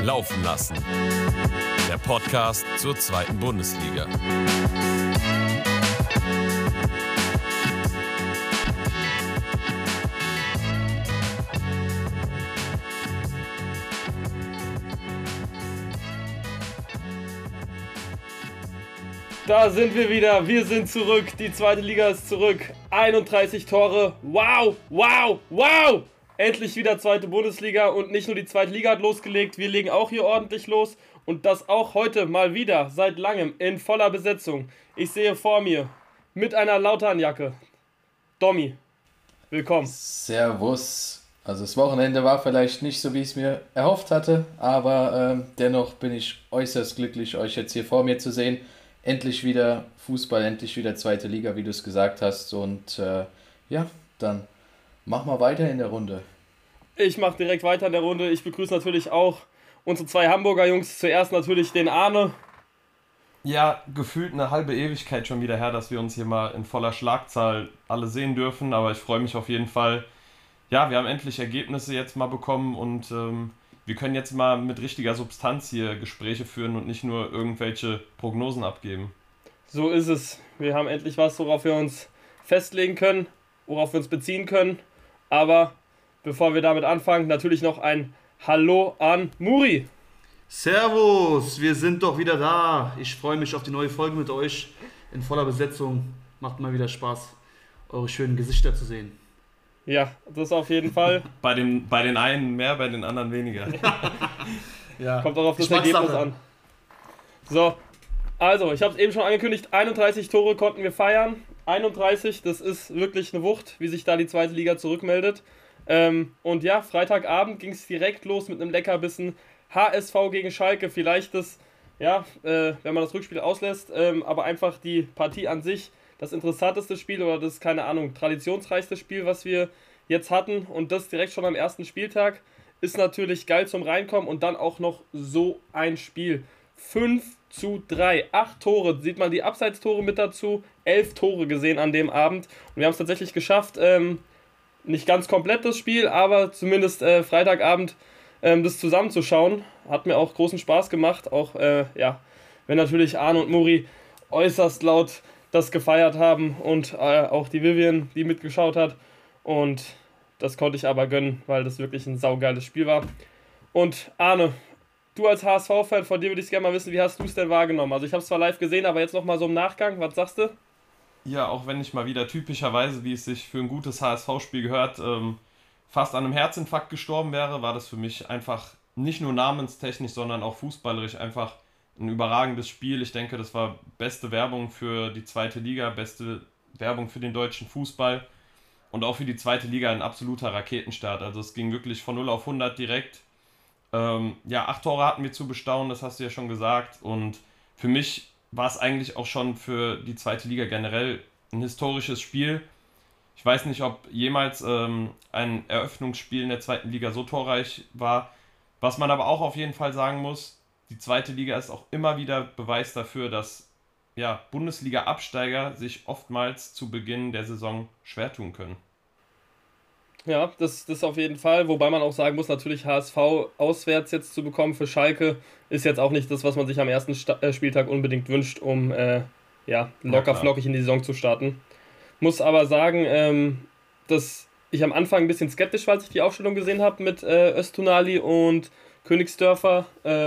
Laufen lassen. Der Podcast zur zweiten Bundesliga. Da sind wir wieder, wir sind zurück, die zweite Liga ist zurück, 31 Tore, wow, wow, wow! Endlich wieder zweite Bundesliga und nicht nur die zweite Liga hat losgelegt, wir legen auch hier ordentlich los und das auch heute mal wieder, seit langem, in voller Besetzung. Ich sehe vor mir, mit einer Lauternjacke, Domi, willkommen. Servus. Also das Wochenende war vielleicht nicht so, wie ich es mir erhofft hatte, aber dennoch bin ich äußerst glücklich, euch jetzt hier vor mir zu sehen. Endlich wieder Fußball, endlich wieder zweite Liga, wie du es gesagt hast. Und dann mach mal weiter in der Runde. Ich mache direkt weiter in der Runde. Ich begrüße natürlich auch unsere zwei Hamburger Jungs. Zuerst natürlich den Arne. Ja, gefühlt eine halbe Ewigkeit schon wieder her, dass wir uns hier mal in voller Schlagzahl alle sehen dürfen. Aber ich freue mich auf jeden Fall. Ja, wir haben endlich Ergebnisse jetzt mal bekommen und wir können jetzt mal mit richtiger Substanz hier Gespräche führen und nicht nur irgendwelche Prognosen abgeben. So ist es. Wir haben endlich was, worauf wir uns festlegen können, worauf wir uns beziehen können. Aber bevor wir damit anfangen, natürlich noch ein Hallo an Muri. Servus, wir sind doch wieder da. Ich freue mich auf die neue Folge mit euch in voller Besetzung. Macht mal wieder Spaß, eure schönen Gesichter zu sehen. Ja, das auf jeden Fall. Bei den einen mehr, bei den anderen weniger. Ja. Kommt auch auf das Ergebnis an. So, also, ich habe es eben schon angekündigt, 31 Tore konnten wir feiern. 31, das ist wirklich eine Wucht, wie sich da die zweite Liga zurückmeldet. Und ja, Freitagabend ging es direkt los mit einem Leckerbissen. HSV gegen Schalke, vielleicht das, ja, wenn man das Rückspiel auslässt, aber einfach die Partie an sich, das interessanteste Spiel oder das, keine Ahnung, traditionsreichste Spiel, was wir jetzt hatten und das direkt schon am ersten Spieltag, ist natürlich geil zum Reinkommen und dann auch noch so ein Spiel. 5:3, 8 Tore, sieht man die Abseitstore mit dazu, 11 Tore gesehen an dem Abend und wir haben es tatsächlich geschafft, nicht ganz komplett das Spiel, aber zumindest Freitagabend das zusammenzuschauen, hat mir auch großen Spaß gemacht, auch wenn natürlich Arne und Muri äußerst laut das gefeiert haben und auch die Vivian, die mitgeschaut hat. Und das konnte ich aber gönnen, weil das wirklich ein saugeiles Spiel war. Und Arne, du als HSV-Fan, von dir würde ich gerne mal wissen, wie hast du es denn wahrgenommen? Also ich habe es zwar live gesehen, aber jetzt nochmal so im Nachgang, was sagst du? Ja, auch wenn ich mal wieder typischerweise, wie es sich für ein gutes HSV-Spiel gehört, fast an einem Herzinfarkt gestorben wäre, war das für mich einfach nicht nur namenstechnisch, sondern auch fußballerisch einfach ein überragendes Spiel. Ich denke, das war beste Werbung für die zweite Liga, beste Werbung für den deutschen Fußball und auch für die zweite Liga ein absoluter Raketenstart. Also es ging wirklich von 0 auf 100 direkt. 8 Tore hatten wir zu bestaunen, das hast du ja schon gesagt. Und für mich war es eigentlich auch schon für die zweite Liga generell ein historisches Spiel. Ich weiß nicht, ob jemals ein Eröffnungsspiel in der zweiten Liga so torreich war. Was man aber auch auf jeden Fall sagen muss, die zweite Liga ist auch immer wieder Beweis dafür, dass Bundesliga-Absteiger sich oftmals zu Beginn der Saison schwer tun können. Ja, das auf jeden Fall, wobei man auch sagen muss, natürlich HSV auswärts jetzt zu bekommen für Schalke ist jetzt auch nicht das, was man sich am ersten Spieltag unbedingt wünscht, um locker flockig in die Saison zu starten. Muss aber sagen, dass ich am Anfang ein bisschen skeptisch war, als ich die Aufstellung gesehen habe mit Öztunali und Königsdörfer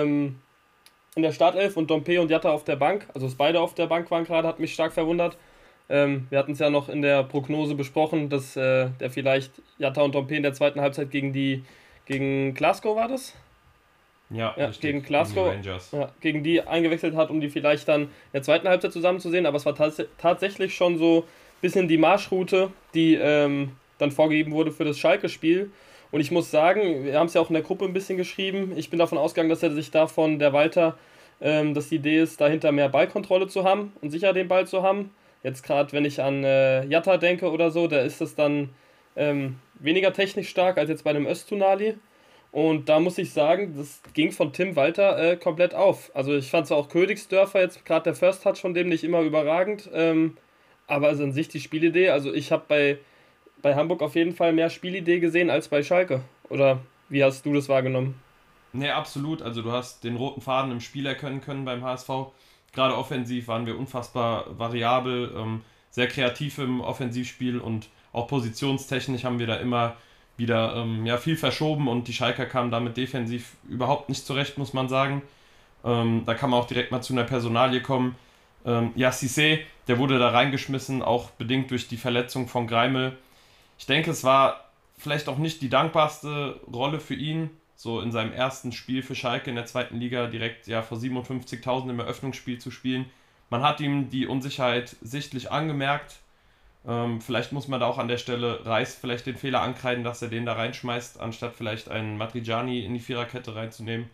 in der Startelf und Dompe und Jatta auf der Bank. Also dass beide auf der Bank waren gerade, hat mich stark verwundert. Wir hatten es ja noch in der Prognose besprochen, dass der vielleicht Jatta und Dompe in der zweiten Halbzeit gegen Glasgow war das? Ja, gegen Glasgow, gegen die eingewechselt hat, um die vielleicht dann in der zweiten Halbzeit zusammenzusehen. Aber es war tatsächlich schon so ein bisschen die Marschroute, die dann vorgegeben wurde für das Schalke-Spiel. Und ich muss sagen, wir haben es ja auch in der Gruppe ein bisschen geschrieben, ich bin davon ausgegangen, dass er sich davon, der Walter, dass die Idee ist, dahinter mehr Ballkontrolle zu haben und sicher den Ball zu haben. Jetzt gerade, wenn ich an Jatta denke oder so, da ist das dann weniger technisch stark als jetzt bei einem Öztunali. Und da muss ich sagen, das ging von Tim Walter komplett auf. Also ich fand zwar auch Königsdörfer jetzt, gerade der First Touch von dem nicht immer überragend, aber also an sich die Spielidee, also ich habe bei Hamburg auf jeden Fall mehr Spielidee gesehen als bei Schalke. Oder wie hast du das wahrgenommen? Nee, absolut. Also du hast den roten Faden im Spiel erkennen können beim HSV. Gerade offensiv waren wir unfassbar variabel, sehr kreativ im Offensivspiel und auch positionstechnisch haben wir da immer wieder viel verschoben und die Schalker kamen damit defensiv überhaupt nicht zurecht, muss man sagen. Da kann man auch direkt mal zu einer Personalie kommen. Cissé, der wurde da reingeschmissen, auch bedingt durch die Verletzung von Greimel. Ich denke, es war vielleicht auch nicht die dankbarste Rolle für ihn, so in seinem ersten Spiel für Schalke in der zweiten Liga direkt vor 57.000 im Eröffnungsspiel zu spielen. Man hat ihm die Unsicherheit sichtlich angemerkt. Vielleicht muss man da auch an der Stelle Reis vielleicht den Fehler ankreiden, dass er den da reinschmeißt, anstatt vielleicht einen Matriciani in die Viererkette reinzunehmen.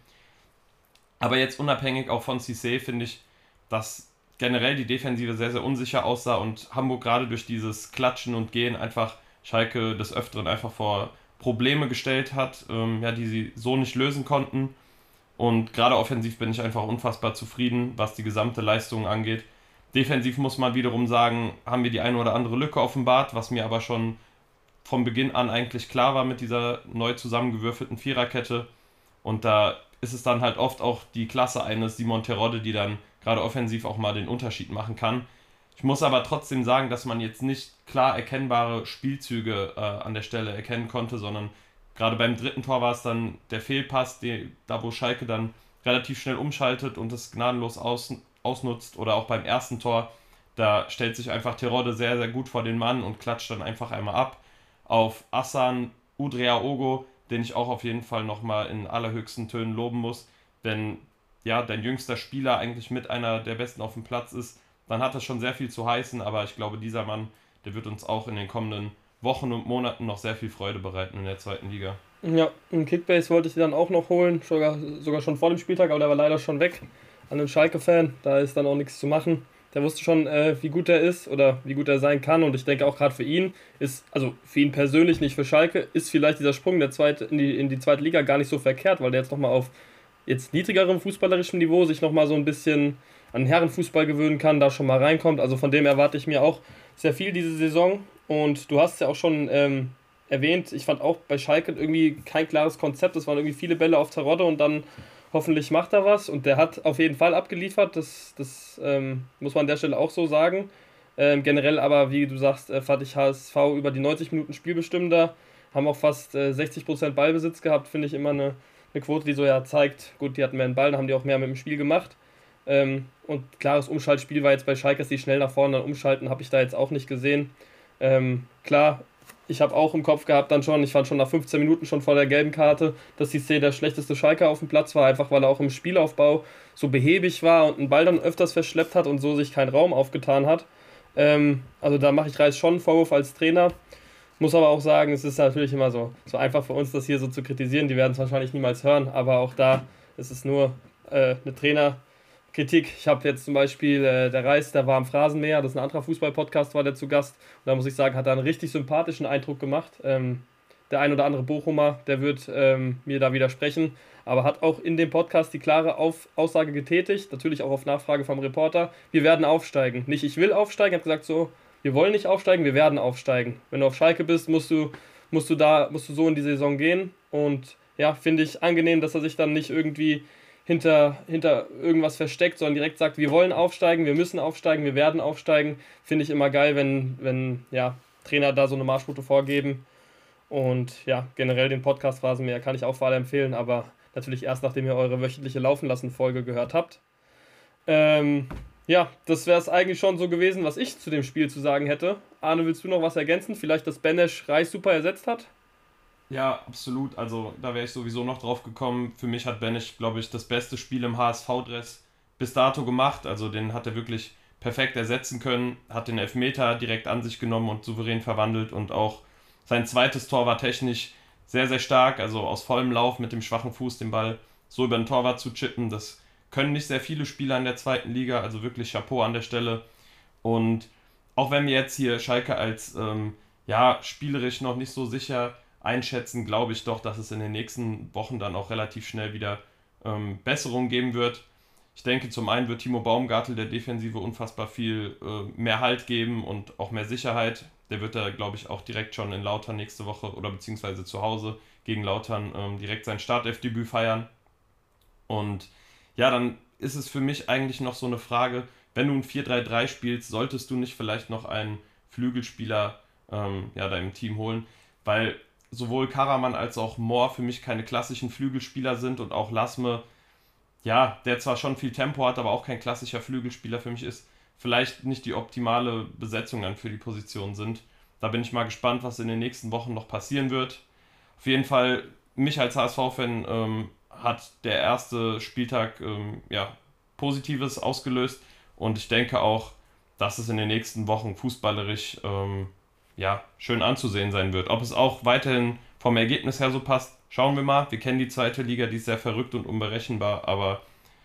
Aber jetzt unabhängig auch von Cissé finde ich, dass generell die Defensive sehr, sehr unsicher aussah und Hamburg gerade durch dieses Klatschen und Gehen einfach Schalke des Öfteren einfach vor Probleme gestellt hat, die sie so nicht lösen konnten. Und gerade offensiv bin ich einfach unfassbar zufrieden, was die gesamte Leistung angeht. Defensiv muss man wiederum sagen, haben wir die eine oder andere Lücke offenbart, was mir aber schon von Beginn an eigentlich klar war mit dieser neu zusammengewürfelten Viererkette. Und da ist es dann halt oft auch die Klasse eines Simon Terodde, die dann gerade offensiv auch mal den Unterschied machen kann. Ich muss aber trotzdem sagen, dass man jetzt nicht klar erkennbare Spielzüge an der Stelle erkennen konnte, sondern gerade beim dritten Tor war es dann der Fehlpass, da wo Schalke dann relativ schnell umschaltet und es gnadenlos ausnutzt. Oder auch beim ersten Tor, da stellt sich einfach Terodde sehr, sehr gut vor den Mann und klatscht dann einfach einmal ab. Auf Hassan Udriaogo, den ich auch auf jeden Fall nochmal in allerhöchsten Tönen loben muss, wenn dein jüngster Spieler eigentlich mit einer der Besten auf dem Platz ist, dann hat das schon sehr viel zu heißen, aber ich glaube, dieser Mann, der wird uns auch in den kommenden Wochen und Monaten noch sehr viel Freude bereiten in der zweiten Liga. Ja, einen Kickbase wollte ich dann auch noch holen, sogar schon vor dem Spieltag, aber der war leider schon weg. An den Schalke-Fan, da ist dann auch nichts zu machen. Der wusste schon, wie gut er ist oder wie gut er sein kann und ich denke auch gerade für ihn also für ihn persönlich, nicht für Schalke, ist vielleicht dieser Sprung in die zweite Liga gar nicht so verkehrt, weil der jetzt nochmal auf jetzt niedrigerem fußballerischem Niveau sich nochmal so ein bisschen an Herrenfußball gewöhnen kann, da schon mal reinkommt. Also von dem erwarte ich mir auch sehr viel diese Saison. Und du hast es ja auch schon erwähnt, ich fand auch bei Schalke irgendwie kein klares Konzept. Es waren irgendwie viele Bälle auf Terodde und dann hoffentlich macht er was. Und der hat auf jeden Fall abgeliefert, das muss man an der Stelle auch so sagen. Generell aber, wie du sagst, fand ich HSV über die 90 Minuten spielbestimmender, haben auch fast 60% Ballbesitz gehabt, finde ich immer eine Quote, die so zeigt, gut, die hatten mehr den Ball, dann haben die auch mehr mit dem Spiel gemacht. Und klares Umschaltspiel war jetzt bei Schalke, dass die schnell nach vorne dann umschalten, habe ich da jetzt auch nicht gesehen. Klar, ich habe auch im Kopf gehabt dann schon, ich fand schon nach 15 Minuten schon vor der gelben Karte, dass Cissé der schlechteste Schalker auf dem Platz war, einfach weil er auch im Spielaufbau so behäbig war und einen Ball dann öfters verschleppt hat und so sich kein Raum aufgetan hat. Also da mache ich Reis schon einen Vorwurf als Trainer. Muss aber auch sagen, es ist natürlich immer so einfach für uns, das hier so zu kritisieren. Die werden es wahrscheinlich niemals hören, aber auch da ist es nur eine Trainerkritik. Ich habe jetzt zum Beispiel der Reis, der war am Phrasenmäher, das ist ein anderer Fußball-Podcast, war der zu Gast. Und da muss ich sagen, hat er einen richtig sympathischen Eindruck gemacht. Der ein oder andere Bochumer, der wird mir da widersprechen, aber hat auch in dem Podcast die klare Aussage getätigt, natürlich auch auf Nachfrage vom Reporter, wir werden aufsteigen. Nicht ich will aufsteigen, er hat gesagt so, wir wollen nicht aufsteigen, wir werden aufsteigen. Wenn du auf Schalke bist, musst du so in die Saison gehen. Und ja, finde ich angenehm, dass er sich dann nicht irgendwie hinter irgendwas versteckt, sondern direkt sagt, wir wollen aufsteigen, wir müssen aufsteigen, wir werden aufsteigen. Finde ich immer geil, wenn Trainer da so eine Marschroute vorgeben. Und ja, generell den Podcast Phrasenmäher kann ich auch vor allem empfehlen, aber natürlich erst, nachdem ihr eure wöchentliche Laufen-lassen-Folge gehört habt. Ja, das wäre es eigentlich schon so gewesen, was ich zu dem Spiel zu sagen hätte. Arne, willst du noch was ergänzen? Vielleicht, dass Benesch Reis super ersetzt hat? Ja, absolut. Also da wäre ich sowieso noch drauf gekommen. Für mich hat Benesch, glaube ich, das beste Spiel im HSV-Dress bis dato gemacht. Also den hat er wirklich perfekt ersetzen können, hat den Elfmeter direkt an sich genommen und souverän verwandelt und auch sein zweites Tor war technisch sehr, sehr stark. Also aus vollem Lauf mit dem schwachen Fuß den Ball so über den Torwart zu chippen, das können nicht sehr viele Spieler in der zweiten Liga, also wirklich Chapeau an der Stelle. Und auch wenn wir jetzt hier Schalke als spielerisch noch nicht so sicher einschätzen, glaube ich doch, dass es in den nächsten Wochen dann auch relativ schnell wieder Besserung geben wird. Ich denke, zum einen wird Timo Baumgartel der Defensive unfassbar viel mehr Halt geben und auch mehr Sicherheit. Der wird da, glaube ich, auch direkt schon in Lautern nächste Woche oder beziehungsweise zu Hause gegen Lautern direkt sein Startelfdebüt feiern. Und ja, dann ist es für mich eigentlich noch so eine Frage, wenn du ein 4-3-3 spielst, solltest du nicht vielleicht noch einen Flügelspieler deinem Team holen, weil sowohl Karaman als auch Mohr für mich keine klassischen Flügelspieler sind und auch Lasme, ja, der zwar schon viel Tempo hat, aber auch kein klassischer Flügelspieler für mich ist, vielleicht nicht die optimale Besetzung dann für die Position sind. Da bin ich mal gespannt, was in den nächsten Wochen noch passieren wird. Auf jeden Fall, mich als HSV-Fan hat der erste Spieltag Positives ausgelöst und ich denke auch, dass es in den nächsten Wochen fußballerisch schön anzusehen sein wird. Ob es auch weiterhin vom Ergebnis her so passt, schauen wir mal. Wir kennen die zweite Liga, die ist sehr verrückt und unberechenbar, aber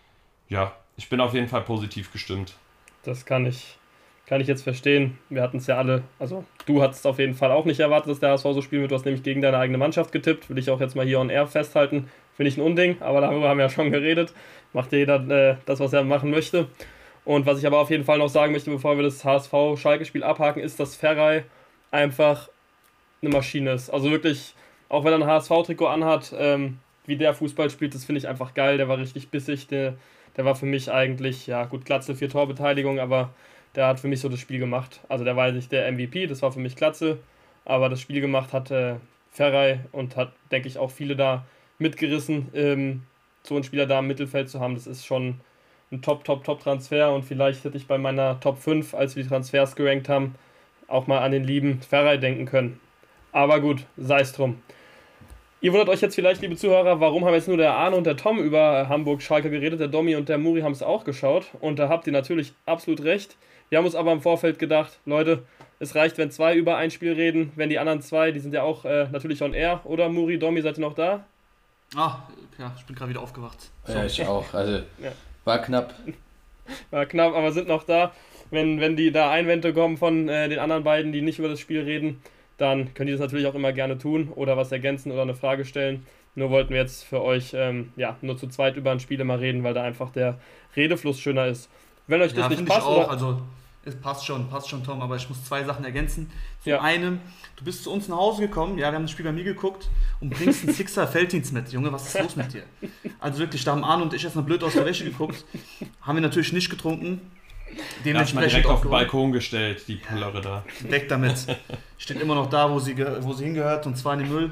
ja, ich bin auf jeden Fall positiv gestimmt. Das kann ich jetzt verstehen. Wir hatten es ja alle, also du hattest auf jeden Fall auch nicht erwartet, dass der HSV so spielen wird. Du hast nämlich gegen deine eigene Mannschaft getippt. Will ich auch jetzt mal hier on air festhalten. Finde ich ein Unding, aber darüber haben wir ja schon geredet. Macht jeder das, was er machen möchte. Und was ich aber auf jeden Fall noch sagen möchte, bevor wir das HSV-Schalke-Spiel abhaken, ist, dass Ferrei einfach eine Maschine ist. Also wirklich, auch wenn er ein HSV-Trikot anhat, wie der Fußball spielt, das finde ich einfach geil. Der war richtig bissig. Der war für mich eigentlich, ja gut, Glatzel 4 Torbeteiligung, aber der hat für mich so das Spiel gemacht. Also der war nicht der MVP, das war für mich Glatzel, aber das Spiel gemacht hat Ferrei und hat, denke ich, auch viele da mitgerissen. So einen Spieler da im Mittelfeld zu haben, das ist schon ein Top-Transfer und vielleicht hätte ich bei meiner Top 5, als wir die Transfers gerankt haben, auch mal an den lieben Ferrei denken können. Aber gut, sei es drum. Ihr wundert euch jetzt vielleicht, liebe Zuhörer, warum haben jetzt nur der Arne und der Tom über Hamburg-Schalke geredet, der Domi und der Muri haben es auch geschaut und da habt ihr natürlich absolut recht. Wir haben uns aber im Vorfeld gedacht, Leute, es reicht, wenn 2 über ein Spiel reden, wenn die anderen 2, die sind ja auch natürlich on air, oder Muri, Domi, seid ihr noch da? Ja, ich bin gerade wieder aufgewacht. Ja, ich auch, also war knapp. War knapp, aber sind noch da. Wenn die da Einwände kommen von den anderen beiden, die nicht über das Spiel reden, dann könnt ihr das natürlich auch immer gerne tun oder was ergänzen oder eine Frage stellen. Nur wollten wir jetzt für euch nur zu zweit über ein Spiel immer reden, weil da einfach der Redefluss schöner ist. Wenn euch das nicht passt, ich auch, oder? Also es passt schon, Tom, aber ich muss 2 Sachen ergänzen. Zum einen, du bist zu uns nach Hause gekommen, ja, wir haben das Spiel bei mir geguckt und bringst einen Sixer Felddienst mit. Junge, was ist los mit dir? Also wirklich, da haben Arne und ich erstmal blöd aus der Wäsche geguckt, haben wir natürlich nicht getrunken. Dementsprechend direkt auf den Balkon gestellt, die Plörre da. Weg damit. Steht immer noch da, wo sie hingehört, und zwar in den Müll.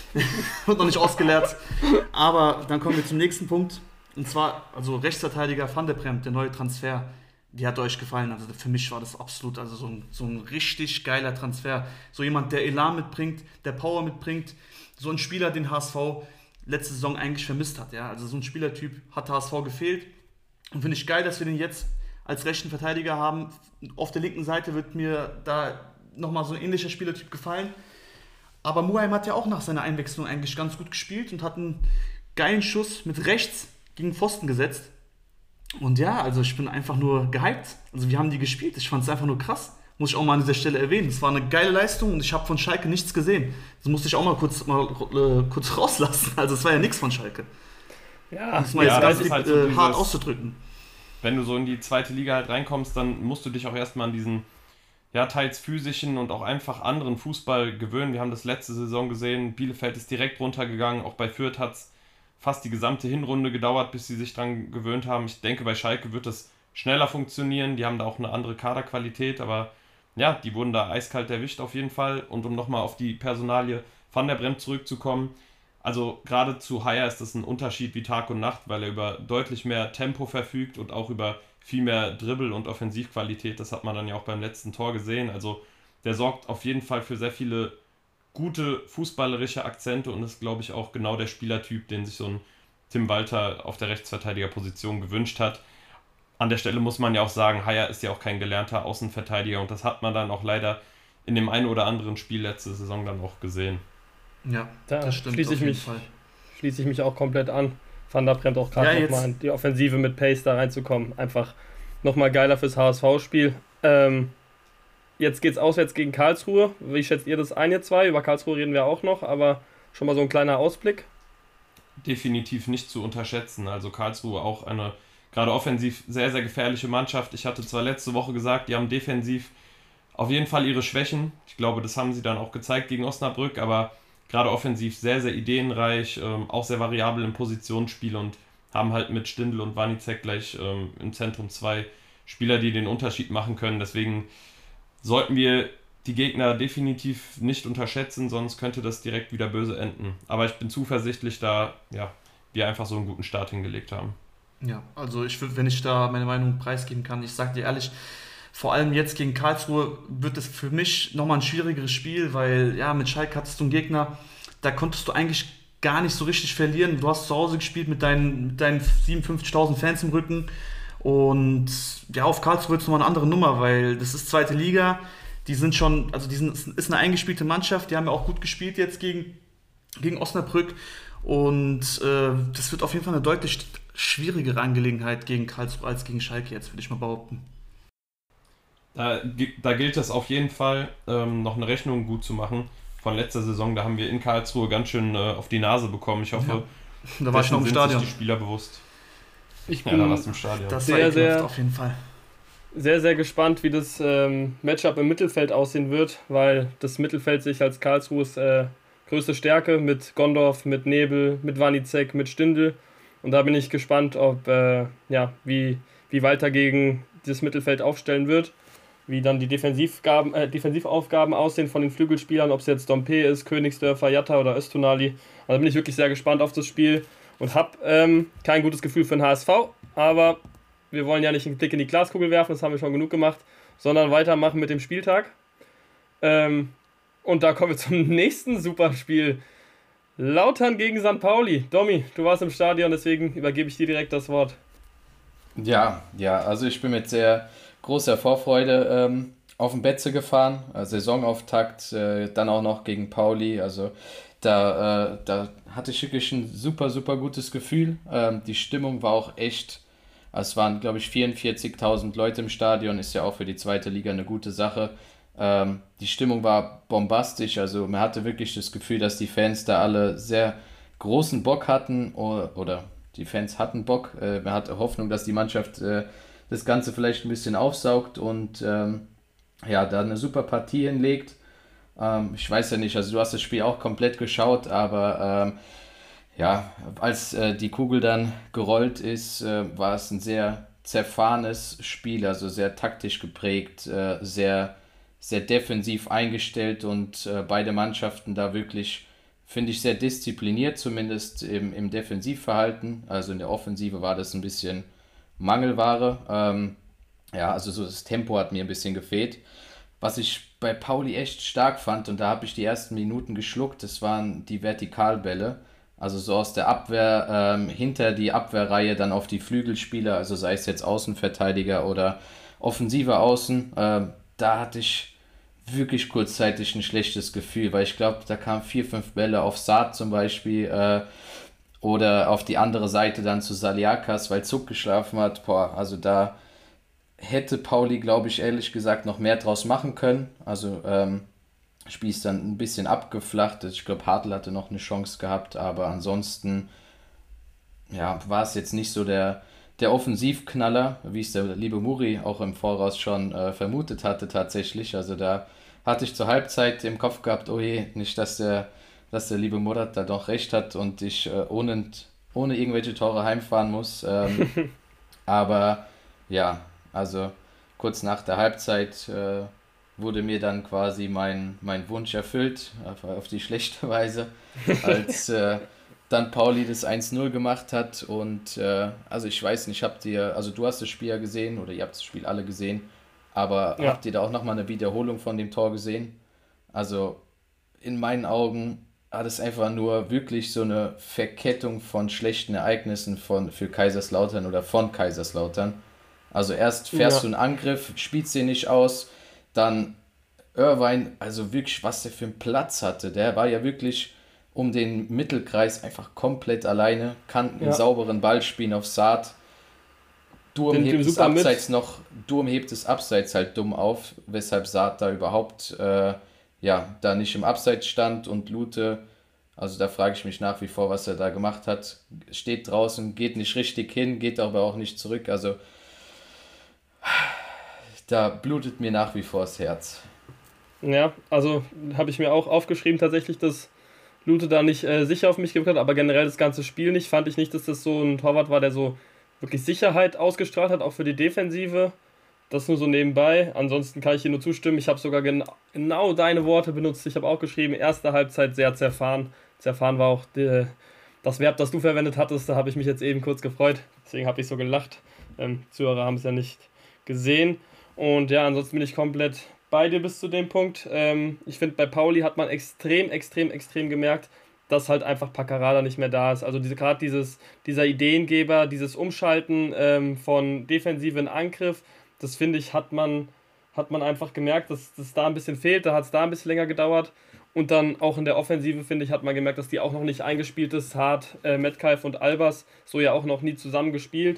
Wird noch nicht ausgeleert. Aber dann kommen wir zum nächsten Punkt. Und zwar, also Rechtsverteidiger Van der Bremt, der neue Transfer, die hat euch gefallen. Also für mich war das absolut so ein richtig geiler Transfer. So jemand, der Elan mitbringt, der Power mitbringt. So ein Spieler, den HSV letzte Saison eigentlich vermisst hat. Ja? Also so ein Spielertyp hat HSV gefehlt. Und finde ich geil, dass wir den jetzt als rechten Verteidiger haben. Auf der linken Seite wird mir da nochmal so ein ähnlicher Spielertyp gefallen. Aber Muheim hat ja auch nach seiner Einwechslung eigentlich ganz gut gespielt und hat einen geilen Schuss mit rechts gegen Pfosten gesetzt. Und ja, also ich bin einfach nur gehypt. Also wir haben die gespielt. Ich fand es einfach nur krass. Muss ich auch mal an dieser Stelle erwähnen. Es war eine geile Leistung und ich habe von Schalke nichts gesehen. Das musste ich auch mal kurz rauslassen. Also es war ja nichts von Schalke. Ja, das ist mal jetzt ganz halt so hart auszudrücken. Wenn du so in die zweite Liga halt reinkommst, dann musst du dich auch erstmal an diesen teils physischen und auch einfach anderen Fußball gewöhnen. Wir haben das letzte Saison gesehen, Bielefeld ist direkt runtergegangen, auch bei Fürth hat es fast die gesamte Hinrunde gedauert, bis sie sich dran gewöhnt haben. Ich denke, bei Schalke wird das schneller funktionieren, die haben da auch eine andere Kaderqualität, aber ja, die wurden da eiskalt erwischt auf jeden Fall. Und um nochmal auf die Personalie Van der Bremt zurückzukommen, also gerade zu Haier ist das ein Unterschied wie Tag und Nacht, weil er über deutlich mehr Tempo verfügt und auch über viel mehr Dribbel- und Offensivqualität. Das hat man dann ja auch beim letzten Tor gesehen. Also der sorgt auf jeden Fall für sehr viele gute fußballerische Akzente und ist, glaube ich, auch genau der Spielertyp, den sich so ein Tim Walter auf der Rechtsverteidigerposition gewünscht hat. An der Stelle muss man ja auch sagen, Haier ist ja auch kein gelernter Außenverteidiger und das hat man dann auch leider in dem einen oder anderen Spiel letzte Saison dann auch gesehen. Ja, das stimmt. Schließe ich mich auch komplett an. Van der Bremt auch gerade nochmal in die Offensive mit Pace da reinzukommen. Einfach nochmal geiler fürs HSV-Spiel. Jetzt geht's auswärts gegen Karlsruhe. Wie schätzt ihr das ein, ihr zwei? Über Karlsruhe reden wir auch noch, aber schon mal so ein kleiner Ausblick. Definitiv nicht zu unterschätzen. Also Karlsruhe auch eine gerade offensiv sehr, sehr gefährliche Mannschaft. Ich hatte zwar letzte Woche gesagt, die haben defensiv auf jeden Fall ihre Schwächen. Ich glaube, das haben sie dann auch gezeigt gegen Osnabrück, aber gerade offensiv sehr, sehr ideenreich, auch sehr variabel im Positionsspiel und haben halt mit Stindl und Wanizek gleich im Zentrum 2 Spieler, die den Unterschied machen können. Deswegen sollten wir die Gegner definitiv nicht unterschätzen, sonst könnte das direkt wieder böse enden. Aber ich bin zuversichtlich, da wir einfach so einen guten Start hingelegt haben. Ja, also wenn ich da meine Meinung preisgeben kann, ich sag dir ehrlich, vor allem jetzt gegen Karlsruhe wird es für mich nochmal ein schwierigeres Spiel, weil ja, mit Schalke hattest du einen Gegner, da konntest du eigentlich gar nicht so richtig verlieren. Du hast zu Hause gespielt mit deinen 57.000 Fans im Rücken und ja, auf Karlsruhe wird es nochmal eine andere Nummer, weil das ist zweite Liga, ist eine eingespielte Mannschaft, die haben ja auch gut gespielt jetzt gegen Osnabrück und das wird auf jeden Fall eine deutlich schwierigere Angelegenheit gegen Karlsruhe als gegen Schalke jetzt, würde ich mal behaupten. Da gilt es auf jeden Fall, noch eine Rechnung gut zu machen von letzter Saison. Da haben wir in Karlsruhe ganz schön auf die Nase bekommen. Ich hoffe, da war ich noch im Stadion. Sich die Spieler bewusst. Ich bin da warst du im Stadion. Das war sehr, auf jeden Fall. Sehr, sehr gespannt, wie das Matchup im Mittelfeld aussehen wird, weil das Mittelfeld sich als Karlsruhes größte Stärke mit Gondorf, mit Nebel, mit Wanizek, mit Stindl. Und da bin ich gespannt, ob wie Walter gegen das Mittelfeld aufstellen wird, wie dann die Defensivaufgaben aussehen von den Flügelspielern, ob es jetzt Dompe ist, Königsdörfer, Jatta oder Öztunali. Also da bin ich wirklich sehr gespannt auf das Spiel und habe kein gutes Gefühl für den HSV, aber wir wollen ja nicht einen Blick in die Glaskugel werfen, das haben wir schon genug gemacht, sondern weitermachen mit dem Spieltag. Und da kommen wir zum nächsten Superspiel. Lautern gegen St. Pauli. Domi, du warst im Stadion, deswegen übergebe ich dir direkt das Wort. Ja, also ich bin mit sehr großer Vorfreude auf den Betze gefahren. Saisonauftakt, dann auch noch gegen Pauli. Also da hatte ich wirklich ein super, super gutes Gefühl. Die Stimmung war auch echt, es waren, glaube ich, 44.000 Leute im Stadion, ist ja auch für die zweite Liga eine gute Sache. Die Stimmung war bombastisch, also man hatte wirklich das Gefühl, dass die Fans da alle sehr großen Bock hatten oder die Fans hatten Bock. Man hatte Hoffnung, dass die Mannschaft das Ganze vielleicht ein bisschen aufsaugt und da eine super Partie hinlegt. Ich weiß ja nicht, also du hast das Spiel auch komplett geschaut, aber als die Kugel dann gerollt ist, war es ein sehr zerfahrenes Spiel, also sehr taktisch geprägt, sehr defensiv eingestellt und beide Mannschaften da wirklich, finde ich, sehr diszipliniert, zumindest im Defensivverhalten. Also in der Offensive war das ein bisschen Mangelware. Also so das Tempo hat mir ein bisschen gefehlt. Was ich bei Pauli echt stark fand, und da habe ich die ersten Minuten geschluckt, das waren die Vertikalbälle. Also so aus der Abwehr, hinter die Abwehrreihe dann auf die Flügelspieler, also sei es jetzt Außenverteidiger oder offensive Außen. Da hatte ich wirklich kurzzeitig ein schlechtes Gefühl, weil ich glaube, da kamen 4-5 Bälle auf Saad zum Beispiel oder auf die andere Seite dann zu Saliakas, weil Zuck geschlafen hat. Also da hätte Pauli, glaube ich, ehrlich gesagt noch mehr draus machen können. Also Spiel ist dann ein bisschen abgeflacht. Ich glaube, Hartl hatte noch eine Chance gehabt, aber ansonsten war es jetzt nicht so der Offensivknaller, wie es der liebe Muri auch im Voraus schon vermutet hatte tatsächlich. Also da hatte ich zur Halbzeit im Kopf gehabt, oh je, nicht, dass der liebe Murat da doch recht hat und ich ohne irgendwelche Tore heimfahren muss. Aber ja, also kurz nach der Halbzeit wurde mir dann quasi mein Wunsch erfüllt, auf die schlechte Weise, als dann Pauli das 1-0 gemacht hat und also ich weiß nicht, du hast das Spiel ja gesehen oder ihr habt das Spiel alle gesehen, aber habt ihr da auch nochmal eine Wiederholung von dem Tor gesehen? Also in meinen Augen hat es einfach nur wirklich so eine Verkettung von schlechten Ereignissen für Kaiserslautern oder von Kaiserslautern. Also erst fährst du einen Angriff, spielst den nicht aus, dann Irvine, also wirklich, was der für einen Platz hatte, der war ja wirklich um den Mittelkreis einfach komplett alleine, kann einen sauberen Ball spielen auf Saad. Durm hebt das Abseits halt dumm auf, weshalb Saad da überhaupt da nicht im Abseits stand und Lute, also da frage ich mich nach wie vor, was er da gemacht hat. Steht draußen, geht nicht richtig hin, geht aber auch nicht zurück, also da blutet mir nach wie vor das Herz. Ja, also habe ich mir auch aufgeschrieben, tatsächlich das Lute da nicht sicher auf mich gewirkt hat, aber generell das ganze Spiel nicht, fand ich nicht, dass das so ein Torwart war, der so wirklich Sicherheit ausgestrahlt hat, auch für die Defensive. Das nur so nebenbei. Ansonsten kann ich dir nur zustimmen. Ich habe sogar genau deine Worte benutzt. Ich habe auch geschrieben, erste Halbzeit sehr zerfahren. Zerfahren war auch das Verb, das du verwendet hattest. Da habe ich mich jetzt eben kurz gefreut. Deswegen habe ich so gelacht. Zuhörer haben es ja nicht gesehen. Und ja, ansonsten bin ich komplett bei dir bis zu dem Punkt. Ich finde, bei Pauli hat man extrem gemerkt, dass halt einfach Paccarada nicht mehr da ist. Also gerade dieser Ideengeber, dieses Umschalten von Defensive in Angriff, das finde ich, hat man einfach gemerkt, dass das da ein bisschen fehlt. Da hat es da ein bisschen länger gedauert. Und dann auch in der Offensive, finde ich, hat man gemerkt, dass die auch noch nicht eingespielt ist. Hart, Metcalf und Albers so ja auch noch nie zusammen gespielt.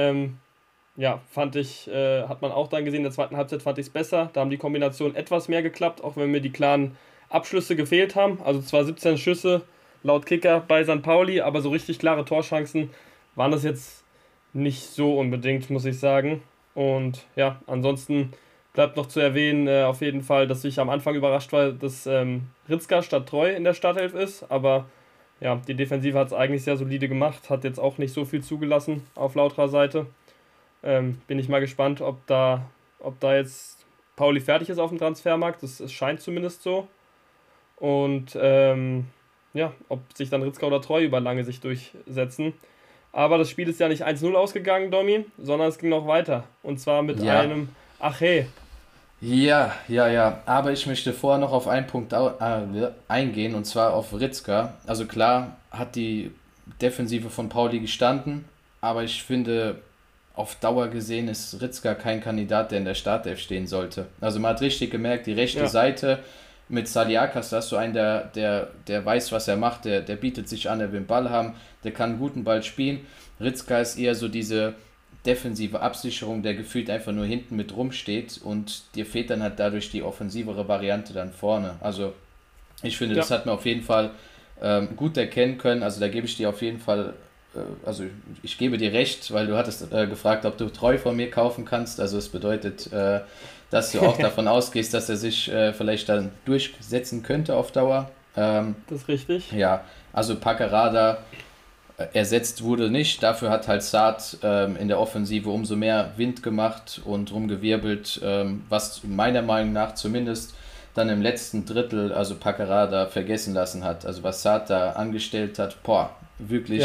Ja, fand ich, hat man auch dann gesehen, in der zweiten Halbzeit fand ich es besser. Da haben die Kombinationen etwas mehr geklappt, auch wenn mir die klaren Abschlüsse gefehlt haben. Also zwar 17 Schüsse laut Kicker bei St. Pauli, aber so richtig klare Torchancen waren das jetzt nicht so unbedingt, muss ich sagen. Und ja, ansonsten bleibt noch zu erwähnen, auf jeden Fall, dass ich am Anfang überrascht war, dass Ritzka statt Treu in der Startelf ist. Aber ja, die Defensive hat es eigentlich sehr solide gemacht, hat jetzt auch nicht so viel zugelassen auf Lauterer Seite. Bin ich mal gespannt, ob da jetzt Pauli fertig ist auf dem Transfermarkt. Das scheint zumindest so. Und ja, ob sich dann Ritzka oder Treu über lange Sicht durchsetzen. Aber das Spiel ist ja nicht 1-0 ausgegangen, Domi, sondern es ging noch weiter. Und zwar mit einem Ache. Ja. Aber ich möchte vorher noch auf einen Punkt eingehen, und zwar auf Ritzka. Also klar hat die Defensive von Pauli gestanden, aber ich finde, auf Dauer gesehen ist Ritzka kein Kandidat, der in der Startelf stehen sollte. Also man hat richtig gemerkt, die rechte Seite mit Saliakas, da hast du einen, der weiß, was er macht, der bietet sich an, der will den Ball haben, der kann einen guten Ball spielen. Ritzka ist eher so diese defensive Absicherung, der gefühlt einfach nur hinten mit rumsteht, und dir fehlt dann halt dadurch die offensivere Variante dann vorne. Also ich finde, das hat man auf jeden Fall gut erkennen können. Also da gebe ich dir auf jeden Fall, also ich gebe dir recht, weil du hattest gefragt, ob du Treu von mir kaufen kannst. Also es bedeutet, dass du auch davon ausgehst, dass er sich vielleicht dann durchsetzen könnte auf Dauer. Das ist richtig. Ja, also Paccarada ersetzt wurde nicht. Dafür hat halt Saad in der Offensive umso mehr Wind gemacht und rumgewirbelt, was meiner Meinung nach zumindest dann im letzten Drittel, also Paccarada vergessen lassen hat. Also was Saad da angestellt hat, wirklich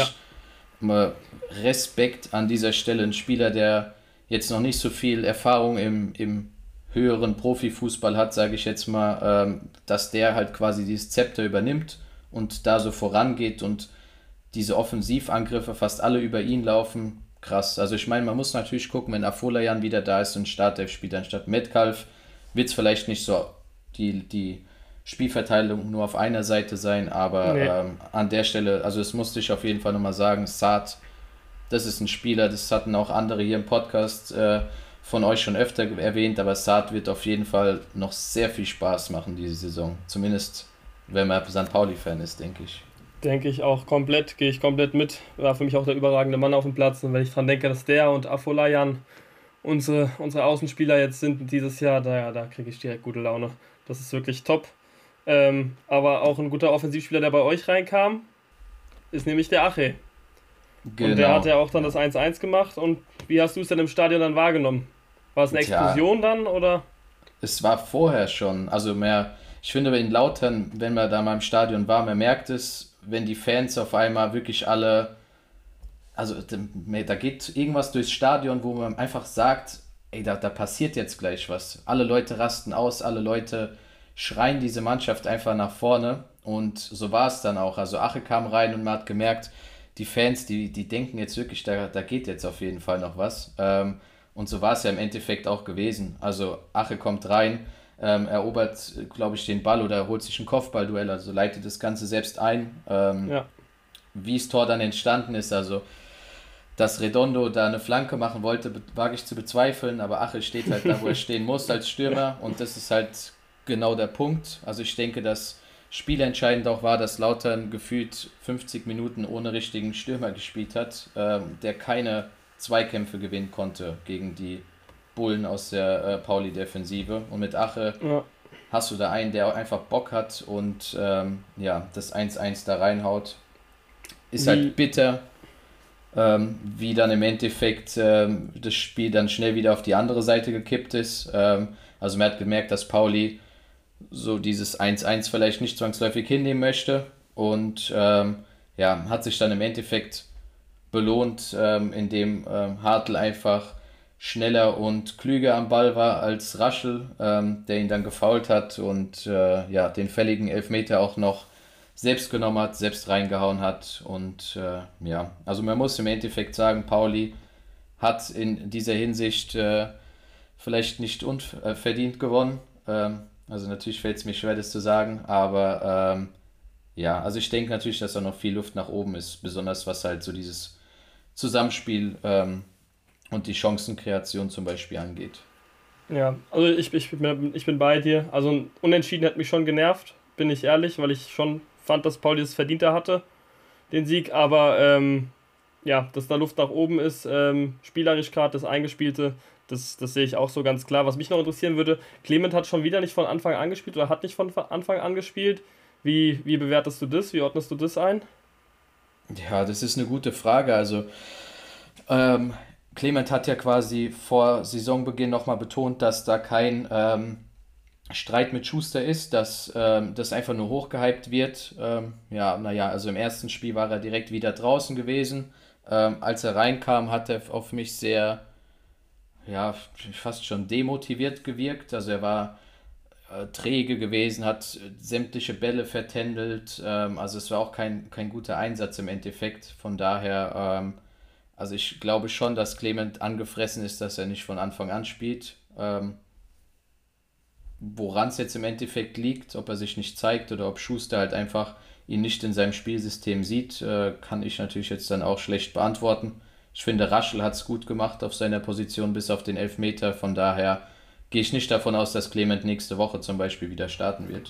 Respekt an dieser Stelle. Ein Spieler, der jetzt noch nicht so viel Erfahrung im höheren Profifußball hat, sage ich jetzt mal, dass der halt quasi dieses Zepter übernimmt und da so vorangeht und diese Offensivangriffe fast alle über ihn laufen. Krass. Also ich meine, man muss natürlich gucken, wenn Afolayan wieder da ist und Startelf spielt anstatt Metcalf, wird es vielleicht nicht so die Spielverteilung nur auf einer Seite sein, aber an der Stelle, also das musste ich auf jeden Fall nochmal sagen, Saad, das ist ein Spieler, das hatten auch andere hier im Podcast von euch schon öfter erwähnt, aber Saad wird auf jeden Fall noch sehr viel Spaß machen diese Saison, zumindest wenn man St. Pauli-Fan ist, denke ich. Denke ich auch komplett, gehe ich komplett mit, war für mich auch der überragende Mann auf dem Platz, und wenn ich dran denke, dass der und Afolayan unsere Außenspieler jetzt sind dieses Jahr, da kriege ich direkt gute Laune, das ist wirklich top. Aber auch ein guter Offensivspieler, der bei euch reinkam, ist nämlich der Ache. Genau. Und der hat ja auch dann das 1-1 gemacht. Und wie hast du es denn im Stadion dann wahrgenommen? War es eine Explosion dann, oder? Es war vorher schon, also ich finde in Lautern, wenn man da mal im Stadion war, man merkt es, wenn die Fans auf einmal wirklich alle, also da geht irgendwas durchs Stadion, wo man einfach sagt, ey, da passiert jetzt gleich was. Alle Leute rasten aus, alle Leute schreien diese Mannschaft einfach nach vorne, und so war es dann auch. Also Ache kam rein und man hat gemerkt, die Fans, die denken jetzt wirklich, da geht jetzt auf jeden Fall noch was. Und so war es ja im Endeffekt auch gewesen. Also Ache kommt rein, erobert, glaube ich, den Ball oder holt sich ein Kopfballduell, also leitet das Ganze selbst ein. Wie das Tor dann entstanden ist, also dass Redondo da eine Flanke machen wollte, wage ich zu bezweifeln, aber Ache steht halt da, wo er stehen muss als Stürmer, und das ist halt genau der Punkt. Also ich denke, dass spielentscheidend auch war, dass Lautern gefühlt 50 Minuten ohne richtigen Stürmer gespielt hat, der keine Zweikämpfe gewinnen konnte gegen die Bullen aus der Pauli-Defensive. Und mit Ache hast du da einen, der auch einfach Bock hat und das 1-1 da reinhaut. Ist halt bitter, wie dann im Endeffekt das Spiel dann schnell wieder auf die andere Seite gekippt ist. Also man hat gemerkt, dass Pauli so dieses 1-1 vielleicht nicht zwangsläufig hinnehmen möchte und hat sich dann im Endeffekt belohnt, indem Hartl einfach schneller und klüger am Ball war als Raschel, der ihn dann gefoult hat und den fälligen Elfmeter auch noch selbst genommen hat, selbst reingehauen hat. Und also man muss im Endeffekt sagen, Pauli hat in dieser Hinsicht vielleicht nicht unverdient gewonnen. Also natürlich fällt es mir schwer, das zu sagen, aber also ich denke natürlich, dass da noch viel Luft nach oben ist, besonders was halt so dieses Zusammenspiel und die Chancenkreation zum Beispiel angeht. Ja, also ich bin bei dir. Also ein Unentschieden hat mich schon genervt, bin ich ehrlich, weil ich schon fand, dass Pauli es verdienter hatte, den Sieg, aber dass da Luft nach oben ist, spielerisch gerade das Eingespielte, das sehe ich auch so ganz klar. Was mich noch interessieren würde, Clement hat schon wieder nicht von Anfang an gespielt oder hat nicht von Anfang an gespielt. Wie bewertest du das? Wie ordnest du das ein? Ja, das ist eine gute Frage. Also Clement hat ja quasi vor Saisonbeginn nochmal betont, dass da kein Streit mit Schuster ist, dass das einfach nur hochgehypt wird. Also im ersten Spiel war er direkt wieder draußen gewesen. Als er reinkam, hat er auf mich sehr, fast schon demotiviert gewirkt. Also er war träge gewesen, hat sämtliche Bälle vertändelt. Also es war auch kein guter Einsatz im Endeffekt. Von daher, also ich glaube schon, dass Clement angefressen ist, dass er nicht von Anfang an spielt. Woran es jetzt im Endeffekt liegt, ob er sich nicht zeigt oder ob Schuster halt einfach ihn nicht in seinem Spielsystem sieht, kann ich natürlich jetzt dann auch schlecht beantworten. Ich finde, Raschel hat es gut gemacht auf seiner Position bis auf den Elfmeter. Von daher gehe ich nicht davon aus, dass Clement nächste Woche zum Beispiel wieder starten wird.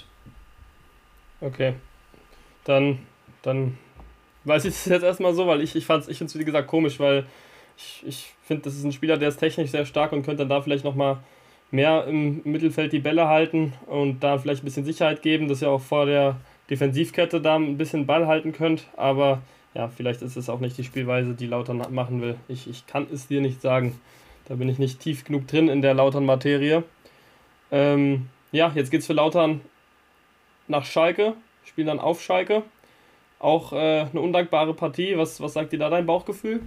Okay, dann weiß ich es jetzt erstmal so, weil ich finde es wie gesagt komisch, weil ich finde, das ist ein Spieler, der ist technisch sehr stark und könnte dann da vielleicht nochmal mehr im Mittelfeld die Bälle halten und da vielleicht ein bisschen Sicherheit geben, dass ihr auch vor der Defensivkette da ein bisschen Ball halten könnt, aber ja, vielleicht ist es auch nicht die Spielweise, die Lautern machen will. Ich kann es dir nicht sagen. Da bin ich nicht tief genug drin in der Lautern-Materie. Jetzt geht's für Lautern nach Schalke, spielen dann auf Schalke. Auch eine undankbare Partie. Was sagt dir da dein Bauchgefühl?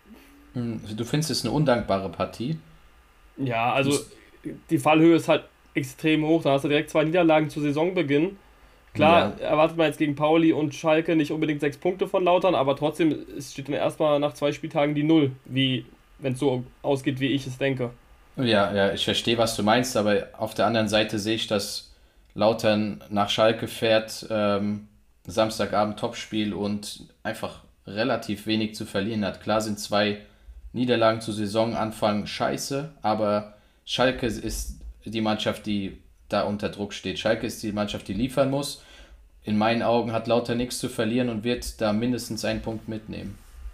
Du findest es eine undankbare Partie? Ja, also die Fallhöhe ist halt extrem hoch. Da hast du direkt 2 Niederlagen zu Saisonbeginn. Klar, erwartet man jetzt gegen Pauli und Schalke nicht unbedingt 6 Punkte von Lautern, aber trotzdem steht dann erstmal nach 2 Spieltagen die 0, wenn es so ausgeht, wie ich es denke. Ja, ich verstehe, was du meinst, aber auf der anderen Seite sehe ich, dass Lautern nach Schalke fährt, Samstagabend Topspiel und einfach relativ wenig zu verlieren hat. Klar sind 2 Niederlagen zu Saisonanfang scheiße, aber Schalke ist die Mannschaft, die da unter Druck steht. Schalke ist die Mannschaft, die liefern muss. In meinen Augen hat Lautern nichts zu verlieren und wird da mindestens einen Punkt mitnehmen.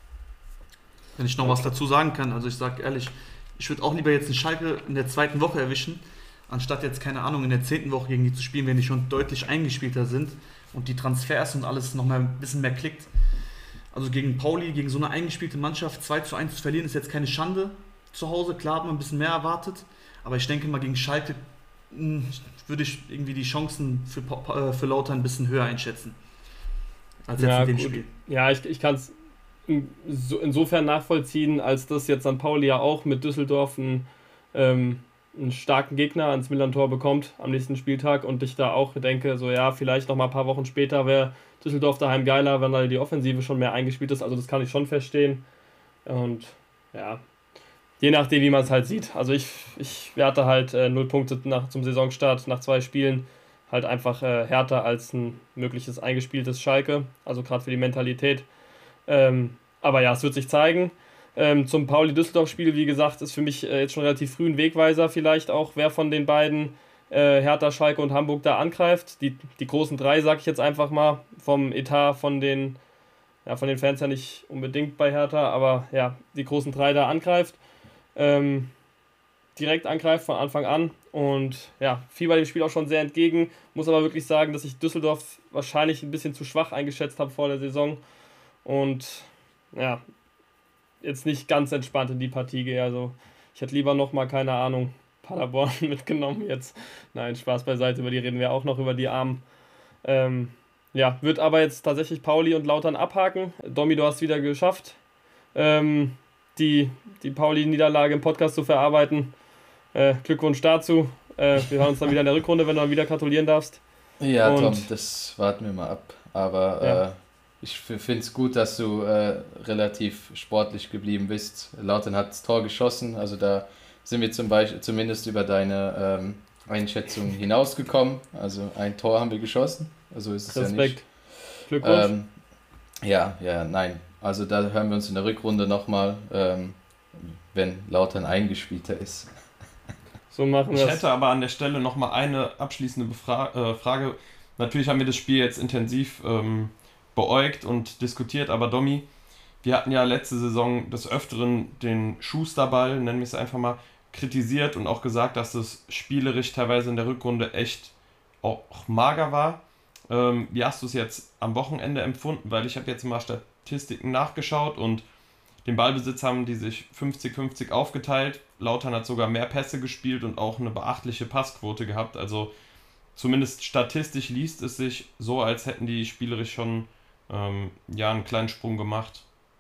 Wenn ich noch was dazu sagen kann, also ich sage ehrlich, ich würde auch lieber jetzt einen Schalke in der 2. Woche erwischen, anstatt jetzt, keine Ahnung, in der 10. Woche gegen die zu spielen, wenn die schon deutlich eingespielter sind und die Transfers und alles noch mal ein bisschen mehr klickt. Also gegen Pauli, gegen so eine eingespielte Mannschaft 2-1 zu verlieren, ist jetzt keine Schande zu Hause. Klar hat man ein bisschen mehr erwartet, aber ich denke mal, gegen Schalke würde ich irgendwie die Chancen für Lautern ein bisschen höher einschätzen als jetzt in dem Spiel. Ja, ich kann es insofern nachvollziehen, als dass jetzt St. Pauli ja auch mit Düsseldorf einen starken Gegner ans Millern-Tor bekommt am nächsten Spieltag und ich da auch denke, so ja, vielleicht noch mal ein paar Wochen später wäre Düsseldorf daheim geiler, wenn da die Offensive schon mehr eingespielt ist, also das kann ich schon verstehen und ja, je nachdem, wie man es halt sieht. Also ich werte halt 0 Punkte zum Saisonstart nach 2 Spielen halt einfach härter als ein mögliches eingespieltes Schalke, also gerade für die Mentalität. Aber ja, es wird sich zeigen. Zum Pauli-Düsseldorf-Spiel, wie gesagt, ist für mich jetzt schon relativ früh ein Wegweiser vielleicht auch, wer von den beiden Hertha, Schalke und Hamburg da angreift. Die großen 3, sag ich jetzt einfach mal, vom Etat von den Fans ja nicht unbedingt bei Hertha, aber ja, die großen 3 da angreift. direkt angreift von Anfang an und ja, fieber dem Spiel auch schon sehr entgegen. Muss aber wirklich sagen, dass ich Düsseldorf wahrscheinlich ein bisschen zu schwach eingeschätzt habe vor der Saison und ja, jetzt nicht ganz entspannt in die Partie gehe. Also ich hätte lieber nochmal, keine Ahnung, Paderborn mitgenommen jetzt. Nein, Spaß beiseite, über die reden wir auch noch, über die Armen. Ja, wird aber jetzt tatsächlich Pauli und Lautern abhaken. Domi, du hast wieder geschafft, die Pauli-Niederlage im Podcast zu verarbeiten. Glückwunsch dazu. Wir hören uns dann wieder in der Rückrunde, wenn du dann wieder gratulieren darfst. Ja, und Tom, das warten wir mal ab. Aber ja. ich finde es gut, dass du relativ sportlich geblieben bist. Lautern hat das Tor geschossen, also da sind wir zumindest über deine Einschätzung hinausgekommen. Also ein Tor haben wir geschossen, also ist es Respekt. Ja nicht. Glückwunsch. Nein. Also da hören wir uns in der Rückrunde nochmal, wenn Lautern eingespielter ist. So machen wir Ich es. hätte aber an der Stelle nochmal eine abschließende Frage. Natürlich haben wir das Spiel jetzt intensiv beäugt und diskutiert, aber Domi, wir hatten ja letzte Saison des Öfteren den Schusterball, nennen wir es einfach mal, kritisiert und auch gesagt, dass es spielerisch teilweise in der Rückrunde echt auch mager war. Wie hast du es jetzt am Wochenende empfunden? Weil ich habe jetzt mal Statistiken nachgeschaut und den Ballbesitz haben die sich 50-50 aufgeteilt. Lautern hat sogar mehr Pässe gespielt und auch eine beachtliche Passquote gehabt. Also zumindest statistisch liest es sich so, als hätten die spielerisch schon einen kleinen Sprung gemacht.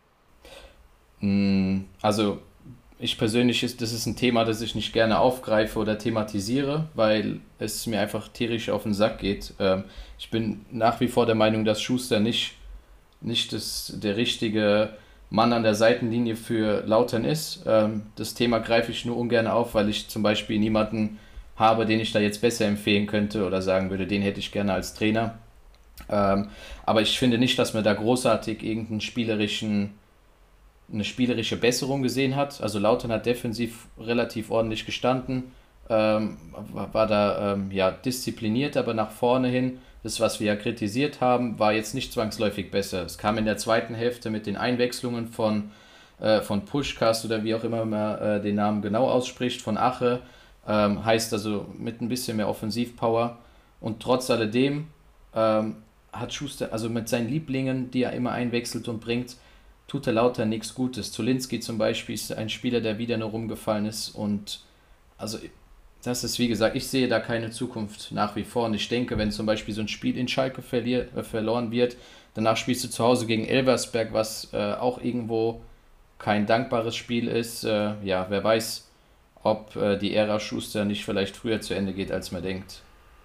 Also ich persönlich, das ist ein Thema, das ich nicht gerne aufgreife oder thematisiere, weil es mir einfach tierisch auf den Sack geht. Ich bin nach wie vor der Meinung, dass Schuster nicht der richtige Mann an der Seitenlinie für Lautern ist. Das Thema greife ich nur ungern auf, weil ich zum Beispiel niemanden habe, den ich da jetzt besser empfehlen könnte oder sagen würde, den hätte ich gerne als Trainer. Aber ich finde nicht, dass man da großartig eine spielerische Besserung gesehen hat. Also Lautern hat defensiv relativ ordentlich gestanden, war da diszipliniert, aber nach vorne hin, das, was wir ja kritisiert haben, war jetzt nicht zwangsläufig besser. Es kam in der zweiten Hälfte mit den Einwechslungen von Puschkas oder wie auch immer man den Namen genau ausspricht, von Ache, heißt also mit ein bisschen mehr Offensivpower. Und trotz alledem hat Schuster, also mit seinen Lieblingen, die er immer einwechselt und bringt, tut der Lautern nichts Gutes. Zulinski zum Beispiel ist ein Spieler, der wieder nur rumgefallen ist und also das ist, wie gesagt, ich sehe da keine Zukunft nach wie vor und ich denke, wenn zum Beispiel so ein Spiel in Schalke verloren wird, danach spielst du zu Hause gegen Elversberg, was auch irgendwo kein dankbares Spiel ist. Wer weiß, ob die Ära Schuster nicht vielleicht früher zu Ende geht, als man denkt.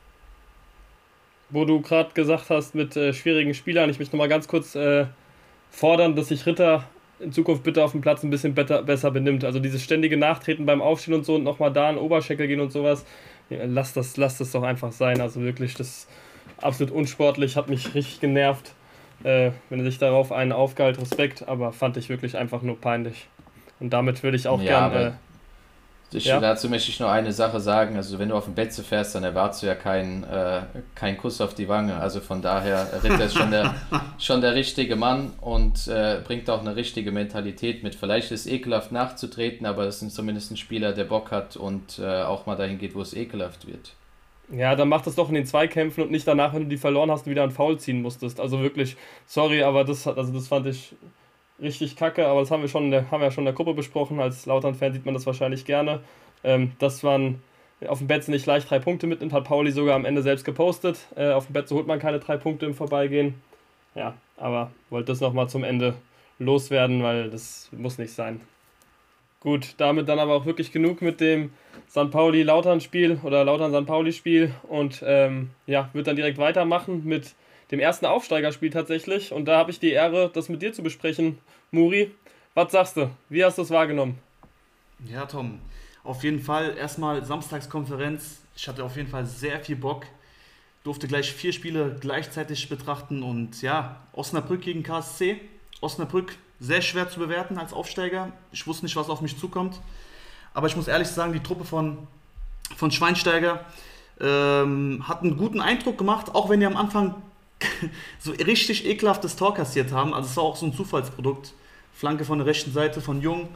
Wo du gerade gesagt hast, mit schwierigen Spielern, ich möchte nochmal ganz kurz fordern, dass sich Ritter in Zukunft bitte auf dem Platz ein bisschen besser benimmt. Also dieses ständige Nachtreten beim Aufstehen und so und nochmal da an den Oberschenkel gehen und sowas, lasst das doch einfach sein. Also wirklich, das ist absolut unsportlich, hat mich richtig genervt, wenn er sich darauf einen aufgeilt, Respekt, aber fand ich wirklich einfach nur peinlich. Und damit würde ich auch gerne... Dazu möchte ich nur eine Sache sagen, also wenn du auf dem Betze fährst, dann erwartest du ja keinen Kuss auf die Wange, also von daher, Ritter ist schon der richtige Mann und bringt auch eine richtige Mentalität mit. Vielleicht ist es ekelhaft nachzutreten, aber es ist zumindest ein Spieler, der Bock hat und auch mal dahin geht, wo es ekelhaft wird. Ja, dann mach das doch in den Zweikämpfen und nicht danach, wenn du die verloren hast und wieder einen Foul ziehen musstest. Also wirklich, sorry, aber das fand ich richtig kacke, aber das haben wir ja schon in der Gruppe besprochen. Als Lautern-Fan sieht man das wahrscheinlich gerne. Das waren auf dem Betze nicht leicht 3 Punkte mitnimmt, hat Pauli sogar am Ende selbst gepostet. Auf dem Betze holt man keine 3 Punkte im Vorbeigehen. Ja, aber wollte das nochmal zum Ende loswerden, weil das muss nicht sein. Gut, damit dann aber auch wirklich genug mit dem St. Pauli-Lautern-Spiel oder Lautern-St. Pauli-Spiel und wird dann direkt weitermachen mit dem ersten Aufsteigerspiel tatsächlich. Und da habe ich die Ehre, das mit dir zu besprechen. Muri, was sagst du? Wie hast du es wahrgenommen? Ja, Tom, auf jeden Fall erstmal Samstagskonferenz. Ich hatte auf jeden Fall sehr viel Bock. Durfte gleich 4 Spiele gleichzeitig betrachten und ja, Osnabrück gegen KSC. Osnabrück sehr schwer zu bewerten als Aufsteiger. Ich wusste nicht, was auf mich zukommt. Aber ich muss ehrlich sagen, die Truppe von Schweinsteiger hat einen guten Eindruck gemacht, auch wenn die am Anfang so richtig ekelhaftes Tor kassiert haben. Also es war auch so ein Zufallsprodukt. Flanke von der rechten Seite von Jung.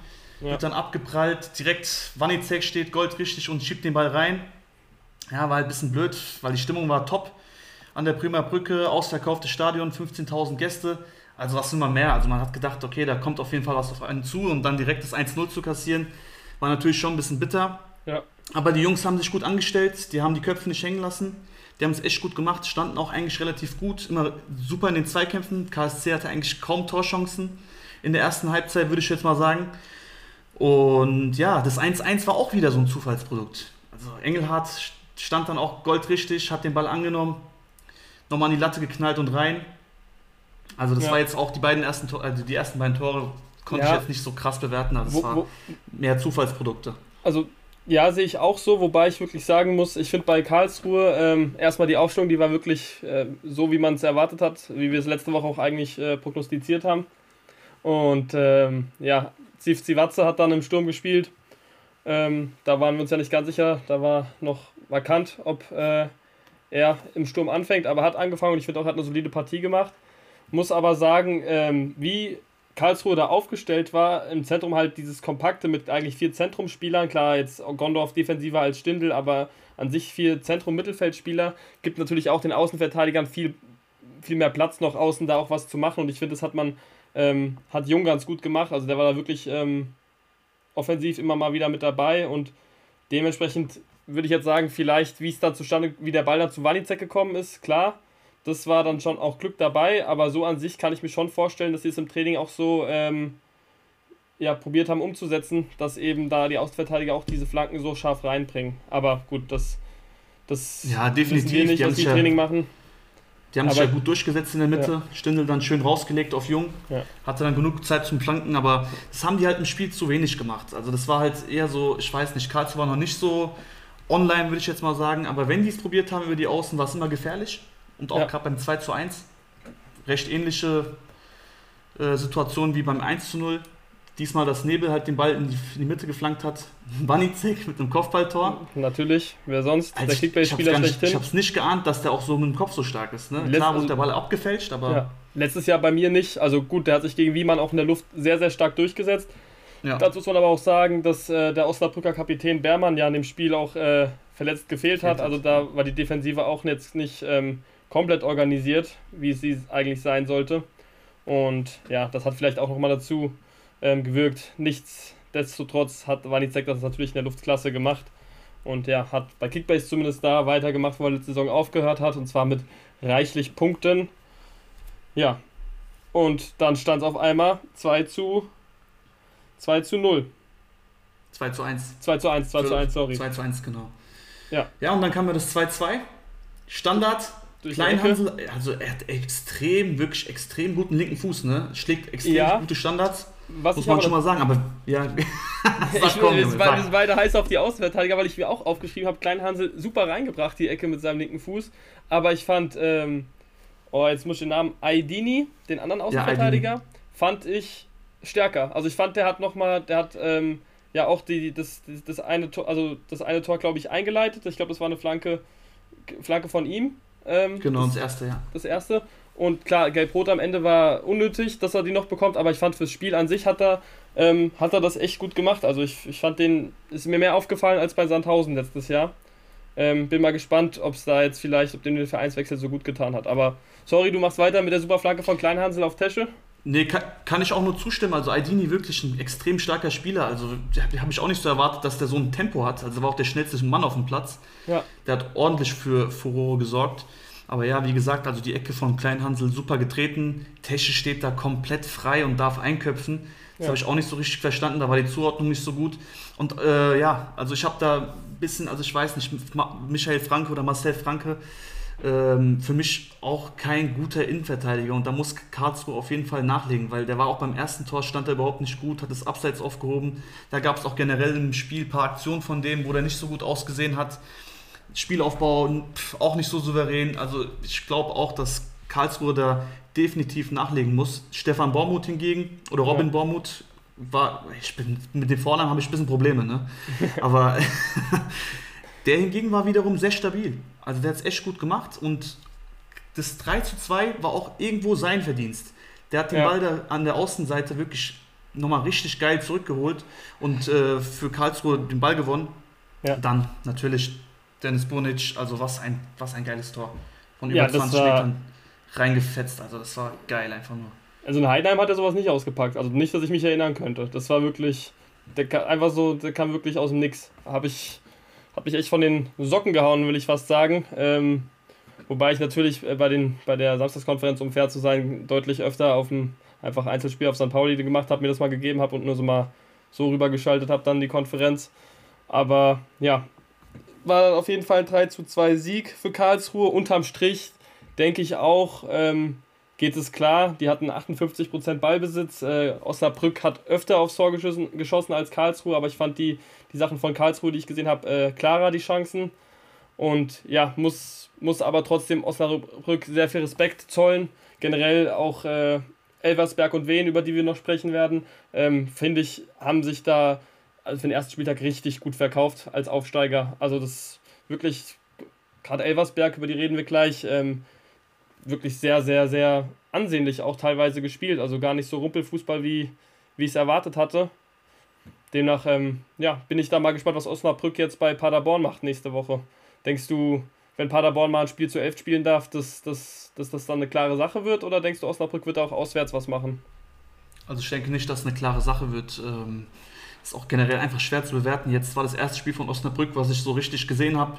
wird dann abgeprallt, direkt Wanizek steht goldrichtig und schiebt den Ball rein. Ja, war halt ein bisschen blöd, weil die Stimmung war top an der Bremer Brücke, ausverkauftes Stadion, 15.000 Gäste. Also was immer mehr. Also man hat gedacht, okay, da kommt auf jeden Fall was auf einen zu und dann direkt das 1-0 zu kassieren, war natürlich schon ein bisschen bitter. Ja. Aber die Jungs haben sich gut angestellt, die haben die Köpfe nicht hängen lassen. Die haben es echt gut gemacht, standen auch eigentlich relativ gut, immer super in den Zweikämpfen. KSC hatte eigentlich kaum Torchancen in der ersten Halbzeit, würde ich jetzt mal sagen. Und ja, das 1-1 war auch wieder so ein Zufallsprodukt. Also Engelhardt stand dann auch goldrichtig, hat den Ball angenommen, nochmal an die Latte geknallt und rein. Also das war jetzt auch die ersten beiden Tore konnte ich jetzt nicht so krass bewerten. Also es war mehr Zufallsprodukte. Also ja, sehe ich auch so, wobei ich wirklich sagen muss, ich finde bei Karlsruhe erstmal die Aufstellung, die war wirklich so, wie man es erwartet hat, wie wir es letzte Woche auch eigentlich prognostiziert haben. Und Zivatze hat dann im Sturm gespielt. Da waren wir uns ja nicht ganz sicher, da war noch vakant, ob er im Sturm anfängt, aber hat angefangen und ich finde auch, er hat eine solide Partie gemacht. Muss aber sagen, wie Karlsruhe da aufgestellt war, im Zentrum halt dieses Kompakte mit eigentlich 4 Zentrumspielern, klar jetzt Gondorf defensiver als Stindl, aber an sich 4 Zentrum-Mittelfeldspieler, gibt natürlich auch den Außenverteidigern viel mehr Platz noch außen da auch was zu machen und ich finde, das hat Jung ganz gut gemacht, also der war da wirklich offensiv immer mal wieder mit dabei und dementsprechend würde ich jetzt sagen, vielleicht wie der Ball dann zu Wanizek gekommen ist, klar, das war dann schon auch Glück dabei, aber so an sich kann ich mir schon vorstellen, dass sie es im Training auch so probiert haben umzusetzen, dass eben da die Außenverteidiger auch diese Flanken so scharf reinbringen. Aber gut, das ja, definitiv. wissen wir nicht, was die Training machen. Die haben sich ja gut durchgesetzt in der Mitte. Ja. Stindl dann schön rausgelegt auf Jung. Ja. Hatte dann genug Zeit zum Flanken, aber das haben die halt im Spiel zu wenig gemacht. Also das war halt eher so, ich weiß nicht, Karlsruhe war noch nicht so online, würde ich jetzt mal sagen. Aber wenn die es probiert haben über die Außen, war es immer gefährlich. Und auch gerade beim 2:1 recht ähnliche Situationen wie beim 1:0. Diesmal, dass Nebel halt den Ball in die Mitte geflankt hat. Wanizek mit einem Kopfballtor. Natürlich, wer sonst? Also der Kickbase-Spieler schlechthin. Ich habe es nicht geahnt, dass der auch so mit dem Kopf so stark ist. Ne? Klar wurde der Ball abgefälscht, aber... Ja. Letztes Jahr bei mir nicht. Also gut, der hat sich gegen Wiemann auch in der Luft sehr, sehr stark durchgesetzt. Ja. Dazu muss man aber auch sagen, dass der Osnabrücker Kapitän Beermann ja in dem Spiel auch verletzt gefehlt hat. Also da war die Defensive auch jetzt nicht komplett organisiert, wie es sie eigentlich sein sollte. Und ja, das hat vielleicht auch nochmal dazu gewirkt. Nichtsdestotrotz hat Wanizek das natürlich in der Luftklasse gemacht. Und ja, hat bei Kickbase zumindest da weitergemacht, wo er letzte Saison aufgehört hat. Und zwar mit reichlich Punkten. Ja, und dann stand es auf einmal 2:0. 2:1. 2:1, sorry. 2:1, genau. Ja. Ja, und dann kam mir das 2:2. Standard. Kleinhansel, also er hat wirklich extrem guten linken Fuß, ne? Schlägt extrem gute Standards. Muss man schon mal sagen, aber ja. Wir sind beide heiß auf die Außenverteidiger, weil ich mir auch aufgeschrieben habe, Kleinhansel super reingebracht, die Ecke mit seinem linken Fuß. Aber ich fand, jetzt muss ich den Namen, Aydini, den anderen Außenverteidiger, fand ich stärker. Also ich fand, der hat auch das eine Tor, glaube ich, eingeleitet. Ich glaube, das war eine Flanke von ihm. Das erste, ja. Das erste. Und klar, Gelb-Rot am Ende war unnötig, dass er die noch bekommt, aber ich fand, fürs Spiel an sich hat er das echt gut gemacht. Also ich fand ist mir mehr aufgefallen als bei Sandhausen letztes Jahr. Bin mal gespannt, ob dem den Vereinswechsel so gut getan hat. Aber sorry, du machst weiter mit der Superflanke von Kleinhansel auf Tesche? Nee, kann ich auch nur zustimmen. Also Aydini wirklich ein extrem starker Spieler. Also habe ich auch nicht so erwartet, dass der so ein Tempo hat. Also war auch der schnellste Mann auf dem Platz. Ja. Der hat ordentlich für Furore gesorgt. Aber ja, wie gesagt, also die Ecke von Kleinhansel super getreten. Tesche steht da komplett frei und darf einköpfen. Das habe ich auch nicht so richtig verstanden. Da war die Zuordnung nicht so gut. Und also ich habe da ein bisschen, also ich weiß nicht, Michael Franke oder Marcel Franke, für mich auch kein guter Innenverteidiger und da muss Karlsruhe auf jeden Fall nachlegen, weil der war auch beim ersten Tor, stand er überhaupt nicht gut, hat das Abseits aufgehoben, da gab es auch generell im Spiel ein paar Aktionen von dem, wo der nicht so gut ausgesehen hat, Spielaufbau auch nicht so souverän, also ich glaube auch, dass Karlsruhe da definitiv nachlegen muss. Stefan Bormuth hingegen, oder Robin Bormuth, mit dem Vornamen habe ich ein bisschen Probleme, ne? Aber der hingegen war wiederum sehr stabil. Also der hat es echt gut gemacht und das 3:2 war auch irgendwo sein Verdienst. Der hat den Ball da an der Außenseite wirklich nochmal richtig geil zurückgeholt und für Karlsruhe den Ball gewonnen. Ja. Dann natürlich Dennis Bunic, also was ein geiles Tor. Von über Ja, 20 Metern reingefetzt, also das war geil einfach nur. Also in Heidenheim hat er sowas nicht ausgepackt. Also nicht, dass ich mich erinnern könnte. Das war wirklich, der kam wirklich aus dem Nix. Hab mich echt von den Socken gehauen, will ich fast sagen. Wobei ich natürlich bei der Samstagskonferenz, um fair zu sein, deutlich öfter auf ein einfach Einzelspiel auf St. Pauli gemacht habe, mir das mal gegeben habe und nur so rübergeschaltet habe, dann die Konferenz. Aber ja, war auf jeden Fall ein 3:2 Sieg für Karlsruhe. Unterm Strich denke ich auch, geht es klar. Die hatten 58% Ballbesitz. Osnabrück hat öfter aufs Tor geschossen als Karlsruhe, aber ich fand die Sachen von Karlsruhe, die ich gesehen habe, klarer, die Chancen. Und ja, muss aber trotzdem Osnabrück sehr viel Respekt zollen. Generell auch Elversberg und Wien, über die wir noch sprechen werden, finde ich, haben sich da also für den ersten Spieltag richtig gut verkauft als Aufsteiger. Also das wirklich, gerade Elversberg, über die reden wir gleich, wirklich sehr, sehr, sehr ansehnlich auch teilweise gespielt. Also gar nicht so Rumpelfußball, wie ich es erwartet hatte. Demnach bin ich da mal gespannt, was Osnabrück jetzt bei Paderborn macht nächste Woche. Denkst du, wenn Paderborn mal ein Spiel zu 11 spielen darf, dass das dann eine klare Sache wird? Oder denkst du, Osnabrück wird auch auswärts was machen? Also ich denke nicht, dass es eine klare Sache wird. Ist auch generell einfach schwer zu bewerten. Jetzt war das erste Spiel von Osnabrück, was ich so richtig gesehen habe.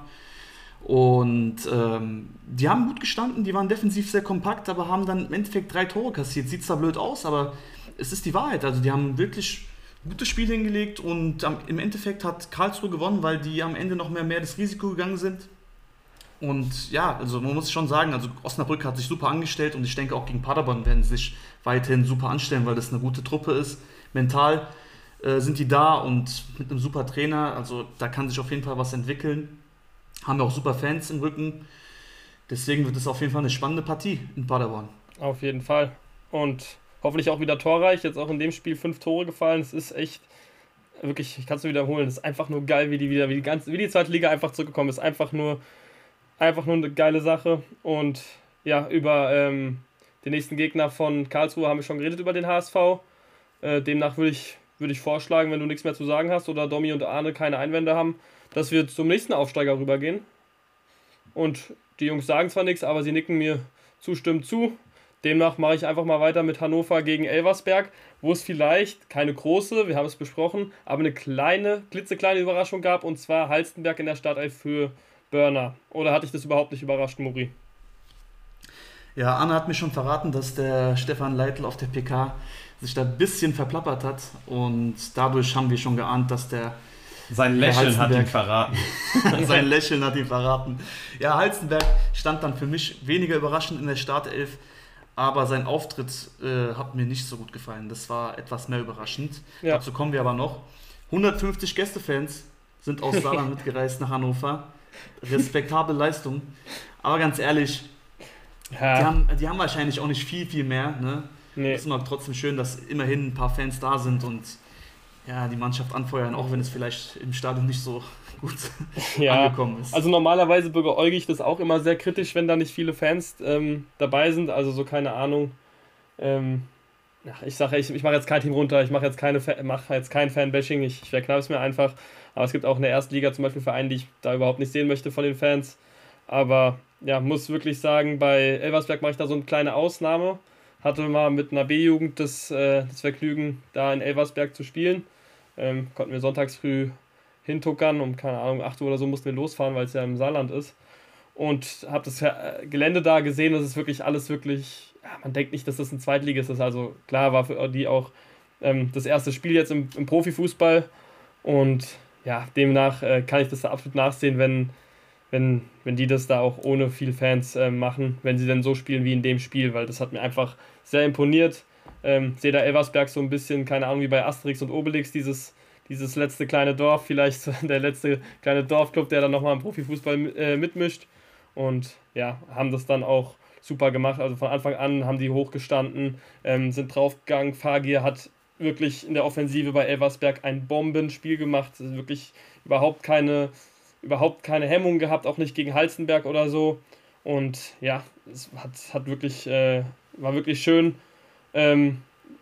Und die haben gut gestanden, die waren defensiv sehr kompakt, aber haben dann im Endeffekt 3 Tore kassiert. Sieht zwar blöd aus, aber es ist die Wahrheit. Also die haben wirklich ein gutes Spiel hingelegt und im Endeffekt hat Karlsruhe gewonnen, weil die am Ende noch mehr das Risiko gegangen sind. Und ja, also man muss schon sagen, also Osnabrück hat sich super angestellt und ich denke auch gegen Paderborn werden sie sich weiterhin super anstellen, weil das eine gute Truppe ist. Mental sind die da und mit einem super Trainer, also da kann sich auf jeden Fall was entwickeln. Haben wir auch super Fans im Rücken. Deswegen wird es auf jeden Fall eine spannende Partie in Paderborn. Auf jeden Fall. Und hoffentlich auch wieder torreich. Jetzt auch in dem Spiel 5 Tore gefallen. Es ist echt, wirklich, ich kann es nur wiederholen, es ist einfach nur geil, wie die zweite Liga einfach zurückgekommen ist. Einfach nur eine geile Sache. Und ja, über den nächsten Gegner von Karlsruhe haben wir schon geredet, über den HSV. Demnach würde ich vorschlagen, wenn du nichts mehr zu sagen hast oder Domi und Arne keine Einwände haben, dass wir zum nächsten Aufsteiger rübergehen. Und die Jungs sagen zwar nichts, aber sie nicken mir zustimmend zu. Demnach mache ich einfach mal weiter mit Hannover gegen Elversberg, wo es vielleicht keine große, wir haben es besprochen, aber eine klitzekleine Überraschung gab, und zwar Halstenberg in der Startelf für Börner. Oder hatte ich das überhaupt nicht überrascht, Muri? Ja, Anna hat mir schon verraten, dass der Stefan Leitl auf der PK sich da ein bisschen verplappert hat und dadurch haben wir schon geahnt, dass sein Lächeln hat ihn verraten. Sein Lächeln hat ihn verraten. Ja, Halstenberg stand dann für mich weniger überraschend in der Startelf, aber sein Auftritt hat mir nicht so gut gefallen. Das war etwas mehr überraschend. Ja. Dazu kommen wir aber noch. 150 Gästefans sind aus Saarland mitgereist nach Hannover. Respektable Leistung. Aber ganz ehrlich, Ja. die haben wahrscheinlich auch nicht viel mehr. Ne? Nee. Es ist aber trotzdem schön, dass immerhin ein paar Fans da sind und ja, die Mannschaft anfeuern, auch wenn es vielleicht im Stadion nicht so gut angekommen ist. Also normalerweise beäuge ich das auch immer sehr kritisch, wenn da nicht viele Fans dabei sind. Also so, keine Ahnung. Ich sage, ich mache jetzt kein Team runter, ich mache jetzt kein Fan-Bashing, ich verkneife es mir einfach. Aber es gibt auch in der ersten Liga zum Beispiel Vereine, die ich da überhaupt nicht sehen möchte von den Fans. Aber ja, muss wirklich sagen, bei Elversberg mache ich da so eine kleine Ausnahme. Hatte mal mit einer B-Jugend das Vergnügen, da in Elversberg zu spielen. Konnten wir sonntags früh hintuckern, um, keine Ahnung, 8 Uhr oder so mussten wir losfahren, weil es ja im Saarland ist. Und habe das Gelände da gesehen, das ist wirklich alles wirklich, ja, man denkt nicht, dass das ein Zweitligist ist. Also klar war für die auch das erste Spiel jetzt im Profifußball. Und ja, demnach kann ich das da absolut nachsehen, wenn die das da auch ohne viel Fans machen, wenn sie dann so spielen wie in dem Spiel, weil das hat mir einfach sehr imponiert. Sehe da Elversberg so ein bisschen, keine Ahnung, wie bei Asterix und Obelix, dieses letzte kleine Dorf, vielleicht so der letzte kleine Dorfclub, der dann nochmal im Profifußball mitmischt. Und ja, haben das dann auch super gemacht. Also von Anfang an haben die hochgestanden, sind draufgegangen. Fagir hat wirklich in der Offensive bei Elversberg ein Bombenspiel gemacht. Wirklich überhaupt keine Hemmung gehabt, auch nicht gegen Halstenberg oder so. Und ja, es war wirklich schön.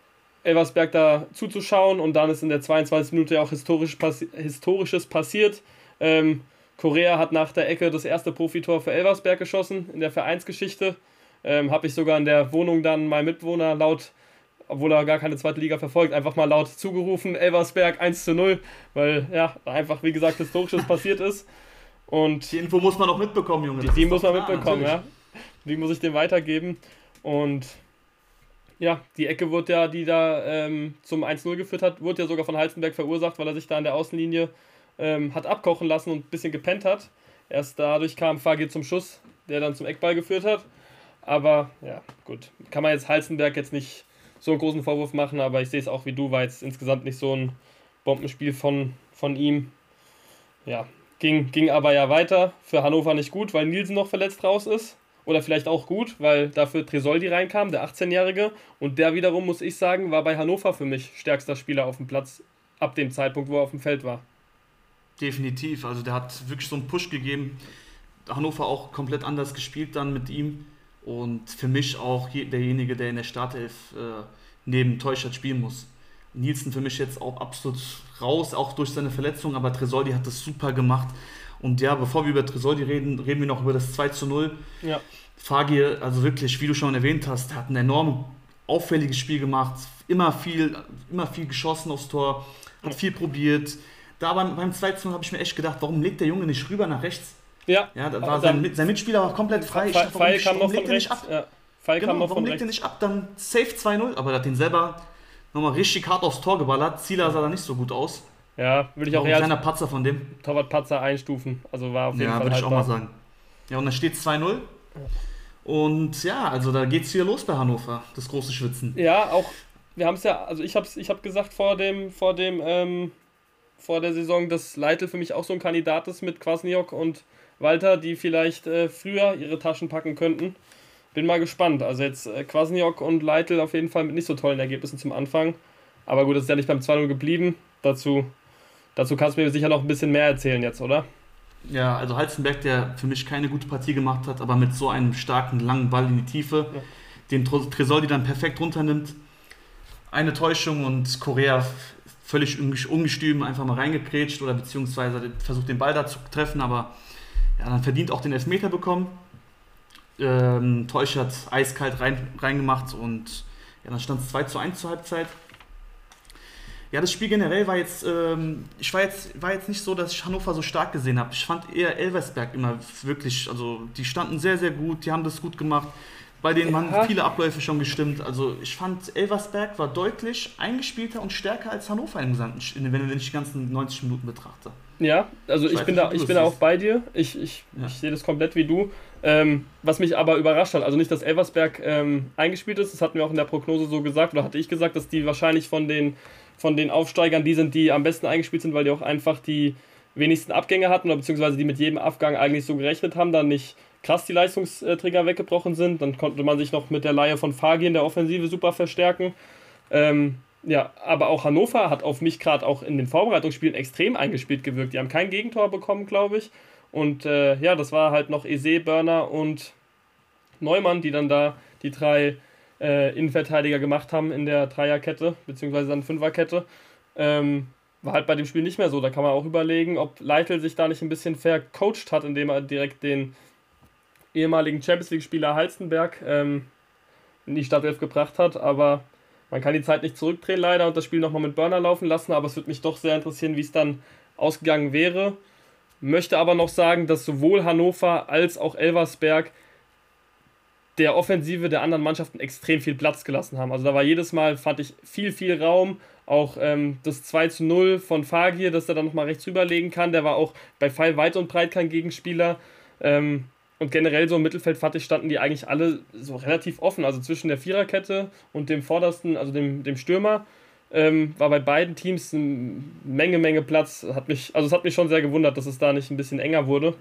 Elversberg da zuzuschauen und dann ist in der 22. Minute auch Historisches passiert. Correa hat nach der Ecke das erste Profitor für Elversberg geschossen in der Vereinsgeschichte. Habe ich sogar in der Wohnung dann meinem Mitbewohner laut, obwohl er gar keine zweite Liga verfolgt, einfach mal laut zugerufen, Elversberg 1:0, weil ja, einfach wie gesagt Historisches passiert ist. Und die Info muss man auch mitbekommen, Junge. Die muss man mitbekommen, natürlich. Ja. Die muss ich dem weitergeben. Und ja, die Ecke wird ja, die da zum 1:0 geführt hat, wurde ja sogar von Halstenberg verursacht, weil er sich da an der Außenlinie hat abkochen lassen und ein bisschen gepennt hat. Erst dadurch kam Fagir zum Schuss, der dann zum Eckball geführt hat. Aber ja, gut. Kann man jetzt Halstenberg jetzt nicht so einen großen Vorwurf machen, aber ich sehe es auch wie du, war jetzt insgesamt nicht so ein Bombenspiel von ihm. Ja, ging aber ja weiter. Für Hannover nicht gut, weil Nielsen noch verletzt raus ist. Oder vielleicht auch gut, weil dafür Tresoldi reinkam, der 18-Jährige. Und der wiederum, muss ich sagen, war bei Hannover für mich stärkster Spieler auf dem Platz ab dem Zeitpunkt, wo er auf dem Feld war. Definitiv, also der hat wirklich so einen Push gegeben. Hannover auch komplett anders gespielt dann mit ihm. Und für mich auch derjenige, der in der Startelf neben Teuchert spielen muss. Nielsen für mich jetzt auch absolut raus, auch durch seine Verletzung, aber Tresoldi hat das super gemacht. Und ja, bevor wir über Tresoldi reden wir noch über das 2:0. Ja. Fagir, also wirklich, wie du schon erwähnt hast, hat ein enorm auffälliges Spiel gemacht, immer viel geschossen aufs Tor, hat viel probiert. Da beim 2:0 habe ich mir echt gedacht, warum legt der Junge nicht rüber nach rechts? Ja. Ja, da war sein Mitspieler war komplett frei. Pfeil kam noch von rechts. Warum legt er nicht ab? Dann safe 2:0, aber er hat den selber nochmal richtig hart aufs Tor geballert. Zieler sah da nicht so gut aus. Ja, würde ich auch eher als kleiner Patzer von dem. Torwart-Patzer einstufen. Also war auf jeden Fall würde ich auch mal sagen. Ja, und dann steht 2:0. Und ja, also da geht's wieder los bei Hannover, das große Schwitzen. Ja, auch, wir haben es ja, also ich hab gesagt vor der Saison, dass Leitl für mich auch so ein Kandidat ist mit Kwasniok und Walter, die vielleicht früher ihre Taschen packen könnten. Bin mal gespannt. Also jetzt Kwasniok und Leitl auf jeden Fall mit nicht so tollen Ergebnissen zum Anfang. Aber gut, es ist ja nicht beim 2:0 geblieben. Dazu kannst du mir sicher noch ein bisschen mehr erzählen jetzt, oder? Ja, also Halstenberg, der für mich keine gute Partie gemacht hat, aber mit so einem starken, langen Ball in die Tiefe, den Tresoldi dann perfekt runternimmt. Eine Täuschung und Correa völlig ungestüm einfach mal reingekrätscht oder beziehungsweise versucht den Ball da zu treffen, aber ja, dann verdient auch den Elfmeter bekommen. Teuchert eiskalt reingemacht und ja, dann stand es 2:1 zur Halbzeit. Ja, das Spiel generell war jetzt, war jetzt nicht so, dass ich Hannover so stark gesehen habe. Ich fand eher Elversberg immer wirklich, also die standen sehr, sehr gut, die haben das gut gemacht. Bei denen waren viele Abläufe schon gestimmt. Also ich fand, Elversberg war deutlich eingespielter und stärker als Hannover im Gesamten, wenn ich die ganzen 90 Minuten betrachte. Ja, also ich bin da auch bei dir. Ich sehe das komplett wie du. Was mich aber überrascht hat, also nicht, dass Elversberg eingespielt ist, das hatten wir auch in der Prognose so gesagt, oder hatte ich gesagt, dass die wahrscheinlich von den Aufsteigern die sind, die am besten eingespielt sind, weil die auch einfach die wenigsten Abgänge hatten, oder beziehungsweise die mit jedem Abgang eigentlich so gerechnet haben, dann nicht krass die Leistungsträger weggebrochen sind. Dann konnte man sich noch mit der Leihe von Fagir in der Offensive super verstärken. Ja, aber auch Hannover hat auf mich gerade auch in den Vorbereitungsspielen extrem eingespielt gewirkt. Die haben kein Gegentor bekommen, glaube ich. Und ja, das war halt noch Eze, Börner und Neumann, die dann da die drei Innenverteidiger gemacht haben in der Dreierkette, beziehungsweise dann Fünferkette. War halt bei dem Spiel nicht mehr so. Da kann man auch überlegen, ob Leitl sich da nicht ein bisschen vercoacht hat, indem er direkt den ehemaligen Champions-League-Spieler Halstenberg in die Startelf gebracht hat. Aber man kann die Zeit nicht zurückdrehen leider und das Spiel nochmal mit Börner laufen lassen. Aber es würde mich doch sehr interessieren, wie es dann ausgegangen wäre. Möchte aber noch sagen, dass sowohl Hannover als auch Elversberg der Offensive der anderen Mannschaften extrem viel Platz gelassen haben. Also da war jedes Mal, fand ich, viel Raum. Auch das 2:0 von Fagir, dass er dann nochmal rechts rüberlegen kann. Der war auch bei Pfeil weit und breit kein Gegenspieler. Und generell so im Mittelfeld, fand ich, standen die eigentlich alle so relativ offen. Also zwischen der Viererkette und dem vordersten, also dem Stürmer, war bei beiden Teams eine Menge Platz. Es hat mich schon sehr gewundert, dass es da nicht ein bisschen enger wurde.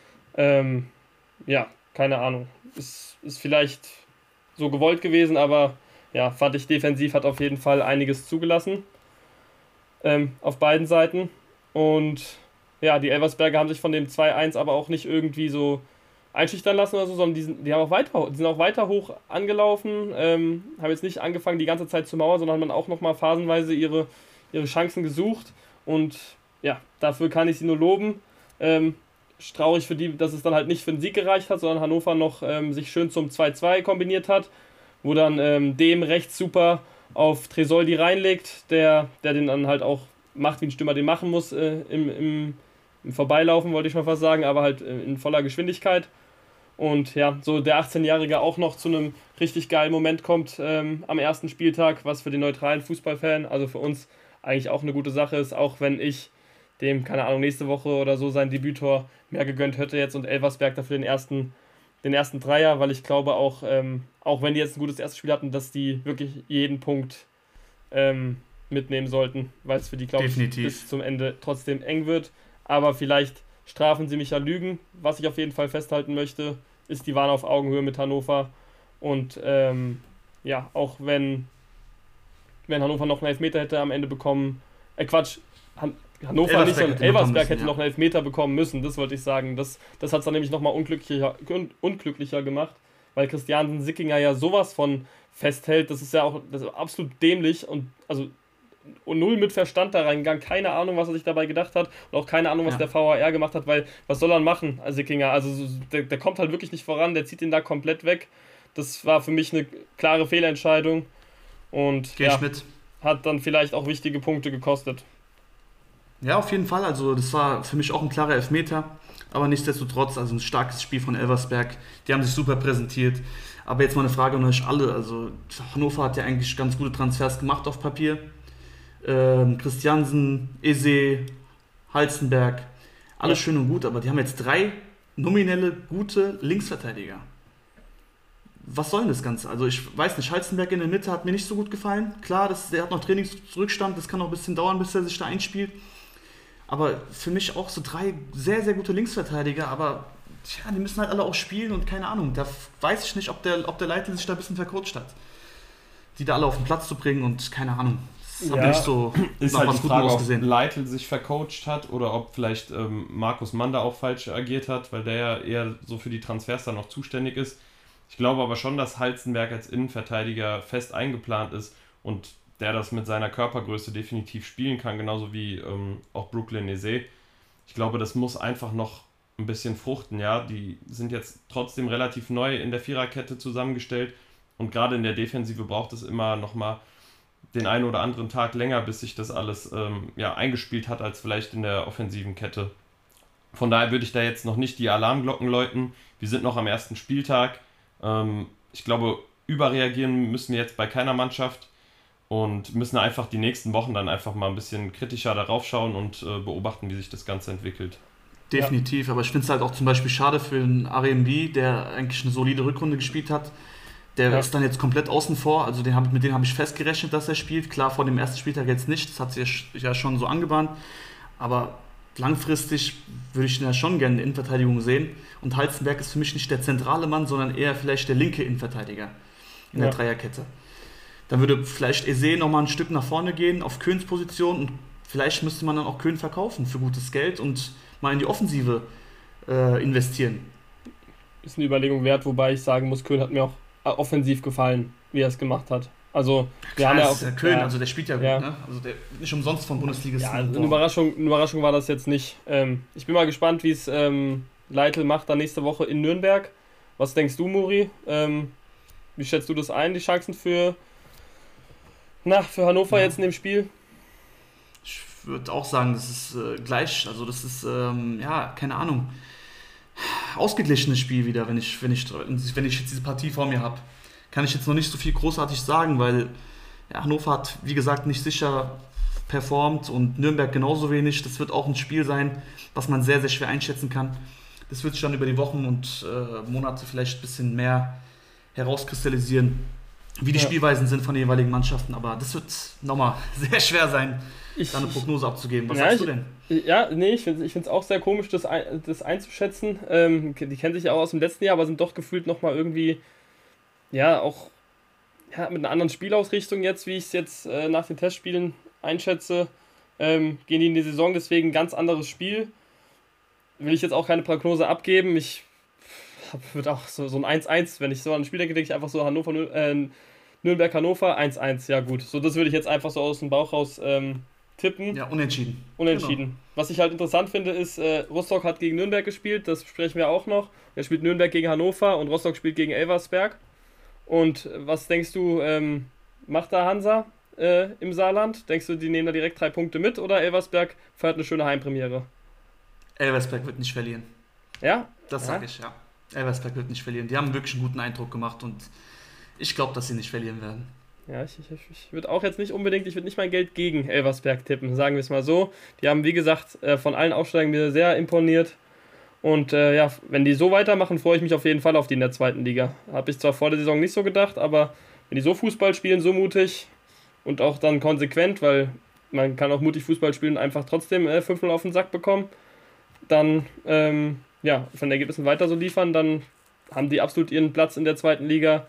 Ja, keine Ahnung. Ist vielleicht so gewollt gewesen, aber ja, fand ich defensiv hat auf jeden Fall einiges zugelassen. Auf beiden Seiten. Und ja, die Elversberger haben sich von dem 2:1 aber auch nicht irgendwie so einschüchtern lassen oder so, sondern die sind auch weiter hoch angelaufen, haben jetzt nicht angefangen die ganze Zeit zu mauern, sondern haben dann auch nochmal phasenweise ihre Chancen gesucht und ja, dafür kann ich sie nur loben. Traurig für die, dass es dann halt nicht für den Sieg gereicht hat, sondern Hannover noch sich schön zum 2-2 kombiniert hat, wo dann dem rechts super auf Tresoldi reinlegt, der den dann halt auch macht, wie ein Stürmer den machen muss, im Vorbeilaufen, wollte ich mal fast sagen, aber halt in voller Geschwindigkeit. Und ja, so der 18-Jährige auch noch zu einem richtig geilen Moment kommt am ersten Spieltag, was für den neutralen Fußballfan, also für uns eigentlich auch eine gute Sache ist, auch wenn ich dem, keine Ahnung, nächste Woche oder so sein Debüttor mehr gegönnt hätte jetzt und Elversberg dafür den ersten Dreier, weil ich glaube auch, auch wenn die jetzt ein gutes erstes Spiel hatten, dass die wirklich jeden Punkt mitnehmen sollten, weil es für die, glaube ich, bis zum Ende trotzdem eng wird. Aber vielleicht strafen sie mich ja Lügen. Was ich auf jeden Fall festhalten möchte, ist, die waren auf Augenhöhe mit Hannover. Und ja, auch wenn Hannover noch einen Elfmeter hätte am Ende bekommen, Hannover nicht, sondern Elversberg hätte noch einen Elfmeter bekommen müssen, das wollte ich sagen. Das hat es dann nämlich nochmal unglücklicher gemacht, weil Christiansen Sickinger ja sowas von festhält, das ist absolut dämlich und also null mit Verstand da reingegangen, keine Ahnung, was er sich dabei gedacht hat und auch keine Ahnung, was der VAR gemacht hat, weil was soll er machen, Sickinger, also der kommt halt wirklich nicht voran, der zieht ihn da komplett weg, das war für mich eine klare Fehlentscheidung und hat dann vielleicht auch wichtige Punkte gekostet. Ja, auf jeden Fall. Also das war für mich auch ein klarer Elfmeter, aber nichtsdestotrotz, also ein starkes Spiel von Elversberg. Die haben sich super präsentiert. Aber jetzt mal eine Frage an euch alle. Also Hannover hat ja eigentlich ganz gute Transfers gemacht auf Papier. Christiansen, Eze, Halstenberg, alles schön und gut, aber die haben jetzt 3 nominelle gute Linksverteidiger. Was soll denn das Ganze? Also ich weiß nicht, Halstenberg in der Mitte hat mir nicht so gut gefallen. Klar, der hat noch Trainingsrückstand, das kann noch ein bisschen dauern, bis er sich da einspielt. Aber für mich auch so 3 sehr, sehr gute Linksverteidiger, aber die müssen halt alle auch spielen und keine Ahnung, da weiß ich nicht, ob der Leitl sich da ein bisschen vercoacht hat. Die da alle auf den Platz zu bringen und keine Ahnung. Das haben wir nicht so ist halt die Frage, ob Leitl sich vercoacht hat oder ob vielleicht Markus Mann da auch falsch agiert hat, weil der ja eher so für die Transfers dann noch zuständig ist. Ich glaube aber schon, dass Halstenberg als Innenverteidiger fest eingeplant ist und der das mit seiner Körpergröße definitiv spielen kann, genauso wie auch Brooklyn Eze. Ich glaube, das muss einfach noch ein bisschen fruchten. Ja, die sind jetzt trotzdem relativ neu in der Viererkette zusammengestellt und gerade in der Defensive braucht es immer noch mal den einen oder anderen Tag länger, bis sich das alles eingespielt hat, als vielleicht in der offensiven Kette. Von daher würde ich da jetzt noch nicht die Alarmglocken läuten. Wir sind noch am ersten Spieltag. Ich glaube, überreagieren müssen wir jetzt bei keiner Mannschaft und müssen einfach die nächsten Wochen dann einfach mal ein bisschen kritischer darauf schauen und beobachten, wie sich das Ganze entwickelt. Definitiv, aber ich finde es halt auch zum Beispiel schade für den RMB, der eigentlich eine solide Rückrunde gespielt hat. Der ist dann jetzt komplett außen vor, also mit dem habe ich festgerechnet, dass er spielt. Klar, vor dem ersten Spieltag jetzt nicht, das hat sich ja schon so angebahnt, aber langfristig würde ich ihn ja schon gerne in der Innenverteidigung sehen. Und Halstenberg ist für mich nicht der zentrale Mann, sondern eher vielleicht der linke Innenverteidiger in der Dreierkette. Dann würde vielleicht Eze nochmal ein Stück nach vorne gehen, auf Köhns Position und vielleicht müsste man dann auch Köhn verkaufen für gutes Geld und mal in die Offensive investieren. Ist eine Überlegung wert, wobei ich sagen muss, Köhn hat mir auch offensiv gefallen, wie er es gemacht hat. Also, wir haben ja auch, der Köhn, also der spielt ja gut, ne? Also der nicht umsonst von Bundesligisten. Ja, eine Überraschung war das jetzt nicht. Ich bin mal gespannt, wie es Leitl macht dann nächste Woche in Nürnberg. Was denkst du, Muri? Wie schätzt du das ein, die Chancen für Hannover jetzt in dem Spiel? Ich würde auch sagen, das ist gleich, also das ist, keine Ahnung, ausgeglichenes Spiel wieder, wenn ich jetzt diese Partie vor mir habe. Kann ich jetzt noch nicht so viel großartig sagen, weil Hannover hat, wie gesagt, nicht sicher performt und Nürnberg genauso wenig. Das wird auch ein Spiel sein, was man sehr, sehr schwer einschätzen kann. Das wird sich dann über die Wochen und Monate vielleicht ein bisschen mehr herauskristallisieren, wie die Spielweisen sind von den jeweiligen Mannschaften. Aber das wird nochmal sehr schwer sein, da eine Prognose abzugeben. Was sagst du denn? Ich finde es auch sehr komisch, das einzuschätzen. Die kennen sich ja auch aus dem letzten Jahr, aber sind doch gefühlt nochmal irgendwie auch mit einer anderen Spielausrichtung jetzt, wie ich es jetzt nach den Testspielen einschätze, gehen die in die Saison, deswegen ein ganz anderes Spiel. Will ich jetzt auch keine Prognose abgeben. Ich wird auch so ein 1-1. Wenn ich so an ein Spiel denke, denke ich einfach so Nürnberg-Hannover 1-1. Ja, gut. So, das würde ich jetzt einfach so aus dem Bauch raus tippen. Ja, unentschieden. Unentschieden. Genau. Was ich halt interessant finde, ist, Rostock hat gegen Nürnberg gespielt, das besprechen wir auch noch. Er spielt Nürnberg gegen Hannover und Rostock spielt gegen Elversberg. Und was denkst du, macht da Hansa im Saarland? Denkst du, die nehmen da direkt 3 Punkte mit oder Elversberg feiert eine schöne Heimpremiere? Elversberg wird nicht verlieren. Ja? Das sage ich, ja. Elversberg wird nicht verlieren. Die haben wirklich einen guten Eindruck gemacht und ich glaube, dass sie nicht verlieren werden. Ja, ich würde auch jetzt nicht unbedingt, ich würde nicht mein Geld gegen Elversberg tippen, sagen wir es mal so. Die haben, wie gesagt, von allen Aufsteigern mir sehr imponiert. Und ja, wenn die so weitermachen, freue ich mich auf jeden Fall auf die in der 2. Liga. Habe ich zwar vor der Saison nicht so gedacht, aber wenn die so Fußball spielen, so mutig und auch dann konsequent, weil man kann auch mutig Fußball spielen und einfach trotzdem 5-0 auf den Sack bekommen, dann ja, von den Ergebnissen weiter so liefern, dann haben die absolut ihren Platz in der 2. Liga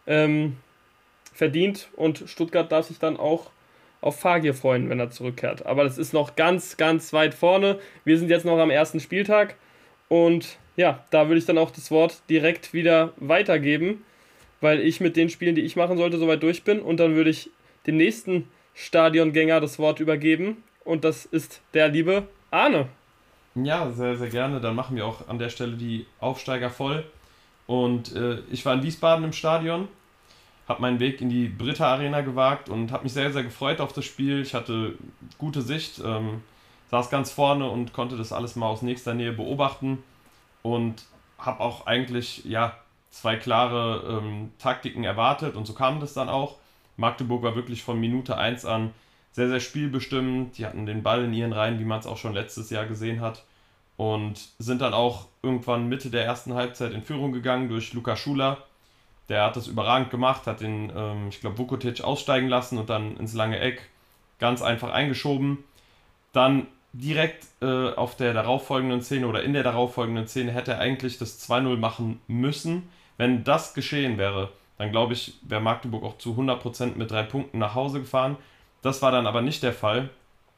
verdient und Stuttgart darf sich dann auch auf Fagir freuen, wenn er zurückkehrt. Aber das ist noch ganz, ganz weit vorne. Wir sind jetzt noch am 1. Spieltag und ja, da würde ich dann auch das Wort direkt wieder weitergeben, weil ich mit den Spielen, die ich machen sollte, soweit durch bin und dann würde ich dem nächsten Stadiongänger das Wort übergeben und das ist der liebe Arne. Ja, sehr, sehr gerne. Dann machen wir auch an der Stelle die Aufsteiger voll. Und ich war in Wiesbaden im Stadion, habe meinen Weg in die Britta Arena gewagt und habe mich sehr, sehr gefreut auf das Spiel. Ich hatte gute Sicht, saß ganz vorne und konnte das alles mal aus nächster Nähe beobachten und habe auch eigentlich 2 klare Taktiken erwartet und so kam das dann auch. Magdeburg war wirklich von Minute 1 an sehr, sehr spielbestimmt. Die hatten den Ball in ihren Reihen, wie man es auch schon letztes Jahr gesehen hat. Und sind dann auch irgendwann Mitte der ersten Halbzeit in Führung gegangen durch Lukas Schuler. Der hat das überragend gemacht, hat den, ich glaube, Vukotic aussteigen lassen und dann ins lange Eck ganz einfach eingeschoben. Dann direkt auf der darauffolgenden Szene oder in der darauffolgenden Szene hätte er eigentlich das 2-0 machen müssen. Wenn das geschehen wäre, dann glaube ich, wäre Magdeburg auch zu 100% mit 3 Punkten nach Hause gefahren. Das war dann aber nicht der Fall.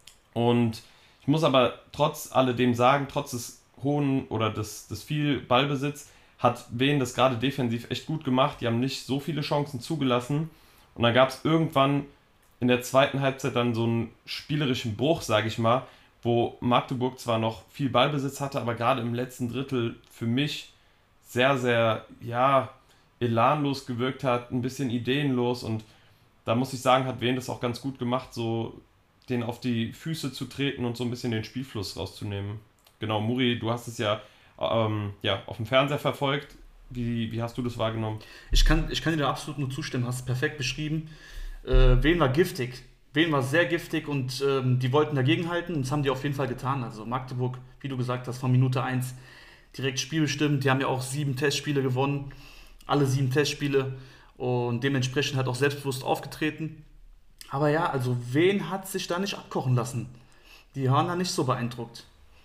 Und ich muss aber trotz alledem sagen, trotz des hohen oder des viel Ballbesitz, hat Wien das gerade defensiv echt gut gemacht. Die haben nicht so viele Chancen zugelassen. Und dann gab es irgendwann in der 2. Halbzeit dann so einen spielerischen Bruch, sage ich mal, wo Magdeburg zwar noch viel Ballbesitz hatte, aber gerade im letzten Drittel für mich sehr, sehr, elanlos gewirkt hat, ein bisschen ideenlos und da muss ich sagen, hat Wien das auch ganz gut gemacht, so den auf die Füße zu treten und so ein bisschen den Spielfluss rauszunehmen. Genau, Muri, du hast es ja auf dem Fernseher verfolgt. Wie hast du das wahrgenommen? Ich kann dir da absolut nur zustimmen, hast es perfekt beschrieben. Wien war giftig. Wien war sehr giftig und die wollten dagegenhalten und das haben die auf jeden Fall getan. Also Magdeburg, wie du gesagt hast, von Minute 1 direkt spielbestimmt. Die haben ja auch 7 Testspiele gewonnen, alle 7 Testspiele und dementsprechend halt auch selbstbewusst aufgetreten. Aber ja, also Wien hat sich da nicht abkochen lassen. Die waren da nicht so beeindruckt.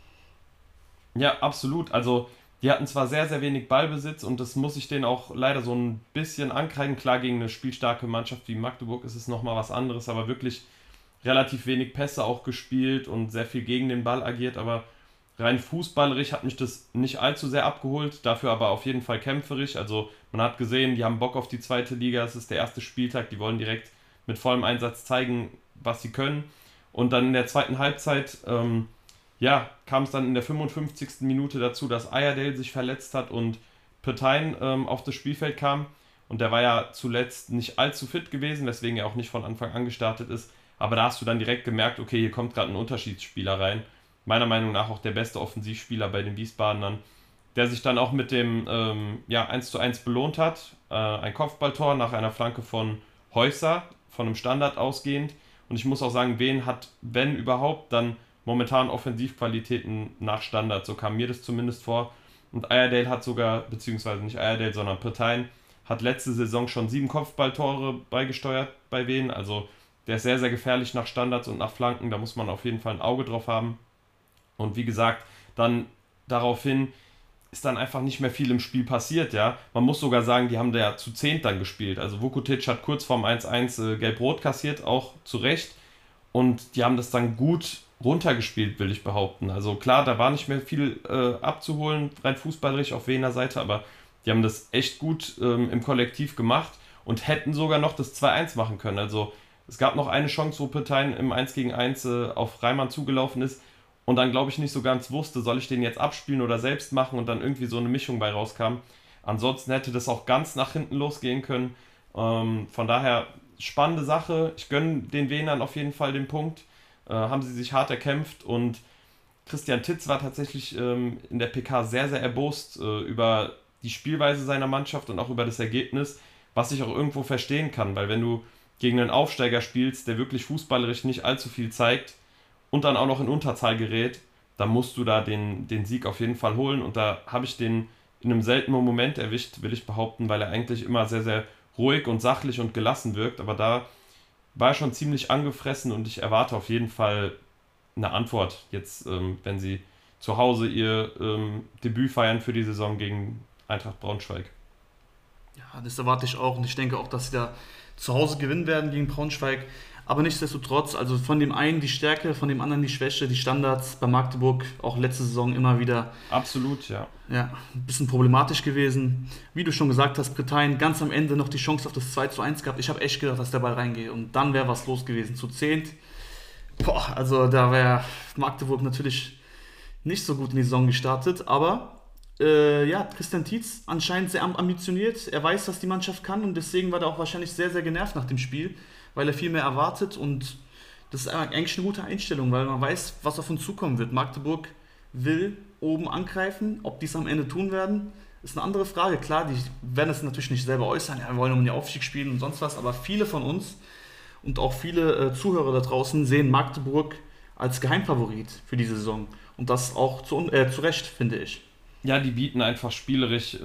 Ja, absolut. Also die hatten zwar sehr, sehr wenig Ballbesitz und das muss ich denen auch leider so ein bisschen ankreiden. Klar, gegen eine spielstarke Mannschaft wie Magdeburg ist es nochmal was anderes, aber wirklich relativ wenig Pässe auch gespielt und sehr viel gegen den Ball agiert, aber rein fußballerisch hat mich das nicht allzu sehr abgeholt, dafür aber auf jeden Fall kämpferisch. Also man hat gesehen, die haben Bock auf die 2. Liga, es ist der erste Spieltag, die wollen direkt mit vollem Einsatz zeigen, was sie können. Und dann in der 2. Halbzeit kam es dann in der 55. Minute dazu, dass Ayerdale sich verletzt hat und Petain auf das Spielfeld kam. Und der war ja zuletzt nicht allzu fit gewesen, weswegen er auch nicht von Anfang an gestartet ist. Aber da hast du dann direkt gemerkt, okay, hier kommt gerade ein Unterschiedsspieler rein. Meiner Meinung nach auch der beste Offensivspieler bei den Wiesbadenern, der sich dann auch mit dem 1:1 belohnt hat. Ein Kopfballtor nach einer Flanke von Häuser, von einem Standard ausgehend. Und ich muss auch sagen, Wien hat, wenn überhaupt, dann momentan Offensivqualitäten nach Standard. So kam mir das zumindest vor. Und Ayerdale hat sogar, beziehungsweise nicht Ayerdale, sondern Petain, hat letzte Saison schon 7 Kopfballtore beigesteuert bei Wien. Also der ist sehr, sehr gefährlich nach Standards und nach Flanken. Da muss man auf jeden Fall ein Auge drauf haben. Und wie gesagt, dann daraufhin ist dann einfach nicht mehr viel im Spiel passiert, ja. Man muss sogar sagen, die haben da ja zu 10 dann gespielt. Also Vukotic hat kurz vorm 1:1 gelb-rot kassiert, auch zu Recht. Und die haben das dann gut runtergespielt, will ich behaupten. Also klar, da war nicht mehr viel abzuholen, rein fußballerisch auf Wiener Seite, aber Die haben das echt gut im Kollektiv gemacht und hätten sogar noch das 2-1 machen können. Also es gab noch eine Chance, wo Petein im 1 gegen 1 auf Reimann zugelaufen ist und dann, glaube ich, nicht so ganz wusste, soll ich den jetzt abspielen oder selbst machen, und dann irgendwie so eine Mischung bei rauskam. Ansonsten hätte das auch ganz nach hinten losgehen können. Von daher spannende Sache. Ich gönne den Wenern auf jeden Fall den Punkt. Haben sie sich hart erkämpft, und Christian Titz war tatsächlich in der PK sehr, sehr erbost über die Spielweise seiner Mannschaft und auch über das Ergebnis, was ich auch irgendwo verstehen kann, weil wenn du gegen einen Aufsteiger spielst, der wirklich fußballerisch nicht allzu viel zeigt und dann auch noch in Unterzahl gerät, dann musst du da den Sieg auf jeden Fall holen, und da habe ich den in einem seltenen Moment erwischt, will ich behaupten, weil er eigentlich immer sehr, sehr ruhig und sachlich und gelassen wirkt, aber da war er schon ziemlich angefressen, und ich erwarte auf jeden Fall eine Antwort jetzt, wenn sie zu Hause ihr Debüt feiern für die Saison gegen Eintracht Braunschweig. Ja, das erwarte ich auch, und ich denke auch, dass sie da zu Hause gewinnen werden gegen Braunschweig. Aber nichtsdestotrotz, also von dem einen die Stärke, von dem anderen die Schwäche, die Standards bei Magdeburg auch letzte Saison immer wieder. Absolut, ja. Ja, ein bisschen problematisch gewesen. Wie du schon gesagt hast, Petein ganz am Ende noch die Chance auf das 2:1 gehabt. Ich habe echt gedacht, dass der Ball reingeht, und dann wäre was los gewesen. Zu 10. Boah, also da wäre Magdeburg natürlich nicht so gut in die Saison gestartet, aber ja, Christian Tietz anscheinend sehr ambitioniert. Er weiß, was die Mannschaft kann, und deswegen war er auch wahrscheinlich sehr, sehr genervt nach dem Spiel, weil er viel mehr erwartet, und das ist eigentlich eine gute Einstellung, weil man weiß, was auf uns zukommen wird. Magdeburg will oben angreifen, ob die es am Ende tun werden, ist eine andere Frage. Klar, die werden es natürlich nicht selber äußern, ja, wir wollen um den Aufstieg spielen und sonst was, aber viele von uns und auch viele Zuhörer da draußen sehen Magdeburg als Geheimfavorit für die Saison, und das auch zu Recht, finde ich. Ja, die bieten einfach spielerisch,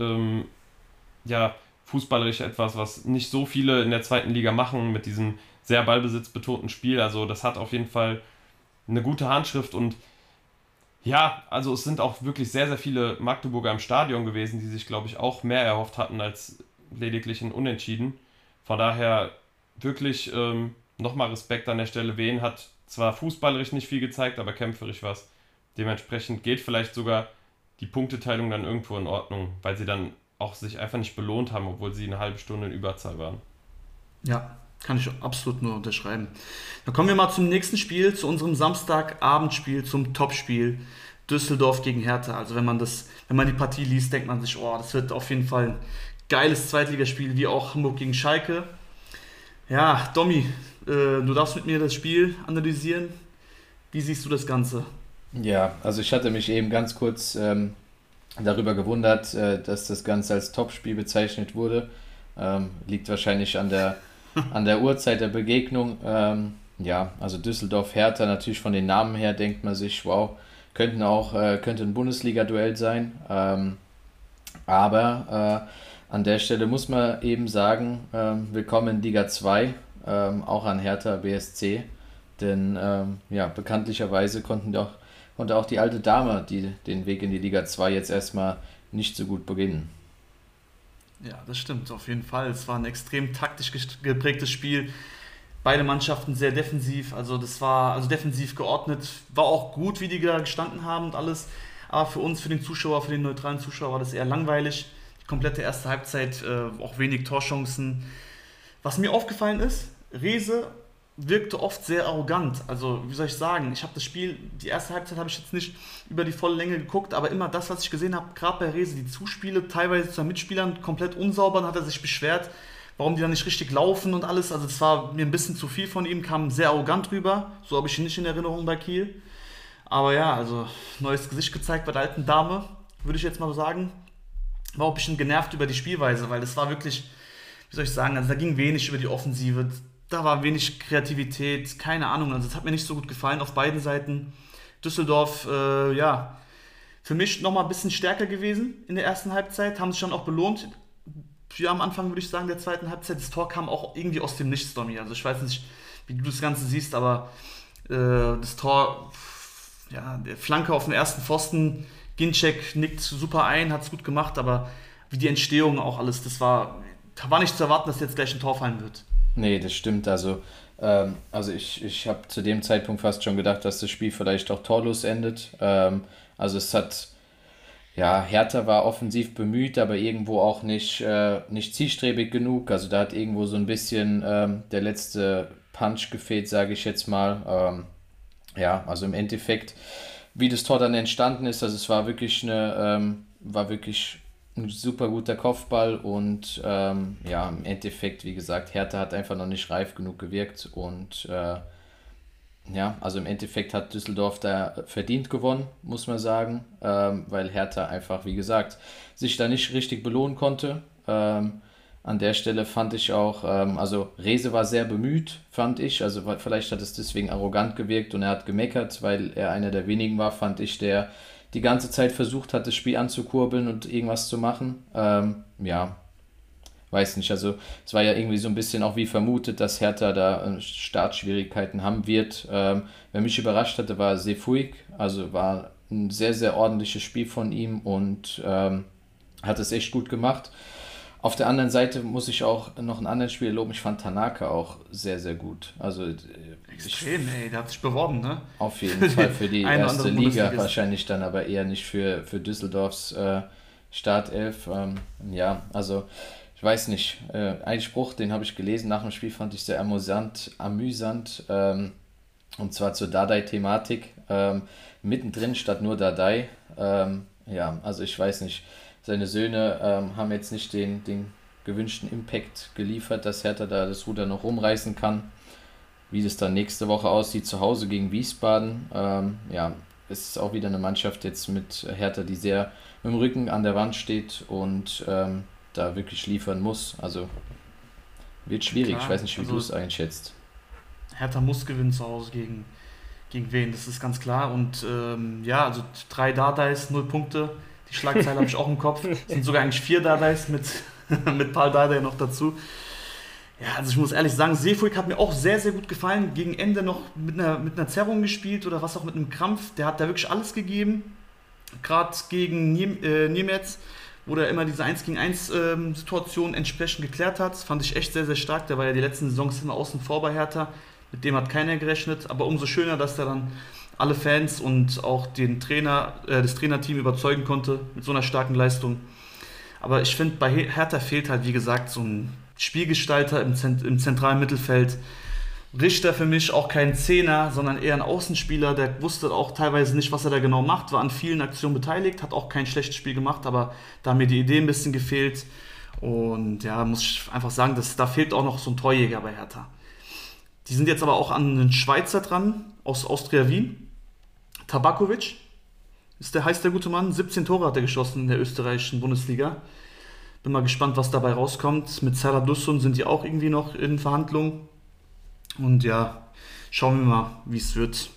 fußballerisch etwas, was nicht so viele in der zweiten Liga machen, mit diesem sehr ballbesitzbetonten Spiel. Also das hat auf jeden Fall eine gute Handschrift, und ja, also es sind auch wirklich sehr, sehr viele Magdeburger im Stadion gewesen, die sich, glaube ich, auch mehr erhofft hatten als lediglich ein Unentschieden. Von daher wirklich nochmal Respekt an der Stelle. Wien hat zwar fußballerisch nicht viel gezeigt, aber kämpferisch was. Dementsprechend geht vielleicht sogar die Punkteteilung dann irgendwo in Ordnung, weil sie dann auch sich einfach nicht belohnt haben, obwohl sie eine halbe Stunde in Überzahl waren. Ja, kann ich absolut nur unterschreiben. Dann kommen wir mal zum nächsten Spiel, zu unserem Samstagabendspiel, zum Topspiel Düsseldorf gegen Hertha. Also wenn man die Partie liest, denkt man sich, oh, das wird auf jeden Fall ein geiles Zweitligaspiel, wie auch Hamburg gegen Schalke. Ja, Domi, du darfst mit mir das Spiel analysieren. Wie siehst du das Ganze? Ja, also ich hatte mich eben ganz kurz darüber gewundert, dass das Ganze als Topspiel bezeichnet wurde. Liegt wahrscheinlich an der Uhrzeit der Begegnung. Ja, also Düsseldorf-Hertha, natürlich von den Namen her denkt man sich, wow, könnte ein Bundesliga-Duell sein. Aber an der Stelle muss man eben sagen, willkommen in Liga 2, auch an Hertha BSC. Denn bekanntlicherweise konnte auch die alte Dame den Weg in die Liga 2 jetzt erstmal nicht so gut beginnen. Ja, das stimmt, auf jeden Fall. Es war ein extrem taktisch geprägtes Spiel. Beide Mannschaften sehr defensiv, also defensiv geordnet. War auch gut, wie die da gestanden haben und alles. Aber für uns, für den Zuschauer, für den neutralen Zuschauer war das eher langweilig. Die komplette erste Halbzeit, auch wenig Torchancen. Was mir aufgefallen ist, Rehse wirkte oft sehr arrogant. Also, wie soll ich sagen, ich habe das Spiel, die erste Halbzeit habe ich jetzt nicht über die volle Länge geguckt, aber immer das, was ich gesehen habe, gerade bei Rehse, die Zuspiele teilweise zu Mitspielern komplett unsauber, dann hat er sich beschwert, warum die dann nicht richtig laufen und alles. Also, es war mir ein bisschen zu viel von ihm, kam sehr arrogant rüber. So habe ich ihn nicht in Erinnerung bei Kiel. Aber ja, also, neues Gesicht gezeigt bei der alten Dame, würde ich jetzt mal sagen. War auch ein bisschen genervt über die Spielweise, weil das war wirklich, wie soll ich sagen, also da ging wenig über die Offensive. Da war wenig Kreativität, keine Ahnung, also es hat mir nicht so gut gefallen auf beiden Seiten. Düsseldorf, für mich nochmal ein bisschen stärker gewesen in der ersten Halbzeit, haben sich dann auch belohnt. Ja, am Anfang würde ich sagen, der zweiten Halbzeit, das Tor kam auch irgendwie aus dem Nichts, Domi. Also ich weiß nicht, wie du das Ganze siehst, aber das Tor, ja, der Flanke auf den ersten Pfosten, Ginczek nickt super ein, hat es gut gemacht, aber wie die Entstehung auch alles, war nicht zu erwarten, dass jetzt gleich ein Tor fallen wird. Nee, das stimmt. Also ich habe zu dem Zeitpunkt fast schon gedacht, dass das Spiel vielleicht auch torlos endet. Also es hat ja, Hertha war offensiv bemüht, aber irgendwo auch nicht zielstrebig genug. Also da hat irgendwo so ein bisschen der letzte Punch gefehlt, sage ich jetzt mal. Ja, also im Endeffekt, wie das Tor dann entstanden ist, also es war wirklich ein super guter Kopfball und ja, im Endeffekt, wie gesagt, Hertha hat einfach noch nicht reif genug gewirkt und ja, also im Endeffekt hat Düsseldorf da verdient gewonnen, muss man sagen, weil Hertha einfach, wie gesagt, sich da nicht richtig belohnen konnte. An der Stelle fand ich auch, also Rese war sehr bemüht, fand ich, also vielleicht hat es deswegen arrogant gewirkt und er hat gemeckert, weil er einer der wenigen war, fand ich, der die ganze Zeit versucht hat, das Spiel anzukurbeln und irgendwas zu machen. Ja, weiß nicht, also es war ja irgendwie so ein bisschen auch wie vermutet, dass Hertha da Startschwierigkeiten haben wird. Wer mich überrascht hatte, war Sefuig, also war ein sehr, sehr ordentliches Spiel von ihm und hat es echt gut gemacht. Auf der anderen Seite muss ich auch noch einen anderen Spieler loben, ich fand Tanaka auch sehr, sehr gut. Also Extrem, ey, der hat sich beworben, ne? Auf jeden Fall für die Eine erste andere Liga, Bundesligist. wahrscheinlich dann aber eher nicht für Düsseldorfs Startelf. Ja, also ich weiß nicht, ein Spruch, den habe ich gelesen nach dem Spiel, fand ich sehr amüsant, und zwar zur Dardai-Thematik. Mittendrin statt nur Dardai. Ja, also ich weiß nicht, seine Söhne haben jetzt nicht den gewünschten Impact geliefert, dass Hertha da das Ruder noch rumreißen kann. Wie es dann nächste Woche aussieht, zu Hause gegen Wiesbaden. Ja, es ist auch wieder eine Mannschaft jetzt mit Hertha, die sehr mit dem Rücken an der Wand steht und da wirklich liefern muss. Also wird schwierig. Klar, Ich weiß nicht, wie also du es einschätzt. Hertha muss gewinnen zu Hause gegen wen, das ist ganz klar. Und ja, also 3 Dardais, 0 Punkte. Die Schlagzeile habe ich auch im Kopf. Es sind sogar eigentlich 4 Dardais mit Paul Dardai noch dazu. Ja, also ich muss ehrlich sagen, Seefuig hat mir auch sehr, sehr gut gefallen. Gegen Ende noch mit einer Zerrung gespielt oder was auch mit einem Krampf. Der hat da wirklich alles gegeben. Gerade gegen Niemetz, wo der immer diese 1 gegen 1 Situation entsprechend geklärt hat. Das fand ich echt sehr, sehr stark. Der war ja die letzten Saisons immer außen vor bei Hertha. Mit dem hat keiner gerechnet. Aber umso schöner, dass der dann alle Fans und auch den das Trainerteam überzeugen konnte mit so einer starken Leistung. Aber ich finde, bei Hertha fehlt halt, wie gesagt, so ein Spielgestalter im zentralen Mittelfeld. Richter für mich auch kein Zehner, sondern eher ein Außenspieler, der wusste auch teilweise nicht, was er da genau macht, war an vielen Aktionen beteiligt, hat auch kein schlechtes Spiel gemacht, aber da hat mir die Idee ein bisschen gefehlt. Und ja, muss ich einfach sagen, da fehlt auch noch so ein Torjäger bei Hertha. Die sind jetzt aber auch an einen Schweizer dran, aus Austria Wien. Tabakovic heißt der gute Mann. 17 Tore hat er geschossen in der österreichischen Bundesliga. Bin mal gespannt, was dabei rauskommt. Mit Serdar Dursun sind die auch irgendwie noch in Verhandlungen. Und ja, schauen wir mal, wie es wird.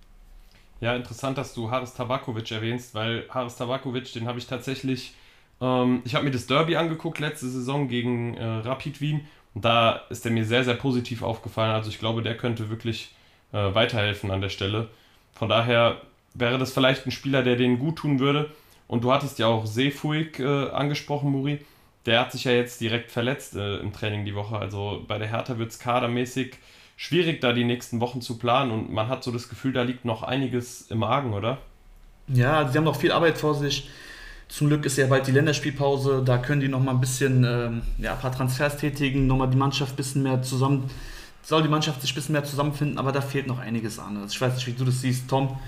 Ja, interessant, dass du Haris Tabakovic erwähnst, weil Haris Tabakovic, den habe ich tatsächlich, ich habe mir das Derby angeguckt letzte Saison gegen Rapid Wien und da ist er mir sehr, sehr positiv aufgefallen. Also ich glaube, der könnte wirklich weiterhelfen an der Stelle. Von daher wäre das vielleicht ein Spieler, der denen gut tun würde. Und du hattest ja auch Seefuig angesprochen, Muri. Der hat sich ja jetzt direkt verletzt im Training die Woche. Also bei der Hertha wird es kadermäßig schwierig, da die nächsten Wochen zu planen. Und man hat so das Gefühl, da liegt noch einiges im Argen, oder? Ja, sie haben noch viel Arbeit vor sich. Zum Glück ist ja bald die Länderspielpause. Da können die noch mal ein bisschen, ein paar Transfers tätigen, noch mal die Mannschaft ein bisschen mehr soll die Mannschaft sich ein bisschen mehr zusammenfinden, aber da fehlt noch einiges an. Also ich weiß nicht, wie du das siehst, Tom.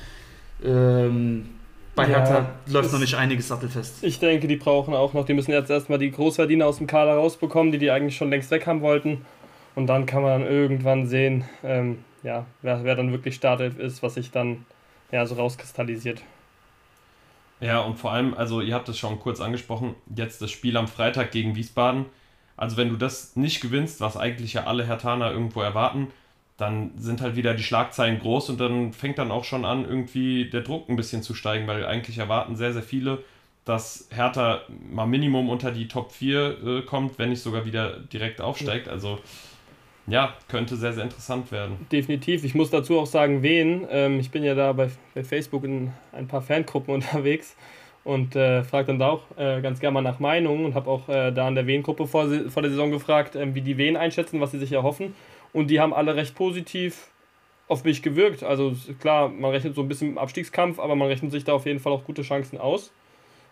Bei Hertha läuft noch nicht einiges sattelfest. Ich denke, die brauchen auch noch, die müssen jetzt erstmal die Großverdiener aus dem Kader rausbekommen, die eigentlich schon längst weg haben wollten. Und dann kann man dann irgendwann sehen, wer dann wirklich Startelf ist, was sich dann so rauskristallisiert. Ja, und vor allem, also ihr habt es schon kurz angesprochen, jetzt das Spiel am Freitag gegen Wiesbaden. Also wenn du das nicht gewinnst, was eigentlich ja alle Herthaner irgendwo erwarten, dann sind halt wieder die Schlagzeilen groß und dann fängt dann auch schon an, irgendwie der Druck ein bisschen zu steigen, weil eigentlich erwarten sehr, sehr viele, dass Hertha mal Minimum unter die Top 4 kommt, wenn nicht sogar wieder direkt aufsteigt. Also ja, könnte sehr, sehr interessant werden. Definitiv. Ich muss dazu auch sagen, ich bin ja da bei Facebook in ein paar Fangruppen unterwegs und frage dann da auch ganz gerne mal nach Meinungen und habe auch da in der Wen-Gruppe vor der Saison gefragt, wie die Wen einschätzen, was sie sich erhoffen. Und die haben alle recht positiv auf mich gewirkt. Also klar, man rechnet so ein bisschen im Abstiegskampf, aber man rechnet sich da auf jeden Fall auch gute Chancen aus.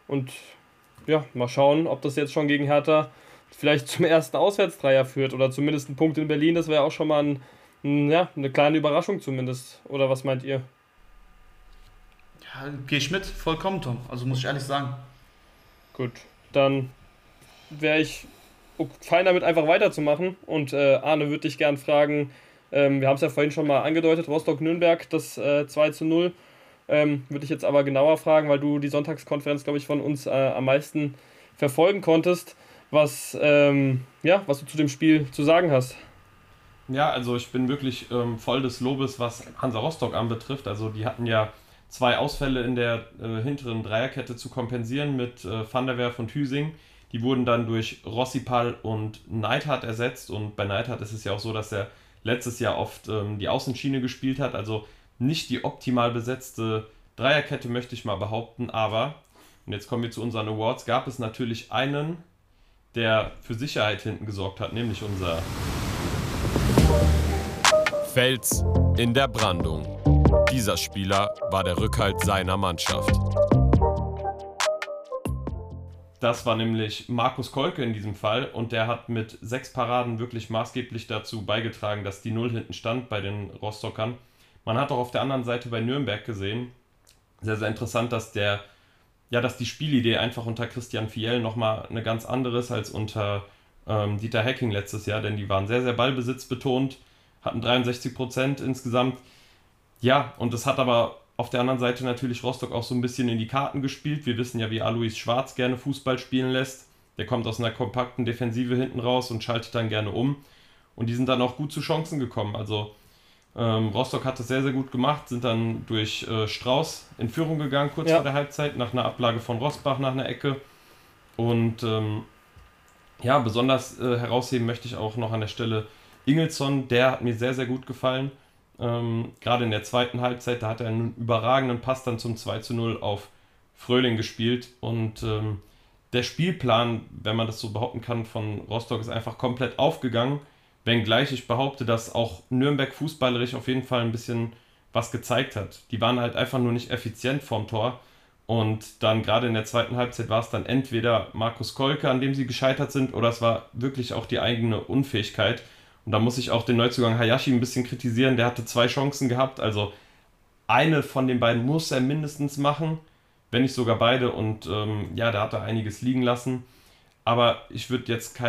Und ja, mal schauen, ob das jetzt schon gegen Hertha vielleicht zum ersten Auswärtsdreier führt oder zumindest ein Punkt in Berlin. Das wäre auch schon mal eine kleine Überraschung zumindest. Oder was meint ihr? Ja, gehe ich mit, vollkommen, Tom. Also muss ich ehrlich sagen. Gut, dann wäre ich fein damit, einfach weiterzumachen. Und Arne würde dich gern fragen, wir haben es ja vorhin schon mal angedeutet, Rostock-Nürnberg, das 2:0. Würde ich jetzt aber genauer fragen, weil du die Sonntagskonferenz, glaube ich, von uns am meisten verfolgen konntest, was du zu dem Spiel zu sagen hast. Ja, also ich bin wirklich voll des Lobes, was Hansa Rostock anbetrifft. Also die hatten ja 2 Ausfälle in der hinteren Dreierkette zu kompensieren mit Van der Werf und Hüsing. Die wurden dann durch Rossipal und Neidhardt ersetzt. Und bei Neidhardt ist es ja auch so, dass er letztes Jahr oft die Außenschiene gespielt hat. Also nicht die optimal besetzte Dreierkette, möchte ich mal behaupten. Aber, und jetzt kommen wir zu unseren Awards, gab es natürlich einen, der für Sicherheit hinten gesorgt hat, nämlich unser Fels in der Brandung. Dieser Spieler war der Rückhalt seiner Mannschaft. Das war nämlich Markus Kolke in diesem Fall und der hat mit 6 Paraden wirklich maßgeblich dazu beigetragen, dass die 0 hinten stand bei den Rostockern. Man hat auch auf der anderen Seite bei Nürnberg gesehen, sehr, sehr interessant, dass die Spielidee einfach unter Christian Fiel nochmal eine ganz andere ist als unter Dieter Hecking letztes Jahr, denn die waren sehr, sehr ballbesitzbetont, hatten 63% insgesamt. Ja, und das hat aber auf der anderen Seite natürlich Rostock auch so ein bisschen in die Karten gespielt. Wir wissen ja, wie Alois Schwarz gerne Fußball spielen lässt. Der kommt aus einer kompakten Defensive hinten raus und schaltet dann gerne um. Und die sind dann auch gut zu Chancen gekommen. Also Rostock hat das sehr, sehr gut gemacht, sind dann durch Strauß in Führung gegangen, kurz vor der Halbzeit, nach einer Ablage von Rosbach nach einer Ecke. Und besonders herausheben möchte ich auch noch an der Stelle Ingelsson, der hat mir sehr, sehr gut gefallen. Gerade in der zweiten Halbzeit, da hat er einen überragenden Pass dann zum 2:0 auf Fröhling gespielt. Und der Spielplan, wenn man das so behaupten kann, von Rostock ist einfach komplett aufgegangen. Wenngleich ich behaupte, dass auch Nürnberg fußballerisch auf jeden Fall ein bisschen was gezeigt hat. Die waren halt einfach nur nicht effizient vorm Tor. Und dann gerade in der zweiten Halbzeit war es dann entweder Markus Kolke, an dem sie gescheitert sind, oder es war wirklich auch die eigene Unfähigkeit. Und da muss ich auch den Neuzugang Hayashi ein bisschen kritisieren. Der hatte 2 Chancen gehabt. Also eine von den beiden muss er mindestens machen, wenn nicht sogar beide. Und da hat er einiges liegen lassen. Aber ich würde jetzt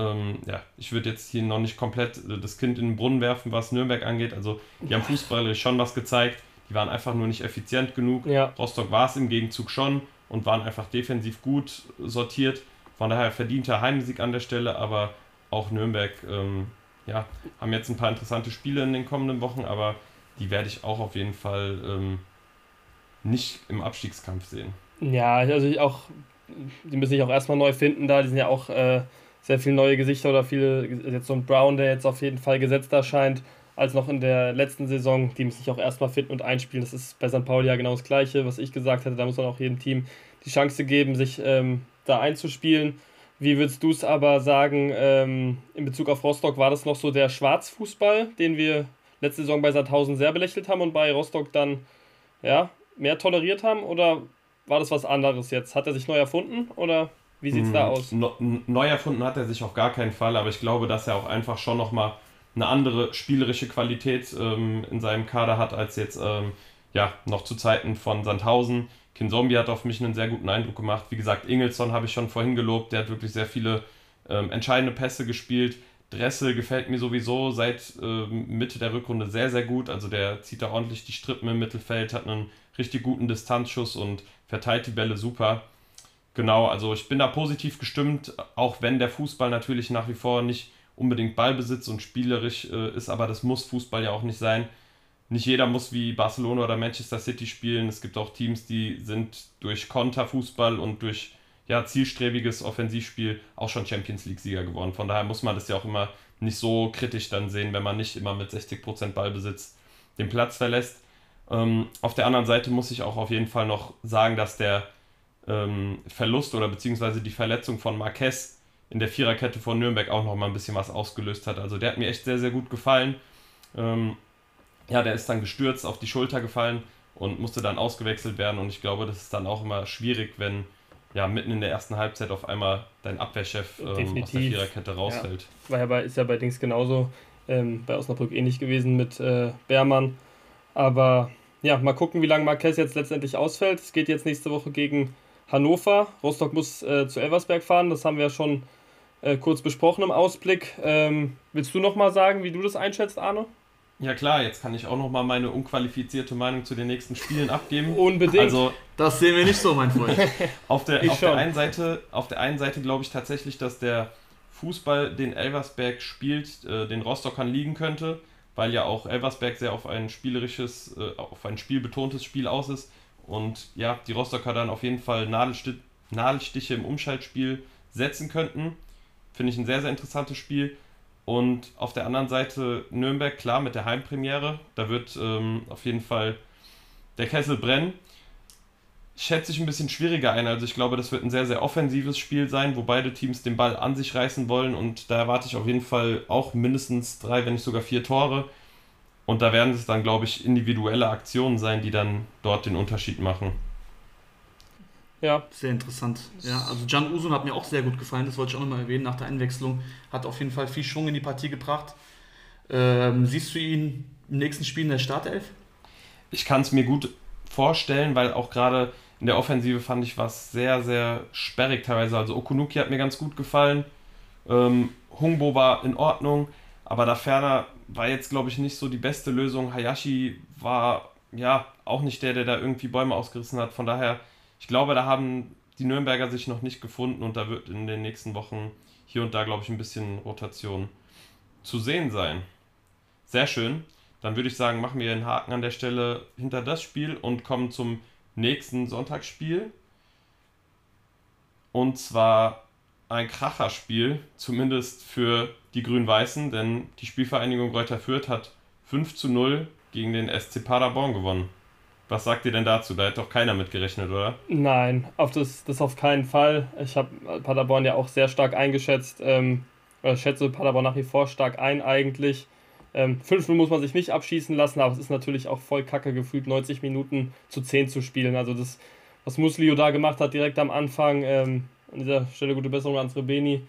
hier noch nicht komplett das Kind in den Brunnen werfen, was Nürnberg angeht. Also die haben fußballerisch schon was gezeigt. Die waren einfach nur nicht effizient genug. Ja. Rostock war es im Gegenzug schon und waren einfach defensiv gut sortiert. Von daher verdienter Heimsieg an der Stelle. Aber auch Nürnberg haben jetzt ein paar interessante Spiele in den kommenden Wochen. Aber die werde ich auch auf jeden Fall nicht im Abstiegskampf sehen. Ja, also die müssen sich auch erstmal neu finden da. Die sind ja auch sehr viele neue Gesichter oder viele, jetzt so ein Brown, der jetzt auf jeden Fall gesetzt erscheint, als noch in der letzten Saison. Die müssen sich auch erstmal finden und einspielen. Das ist bei St. Pauli ja genau das Gleiche, was ich gesagt hätte. Da muss man auch jedem Team die Chance geben, sich da einzuspielen. Wie würdest du es aber sagen, in Bezug auf Rostock, war das noch so der Schwarzfußball, den wir letzte Saison bei Sandhausen sehr belächelt haben und bei Rostock dann mehr toleriert haben? Oder war das was anderes jetzt? Hat er sich neu erfunden oder wie sieht es da aus? Neu erfunden hat er sich auf gar keinen Fall, aber ich glaube, dass er auch einfach schon nochmal eine andere spielerische Qualität in seinem Kader hat, als jetzt noch zu Zeiten von Sandhausen. Kinzombie hat auf mich einen sehr guten Eindruck gemacht. Wie gesagt, Ingelsson habe ich schon vorhin gelobt, der hat wirklich sehr viele entscheidende Pässe gespielt. Dressel gefällt mir sowieso seit Mitte der Rückrunde sehr, sehr gut. Also der zieht da ordentlich die Strippen im Mittelfeld, hat einen richtig guten Distanzschuss und verteilt die Bälle super. Genau, also ich bin da positiv gestimmt, auch wenn der Fußball natürlich nach wie vor nicht unbedingt Ballbesitz und spielerisch ist, aber das muss Fußball ja auch nicht sein. Nicht jeder muss wie Barcelona oder Manchester City spielen. Es gibt auch Teams, die sind durch Konterfußball und durch zielstrebiges Offensivspiel auch schon Champions-League-Sieger geworden. Von daher muss man das ja auch immer nicht so kritisch dann sehen, wenn man nicht immer mit 60% Ballbesitz den Platz verlässt. Auf der anderen Seite muss ich auch auf jeden Fall noch sagen, dass der Verlust oder beziehungsweise die Verletzung von Marquez in der Viererkette von Nürnberg auch noch mal ein bisschen was ausgelöst hat. Also der hat mir echt sehr, sehr gut gefallen. Der ist dann gestürzt, auf die Schulter gefallen und musste dann ausgewechselt werden. Und ich glaube, das ist dann auch immer schwierig, wenn mitten in der ersten Halbzeit auf einmal dein Abwehrchef aus der Viererkette rausfällt. Ja. Ist ja bei Dings genauso, bei Osnabrück ähnlich gewesen mit Beermann. Aber ja, mal gucken, wie lange Marquez jetzt letztendlich ausfällt. Es geht jetzt nächste Woche gegen Hannover. Rostock muss zu Elversberg fahren, das haben wir ja schon kurz besprochen im Ausblick. Willst du nochmal sagen, wie du das einschätzt, Arne? Ja klar, jetzt kann ich auch nochmal meine unqualifizierte Meinung zu den nächsten Spielen abgeben. Unbedingt. Also, das sehen wir nicht so, mein Freund. auf der einen Seite glaube ich tatsächlich, dass der Fußball, den Elversberg spielt, den Rostockern liegen könnte, weil ja auch Elversberg sehr auf ein spielbetontes Spiel aus ist. Und ja, die Rostocker dann auf jeden Fall Nadelstiche im Umschaltspiel setzen könnten. Finde ich ein sehr, sehr interessantes Spiel. Und auf der anderen Seite Nürnberg, klar, mit der Heimpremiere. Da wird auf jeden Fall der Kessel brennen. Schätze ich ein bisschen schwieriger ein. Also ich glaube, das wird ein sehr, sehr offensives Spiel sein, wo beide Teams den Ball an sich reißen wollen. Und da erwarte ich auf jeden Fall auch mindestens 3, wenn nicht sogar 4 Tore. Und da werden es dann, glaube ich, individuelle Aktionen sein, die dann dort den Unterschied machen. Ja. Sehr interessant. Ja, also Can Uzun hat mir auch sehr gut gefallen, das wollte ich auch nochmal erwähnen, nach der Einwechslung. Hat auf jeden Fall viel Schwung in die Partie gebracht. Siehst du ihn im nächsten Spiel in der Startelf? Ich kann es mir gut vorstellen, weil auch gerade in der Offensive fand ich was sehr, sehr sperrig teilweise. Also Okunuki hat mir ganz gut gefallen. Hungbo war in Ordnung, aber da ferner war jetzt, glaube ich, nicht so die beste Lösung. Hayashi war ja auch nicht der da irgendwie Bäume ausgerissen hat. Von daher, ich glaube, da haben die Nürnberger sich noch nicht gefunden und da wird in den nächsten Wochen hier und da, glaube ich, ein bisschen Rotation zu sehen sein. Sehr schön. Dann würde ich sagen, machen wir einen Haken an der Stelle hinter das Spiel und kommen zum nächsten Sonntagsspiel. Und zwar ein Kracherspiel, zumindest für die Grün-Weißen, denn die Spielvereinigung Greuther Fürth hat 5:0 gegen den SC Paderborn gewonnen. Was sagt ihr denn dazu? Da hat doch keiner mit gerechnet, oder? Nein, auf das auf keinen Fall. Ich habe Paderborn ja auch sehr stark eingeschätzt. Ich schätze Paderborn nach wie vor stark ein eigentlich. 5:0 muss man sich nicht abschießen lassen, aber es ist natürlich auch voll kacke gefühlt, 90 Minuten zu 10 zu spielen. Also das, was Muslio da gemacht hat direkt am Anfang, an dieser Stelle gute Besserung an Srebeni,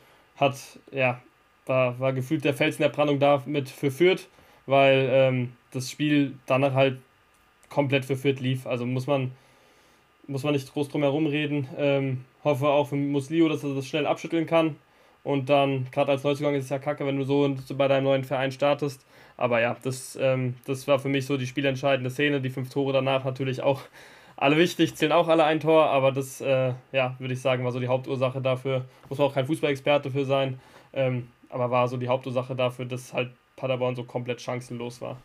war gefühlt der Fels in der Brandung da mit für Fürth, weil das Spiel danach halt komplett für Fürth lief. Also muss man nicht groß drum herum reden. Hoffe auch für Muslio, dass er das schnell abschütteln kann. Und dann, gerade als Neuzugang ist es ja kacke, wenn du so bei deinem neuen Verein startest. Aber ja, das war für mich so die spielentscheidende Szene. Die 5 Tore danach natürlich auch alle wichtig, zählen auch alle ein Tor. Aber das, würde ich sagen, war so die Hauptursache dafür. Muss man auch kein Fußballexperte für sein. Aber war so die Hauptursache dafür, dass halt Paderborn so komplett chancenlos war.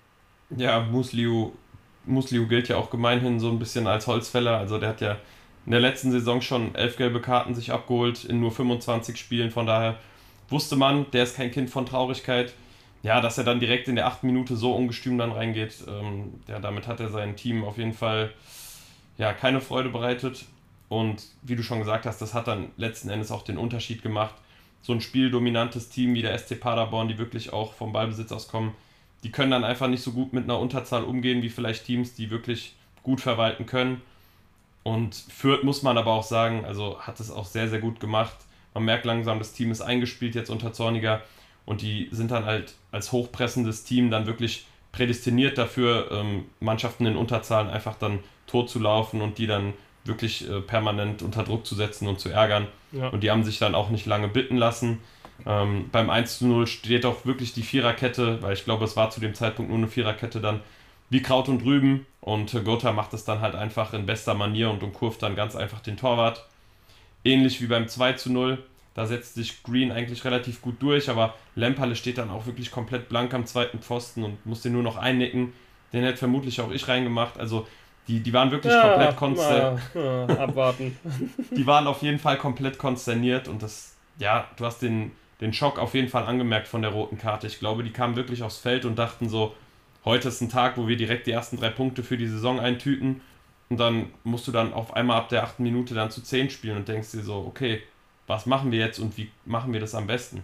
Ja, Muslio gilt ja auch gemeinhin so ein bisschen als Holzfäller. Also der hat ja in der letzten Saison schon 11 gelbe Karten sich abgeholt in nur 25 Spielen. Von daher wusste man, der ist kein Kind von Traurigkeit. Ja, dass er dann direkt in der 8. Minute so ungestüm dann reingeht, damit hat er sein Team auf jeden Fall keine Freude bereitet. Und wie du schon gesagt hast, das hat dann letzten Endes auch den Unterschied gemacht. So ein spieldominantes Team wie der SC Paderborn, die wirklich auch vom Ballbesitz auskommen, die können dann einfach nicht so gut mit einer Unterzahl umgehen, wie vielleicht Teams, die wirklich gut verwalten können. Und Fürth, muss man aber auch sagen, also hat es auch sehr, sehr gut gemacht. Man merkt langsam, das Team ist eingespielt jetzt unter Zorniger und die sind dann halt als hochpressendes Team dann wirklich prädestiniert dafür, Mannschaften in Unterzahlen einfach dann tot zu laufen und die dann wirklich permanent unter Druck zu setzen und zu ärgern. Ja. Und die haben sich dann auch nicht lange bitten lassen. Beim 1:0 steht auch wirklich die Viererkette, weil ich glaube, es war zu dem Zeitpunkt nur eine Viererkette dann wie Kraut und Rüben und Gotha macht es dann halt einfach in bester Manier und umkurvt dann ganz einfach den Torwart. Ähnlich wie beim 2:0, da setzt sich Green eigentlich relativ gut durch, aber Lemperle steht dann auch wirklich komplett blank am zweiten Pfosten und muss den nur noch einnicken. Den hätte vermutlich auch ich reingemacht, also die waren wirklich komplett konsterniert. Abwarten. Die waren auf jeden Fall komplett konsterniert und du hast den Schock auf jeden Fall angemerkt von der roten Karte. Ich glaube, die kamen wirklich aufs Feld und dachten so, heute ist ein Tag, wo wir direkt die ersten 3 Punkte für die Saison eintüten und dann musst du dann auf einmal ab der 8. Minute dann zu 10 spielen und denkst dir so, okay, was machen wir jetzt und wie machen wir das am besten?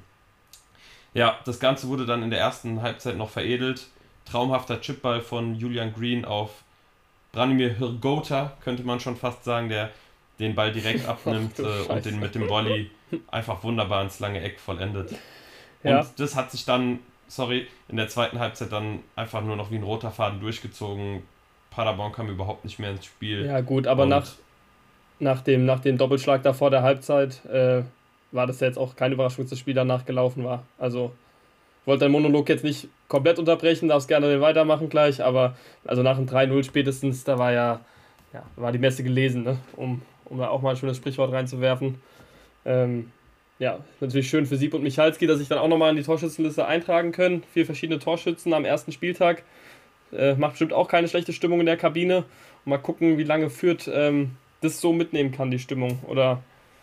Ja, das Ganze wurde dann in der ersten Halbzeit noch veredelt. Traumhafter Chipball von Julian Green auf Branimir Hrgota, könnte man schon fast sagen, der den Ball direkt abnimmt und den mit dem Volley einfach wunderbar ins lange Eck vollendet. Ja. Und das hat sich dann, in der zweiten Halbzeit dann einfach nur noch wie ein roter Faden durchgezogen. Paderborn kam überhaupt nicht mehr ins Spiel. Ja gut, aber nach dem Doppelschlag da vor der Halbzeit war das ja jetzt auch keine Überraschung, dass das Spiel danach gelaufen war. Also ich wollte deinen Monolog jetzt nicht komplett unterbrechen, darfst gerne weitermachen gleich, aber also nach dem 3-0 spätestens, da war die Messe gelesen, ne? um da auch mal ein schönes Sprichwort reinzuwerfen. Natürlich schön für Sieb und Michalski, dass sich dann auch nochmal in die Torschützenliste eintragen können. 4 verschiedene Torschützen am ersten Spieltag. Macht bestimmt auch keine schlechte Stimmung in der Kabine. Und mal gucken, wie lange Fürth das so mitnehmen kann, die Stimmung. Oder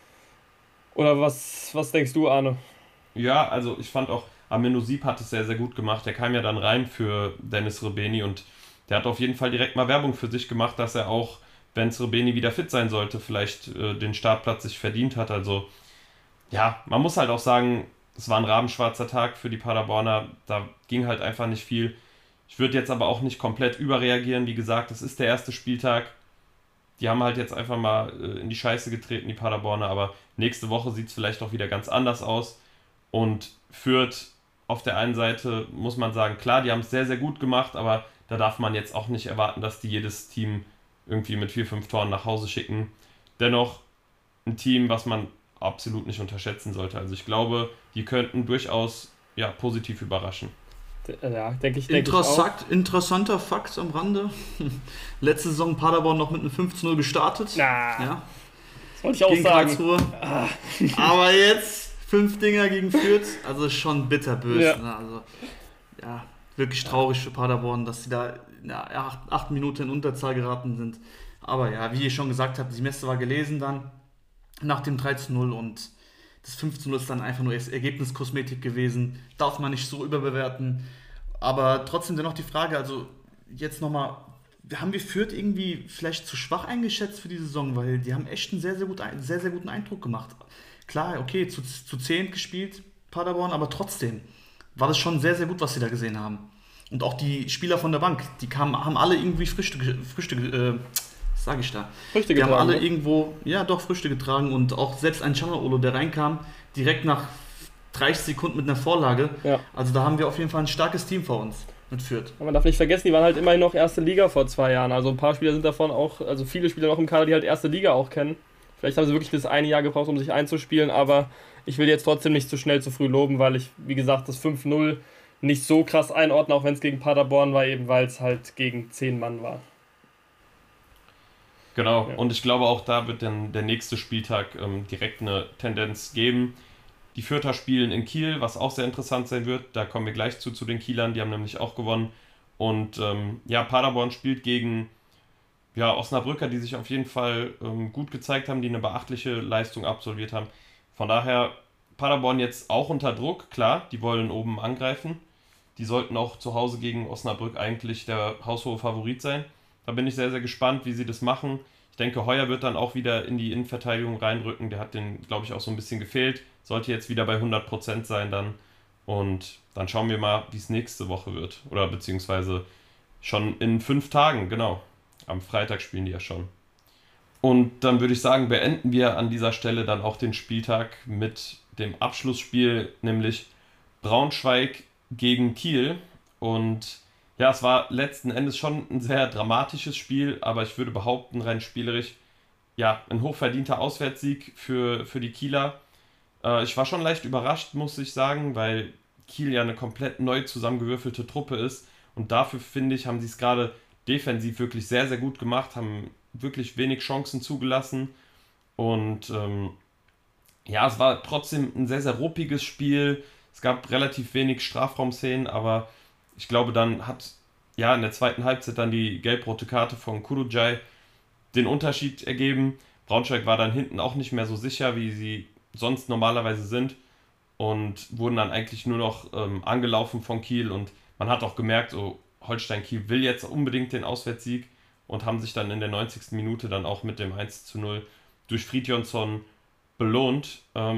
was denkst du, Arne? Ja, also ich fand auch, Amino Sieb hat es sehr, sehr gut gemacht. Der kam ja dann rein für Dennis Rebeni und der hat auf jeden Fall direkt mal Werbung für sich gemacht, dass er auch, wenn Rebeni wieder fit sein sollte, vielleicht den Startplatz sich verdient hat. Also ja, man muss halt auch sagen, es war ein rabenschwarzer Tag für die Paderborner. Da ging halt einfach nicht viel. Ich würde jetzt aber auch nicht komplett überreagieren. Wie gesagt, es ist der erste Spieltag. Die haben halt jetzt einfach mal in die Scheiße getreten, die Paderborner. Aber nächste Woche sieht es vielleicht auch wieder ganz anders aus. Und Fürth auf der einen Seite, muss man sagen, klar, die haben es sehr, sehr gut gemacht. Aber da darf man jetzt auch nicht erwarten, dass die jedes Team irgendwie mit 4-5 Toren nach Hause schicken. Dennoch ein Team, was man absolut nicht unterschätzen sollte. Also ich glaube, die könnten durchaus positiv überraschen. Ja, denke ich auch. Interessanter Fakt am Rande. Letzte Saison Paderborn noch mit einem 5-0 gestartet. Ja. Das wollte ich auch gegen sagen. Karlsruhe. Aber jetzt 5 Dinger gegen Fürth. Also schon bitterböse. Ja. Ne? Also wirklich traurig für Paderborn, dass sie da in 8 Minuten in Unterzahl geraten sind. Aber ja, wie ihr schon gesagt habt, die Messe war gelesen dann nach dem 3-0 und das 5-0 ist dann einfach nur Ergebniskosmetik gewesen. Darf man nicht so überbewerten. Aber trotzdem dennoch die Frage, also jetzt nochmal, haben wir Fürth irgendwie vielleicht zu schwach eingeschätzt für die Saison? Weil die haben echt einen sehr, sehr guten Eindruck gemacht. Klar, okay, zu 10 gespielt, Paderborn, aber trotzdem war das schon sehr, sehr gut, was sie da gesehen haben. Und auch die Spieler von der Bank, haben alle irgendwie Früchte die haben alle irgendwo, Früchte getragen und auch selbst ein Cannaolo, der reinkam, direkt nach 30 Sekunden mit einer Vorlage. Ja. Also da haben wir auf jeden Fall ein starkes Team vor uns mit Fürth. Aber man darf nicht vergessen, die waren halt immerhin noch erste Liga vor 2 Jahren. Also ein paar Spieler sind davon auch, also viele Spieler noch im Kader, die halt erste Liga auch kennen. Vielleicht haben sie wirklich das eine Jahr gebraucht, um sich einzuspielen, aber ich will jetzt trotzdem nicht zu schnell zu früh loben, weil ich, wie gesagt, das 5-0 nicht so krass einordne, auch wenn es gegen Paderborn war, eben weil es halt gegen 10 Mann war. Genau, ja. Und ich glaube auch da wird dann der nächste Spieltag direkt eine Tendenz geben. Die Fürther spielen in Kiel, was auch sehr interessant sein wird. Da kommen wir gleich zu den Kielern, die haben nämlich auch gewonnen. Und Paderborn spielt gegen Osnabrücker, die sich auf jeden Fall gut gezeigt haben, die eine beachtliche Leistung absolviert haben. Von daher Paderborn jetzt auch unter Druck, klar, die wollen oben angreifen. Die sollten auch zu Hause gegen Osnabrück eigentlich der haushohe Favorit sein. Da bin ich sehr, sehr gespannt, wie sie das machen. Ich denke, Heuer wird dann auch wieder in die Innenverteidigung reinrücken. Der hat den, glaube ich, auch so ein bisschen gefehlt. Sollte jetzt wieder bei 100% sein dann. Und dann schauen wir mal, wie es nächste Woche wird. Oder beziehungsweise schon in 5 Tagen, genau. Am Freitag spielen die ja schon. Und dann würde ich sagen, beenden wir an dieser Stelle dann auch den Spieltag mit dem Abschlussspiel, nämlich Braunschweig gegen Kiel. Und ja, es war letzten Endes schon ein sehr dramatisches Spiel, aber ich würde behaupten, rein spielerisch, ein hochverdienter Auswärtssieg für die Kieler. Ich war schon leicht überrascht, muss ich sagen, weil Kiel ja eine komplett neu zusammengewürfelte Truppe ist und dafür, finde ich, haben sie es gerade defensiv wirklich sehr, sehr gut gemacht, haben wirklich wenig Chancen zugelassen und es war trotzdem ein sehr, sehr ruppiges Spiel. Es gab relativ wenig Strafraumszenen, aber ich glaube, dann hat in der zweiten Halbzeit dann die gelb-rote Karte von Kurudjai den Unterschied ergeben. Braunschweig war dann hinten auch nicht mehr so sicher, wie sie sonst normalerweise sind und wurden dann eigentlich nur noch angelaufen von Kiel und man hat auch gemerkt, Holstein Kiel will jetzt unbedingt den Auswärtssieg und haben sich dann in der 90. Minute dann auch mit dem 1-0 durch Fridjonsson belohnt.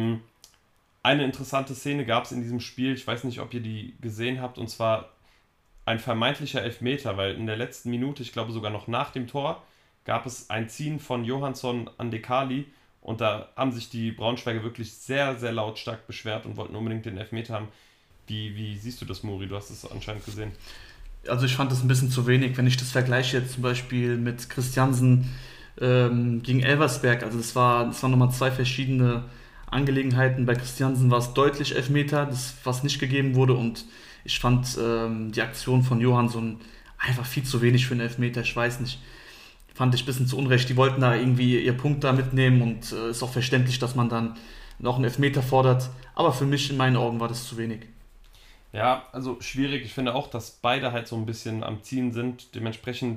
Eine interessante Szene gab es in diesem Spiel, ich weiß nicht, ob ihr die gesehen habt, und zwar ein vermeintlicher Elfmeter, weil in der letzten Minute, ich glaube sogar noch nach dem Tor, gab es ein Ziehen von Johansson an Dekali und da haben sich die Braunschweiger wirklich sehr, sehr lautstark beschwert und wollten unbedingt den Elfmeter haben. Wie siehst du das, Muri? Du hast es anscheinend gesehen. Also ich fand das ein bisschen zu wenig, wenn ich das vergleiche jetzt zum Beispiel mit Christiansen gegen Elversberg. Also das waren nochmal zwei verschiedene Angelegenheiten. Bei Christiansen war es deutlich Elfmeter, das was nicht gegeben wurde, und ich fand die Aktion von Johansson einfach viel zu wenig für einen Elfmeter. Ich weiß nicht, fand ich ein bisschen zu Unrecht. Die wollten da irgendwie ihr Punkt da mitnehmen und ist auch verständlich, dass man dann noch einen Elfmeter fordert. Aber für mich, in meinen Augen, war das zu wenig. Ja, also schwierig. Ich finde auch, dass beide halt so ein bisschen am Ziehen sind. Dementsprechend,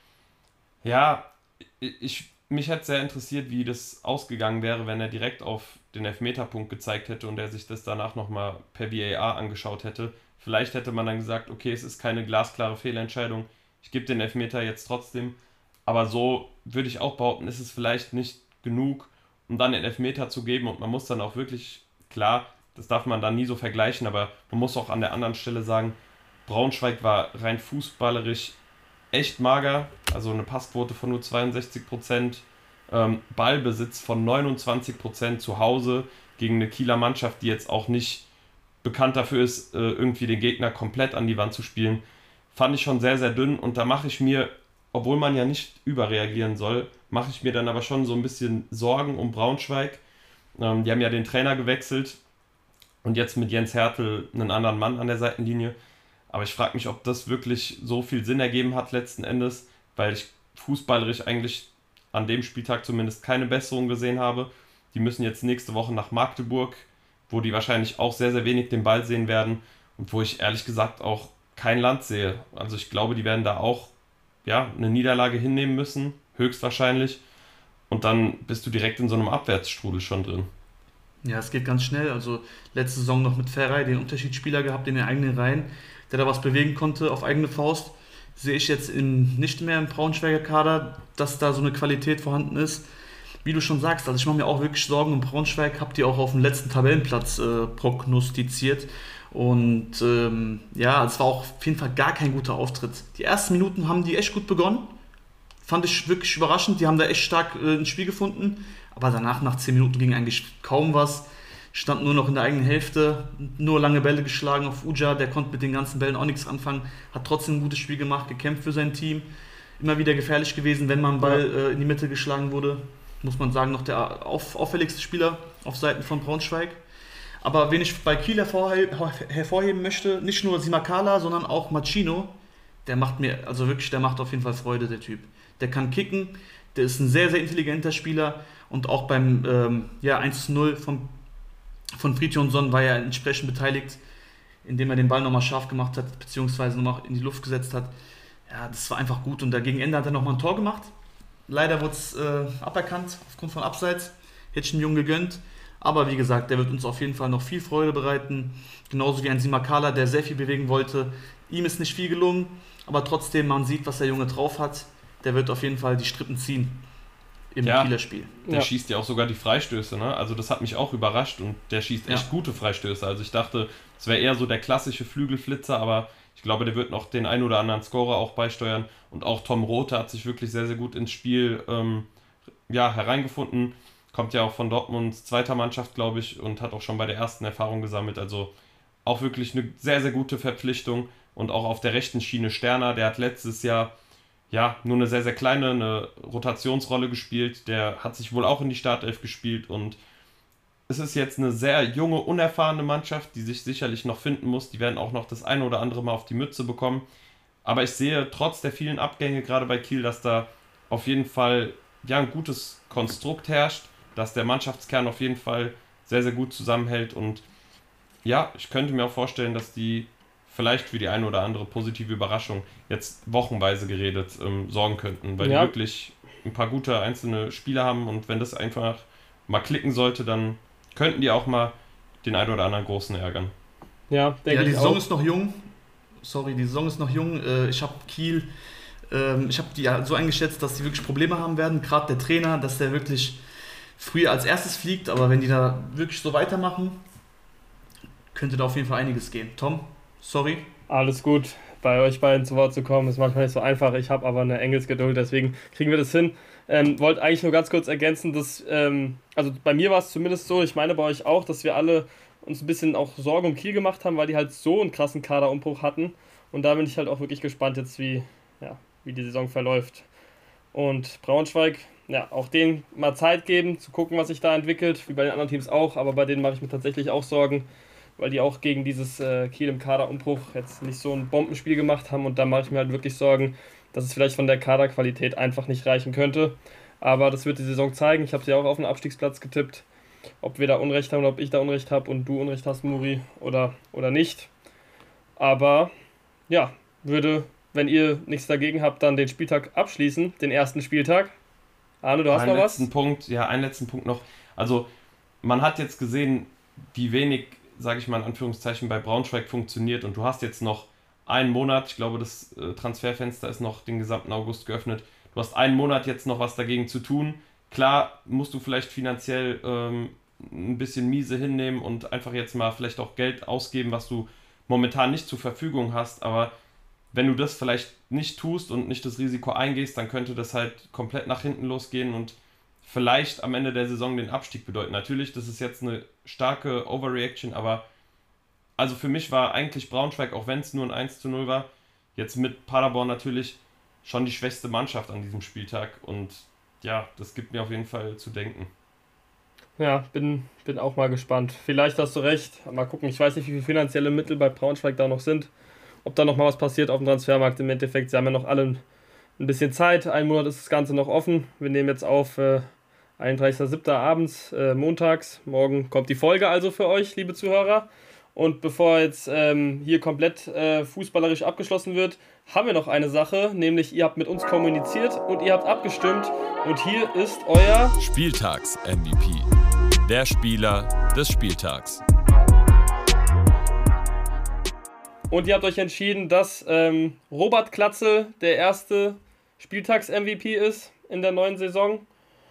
ja, mich hätte sehr interessiert, wie das ausgegangen wäre, wenn er direkt auf den Elfmeterpunkt gezeigt hätte und er sich das danach nochmal per VAR angeschaut hätte. Vielleicht hätte man dann gesagt, okay, es ist keine glasklare Fehlentscheidung, ich gebe den Elfmeter jetzt trotzdem. Aber so würde ich auch behaupten, ist es vielleicht nicht genug, um dann den Elfmeter zu geben, und man muss dann auch wirklich, klar, das darf man dann nie so vergleichen, aber man muss auch an der anderen Stelle sagen, Braunschweig war rein fußballerisch echt mager, also eine Passquote von nur 62%, Ballbesitz von 29% zu Hause gegen eine Kieler Mannschaft, die jetzt auch nicht bekannt dafür ist, irgendwie den Gegner komplett an die Wand zu spielen, fand ich schon sehr, sehr dünn, und da mache ich mir, obwohl man ja nicht überreagieren soll, mache ich mir dann aber schon so ein bisschen Sorgen um Braunschweig. Die haben ja den Trainer gewechselt und jetzt mit Jens Hertel einen anderen Mann an der Seitenlinie. Aber ich frage mich, ob das wirklich so viel Sinn ergeben hat letzten Endes, weil ich fußballerisch eigentlich an dem Spieltag zumindest keine Besserung gesehen habe. Die müssen jetzt nächste Woche nach Magdeburg, wo die wahrscheinlich auch sehr, sehr wenig den Ball sehen werden und wo ich ehrlich gesagt auch kein Land sehe. Also ich glaube, die werden da auch eine Niederlage hinnehmen müssen, höchstwahrscheinlich. Und dann bist du direkt in so einem Abwärtsstrudel schon drin. Ja, es geht ganz schnell. Also letzte Saison noch mit Ferrei, den Unterschiedsspieler gehabt in den eigenen Reihen, der da was bewegen konnte auf eigene Faust. Sehe ich jetzt nicht mehr im Braunschweiger Kader, dass da so eine Qualität vorhanden ist. Wie du schon sagst, also ich mache mir auch wirklich Sorgen um Braunschweig, habt ihr auch auf dem letzten Tabellenplatz prognostiziert. Und es war auch auf jeden Fall gar kein guter Auftritt. Die ersten Minuten haben die echt gut begonnen. Fand ich wirklich überraschend. Die haben da echt stark ins Spiel gefunden. Aber danach, nach 10 Minuten, ging eigentlich kaum was. Stand nur noch in der eigenen Hälfte, nur lange Bälle geschlagen auf Uja. Der konnte mit den ganzen Bällen auch nichts anfangen. Hat trotzdem ein gutes Spiel gemacht, gekämpft für sein Team. Immer wieder gefährlich gewesen, wenn man Ball in die Mitte geschlagen wurde. Muss man sagen, noch der auffälligste Spieler auf Seiten von Braunschweig. Aber wen ich bei Kiel hervorheben möchte, nicht nur Simakala, sondern auch Machino, der macht auf jeden Fall Freude, der Typ. Der kann kicken, der ist ein sehr, sehr intelligenter Spieler, und auch beim 1:0 von Fridtjonsson war er entsprechend beteiligt, indem er den Ball nochmal scharf gemacht hat, beziehungsweise nochmal in die Luft gesetzt hat. Ja, das war einfach gut, und gegen Ende hat er nochmal ein Tor gemacht. Leider wurde es aberkannt, aufgrund von Abseits. Hätte ich dem Jungen gegönnt. Aber wie gesagt, der wird uns auf jeden Fall noch viel Freude bereiten. Genauso wie ein Simakala, der sehr viel bewegen wollte. Ihm ist nicht viel gelungen, aber trotzdem, man sieht, was der Junge drauf hat. Der wird auf jeden Fall die Strippen ziehen im Kieler Spiel. Der schießt ja auch sogar die Freistöße, ne? Also das hat mich auch überrascht, und der schießt echt gute Freistöße. Also ich dachte, es wäre eher so der klassische Flügelflitzer, aber ich glaube, der wird noch den ein oder anderen Scorer auch beisteuern. Und auch Tom Rothe hat sich wirklich sehr, sehr gut ins Spiel hereingefunden. Kommt ja auch von Dortmunds zweiter Mannschaft, glaube ich, und hat auch schon bei der ersten Erfahrung gesammelt. Also auch wirklich eine sehr, sehr gute Verpflichtung. Und auch auf der rechten Schiene Sterner, der hat letztes Jahr nur eine sehr, sehr kleine Rotationsrolle gespielt. Der hat sich wohl auch in die Startelf gespielt, und es ist jetzt eine sehr junge, unerfahrene Mannschaft, die sich sicherlich noch finden muss. Die werden auch noch das eine oder andere Mal auf die Mütze bekommen. Aber ich sehe trotz der vielen Abgänge gerade bei Kiel, dass da auf jeden Fall ein gutes Konstrukt herrscht, dass der Mannschaftskern auf jeden Fall sehr, sehr gut zusammenhält, und ich könnte mir auch vorstellen, dass die vielleicht für die eine oder andere positive Überraschung jetzt wochenweise geredet sorgen könnten, weil die wirklich ein paar gute einzelne Spieler haben, und wenn das einfach mal klicken sollte, dann könnten die auch mal den einen oder anderen Großen ärgern. Ja, denke ich auch. Die Saison ist noch jung. Die Saison ist noch jung. Ich habe Kiel, die so eingeschätzt, dass sie wirklich Probleme haben werden. Gerade der Trainer, dass der wirklich früher als erstes fliegt, aber wenn die da wirklich so weitermachen, könnte da auf jeden Fall einiges gehen. Tom, sorry. Alles gut. bei euch beiden zu Wort zu kommen. Ist manchmal nicht so einfach. Ich habe aber eine Engelsgeduld, deswegen kriegen wir das hin. Wollte eigentlich nur ganz kurz ergänzen, dass, also bei mir war es zumindest so, ich meine bei euch auch, dass wir alle uns ein bisschen auch Sorge um Kiel gemacht haben, weil die halt so einen krassen Kaderumbruch hatten. Und da bin ich halt auch wirklich gespannt jetzt, wie die Saison verläuft. Und Braunschweig, ja, auch denen mal Zeit geben, zu gucken, was sich da entwickelt, wie bei den anderen Teams auch, aber bei denen mache ich mir tatsächlich auch Sorgen, weil die auch gegen dieses Kiel im Kaderumbruch jetzt nicht so ein Bombenspiel gemacht haben und da mache ich mir halt wirklich Sorgen, dass es vielleicht von der Kaderqualität einfach nicht reichen könnte. Aber das wird die Saison zeigen. Ich habe sie auch auf den Abstiegsplatz getippt. Ob wir da Unrecht haben oder ob ich da Unrecht habe und du Unrecht hast, Muri, oder nicht. Aber ja, würde, wenn ihr nichts dagegen habt, dann den Spieltag abschließen, den ersten Spieltag. Arne, du hast noch was? Einen letzten Punkt noch. Also, man hat jetzt gesehen, wie wenig, sage ich mal in Anführungszeichen, bei Braunschweig funktioniert und du hast jetzt noch einen Monat, ich glaube, das Transferfenster ist noch den gesamten August geöffnet. Du hast einen Monat jetzt noch was dagegen zu tun. Klar, musst du vielleicht finanziell ein bisschen miese hinnehmen und einfach jetzt mal vielleicht auch Geld ausgeben, was du momentan nicht zur Verfügung hast, aber wenn du das vielleicht nicht tust und nicht das Risiko eingehst, dann könnte das halt komplett nach hinten losgehen und vielleicht am Ende der Saison den Abstieg bedeuten. Natürlich, das ist jetzt eine starke Overreaction, aber also für mich war eigentlich Braunschweig, auch wenn es nur ein 1:0 war, jetzt mit Paderborn natürlich schon die schwächste Mannschaft an diesem Spieltag und ja, das gibt mir auf jeden Fall zu denken. Ja, bin auch mal gespannt. Vielleicht hast du recht. Mal gucken. Ich weiß nicht, wie viele finanzielle Mittel bei Braunschweig da noch sind. Ob da noch mal was passiert auf dem Transfermarkt. Im Endeffekt, sie haben ja noch alle ein bisschen Zeit. Einen Monat ist das Ganze noch offen. Wir nehmen jetzt auf 31.07. abends, montags. Morgen kommt die Folge also für euch, liebe Zuhörer. Und bevor jetzt hier komplett fußballerisch abgeschlossen wird, haben wir noch eine Sache, nämlich ihr habt mit uns kommuniziert und ihr habt abgestimmt. Und hier ist euer Spieltags-MVP. Der Spieler des Spieltags. Und ihr habt euch entschieden, dass Robert Glatzel der erste Spieltags-MVP ist in der neuen Saison.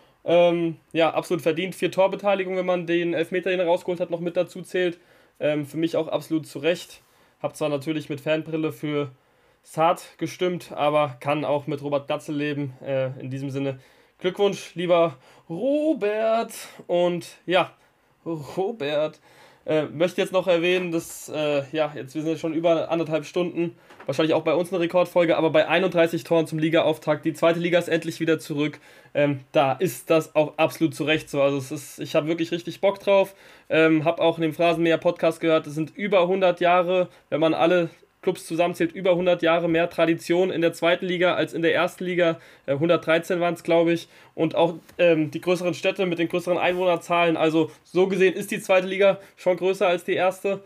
Ja, absolut verdient. 4 Torbeteiligung, wenn man den Elfmeter, den er rausgeholt hat, noch mit dazu zählt. Für mich auch absolut zu Recht. Hab zwar natürlich mit Fanbrille für Saad gestimmt, aber kann auch mit Robert Glatzel leben. In diesem Sinne Glückwunsch, lieber Robert. Und ja, Robert möchte jetzt noch erwähnen, dass jetzt wir sind jetzt schon über 1,5 Stunden, wahrscheinlich auch bei uns eine Rekordfolge, aber bei 31 Toren zum Ligaauftakt, die zweite Liga ist endlich wieder zurück. Da ist das auch absolut zu Recht so. Also ich habe wirklich richtig Bock drauf. Habe auch in dem Phrasenmäher-Podcast gehört, es sind über 100 Jahre, wenn man alle Clubs zusammenzählt, über 100 Jahre mehr Tradition in der zweiten Liga als in der ersten Liga. 113 waren es, glaube ich. Und auch die größeren Städte mit den größeren Einwohnerzahlen. Also so gesehen ist die zweite Liga schon größer als die erste.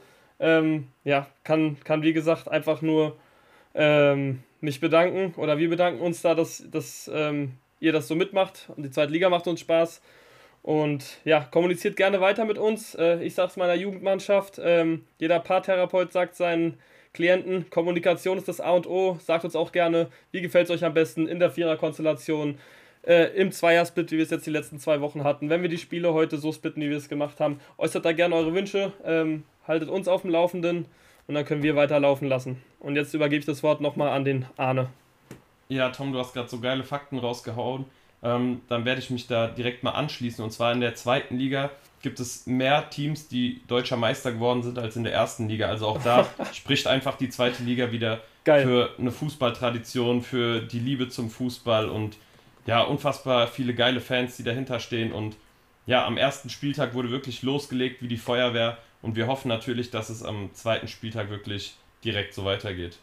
Kann wie gesagt einfach nur mich bedanken. Oder wir bedanken uns da, dass ihr das so mitmacht. Und die zweite Liga macht uns Spaß. Und ja, kommuniziert gerne weiter mit uns. Ich sage es meiner Jugendmannschaft. Jeder Paartherapeut sagt seinen Klienten, Kommunikation ist das A und O. Sagt uns auch gerne, wie gefällt es euch am besten in der Viererkonstellation, im Zweiersplit, wie wir es jetzt die letzten 2 Wochen hatten. Wenn wir die Spiele heute so splitten, wie wir es gemacht haben, äußert da gerne eure Wünsche, haltet uns auf dem Laufenden und dann können wir weiterlaufen lassen. Und jetzt übergebe ich das Wort nochmal an den Arne. Ja, Tom, du hast gerade so geile Fakten rausgehauen. Dann werde ich mich da direkt mal anschließen. Und zwar in der zweiten Liga gibt es mehr Teams, die deutscher Meister geworden sind, als in der ersten Liga. Also auch da spricht einfach die zweite Liga wieder geil für eine Fußballtradition, für die Liebe zum Fußball und ja, unfassbar viele geile Fans, die dahinter stehen. Und ja, am ersten Spieltag wurde wirklich losgelegt wie die Feuerwehr. Und wir hoffen natürlich, dass es am zweiten Spieltag wirklich direkt so weitergeht.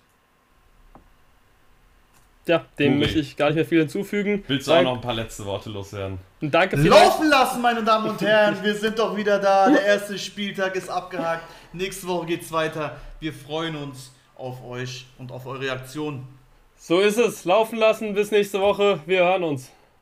Ja, dem möchte ich gar nicht mehr viel hinzufügen. Willst du auch noch ein paar letzte Worte loswerden? Danke Laufen lassen, meine Damen und Herren. Wir sind doch wieder da. Der erste Spieltag ist abgehakt. Nächste Woche geht's weiter. Wir freuen uns auf euch und auf eure Reaktion. So ist es. Laufen lassen. Bis nächste Woche. Wir hören uns.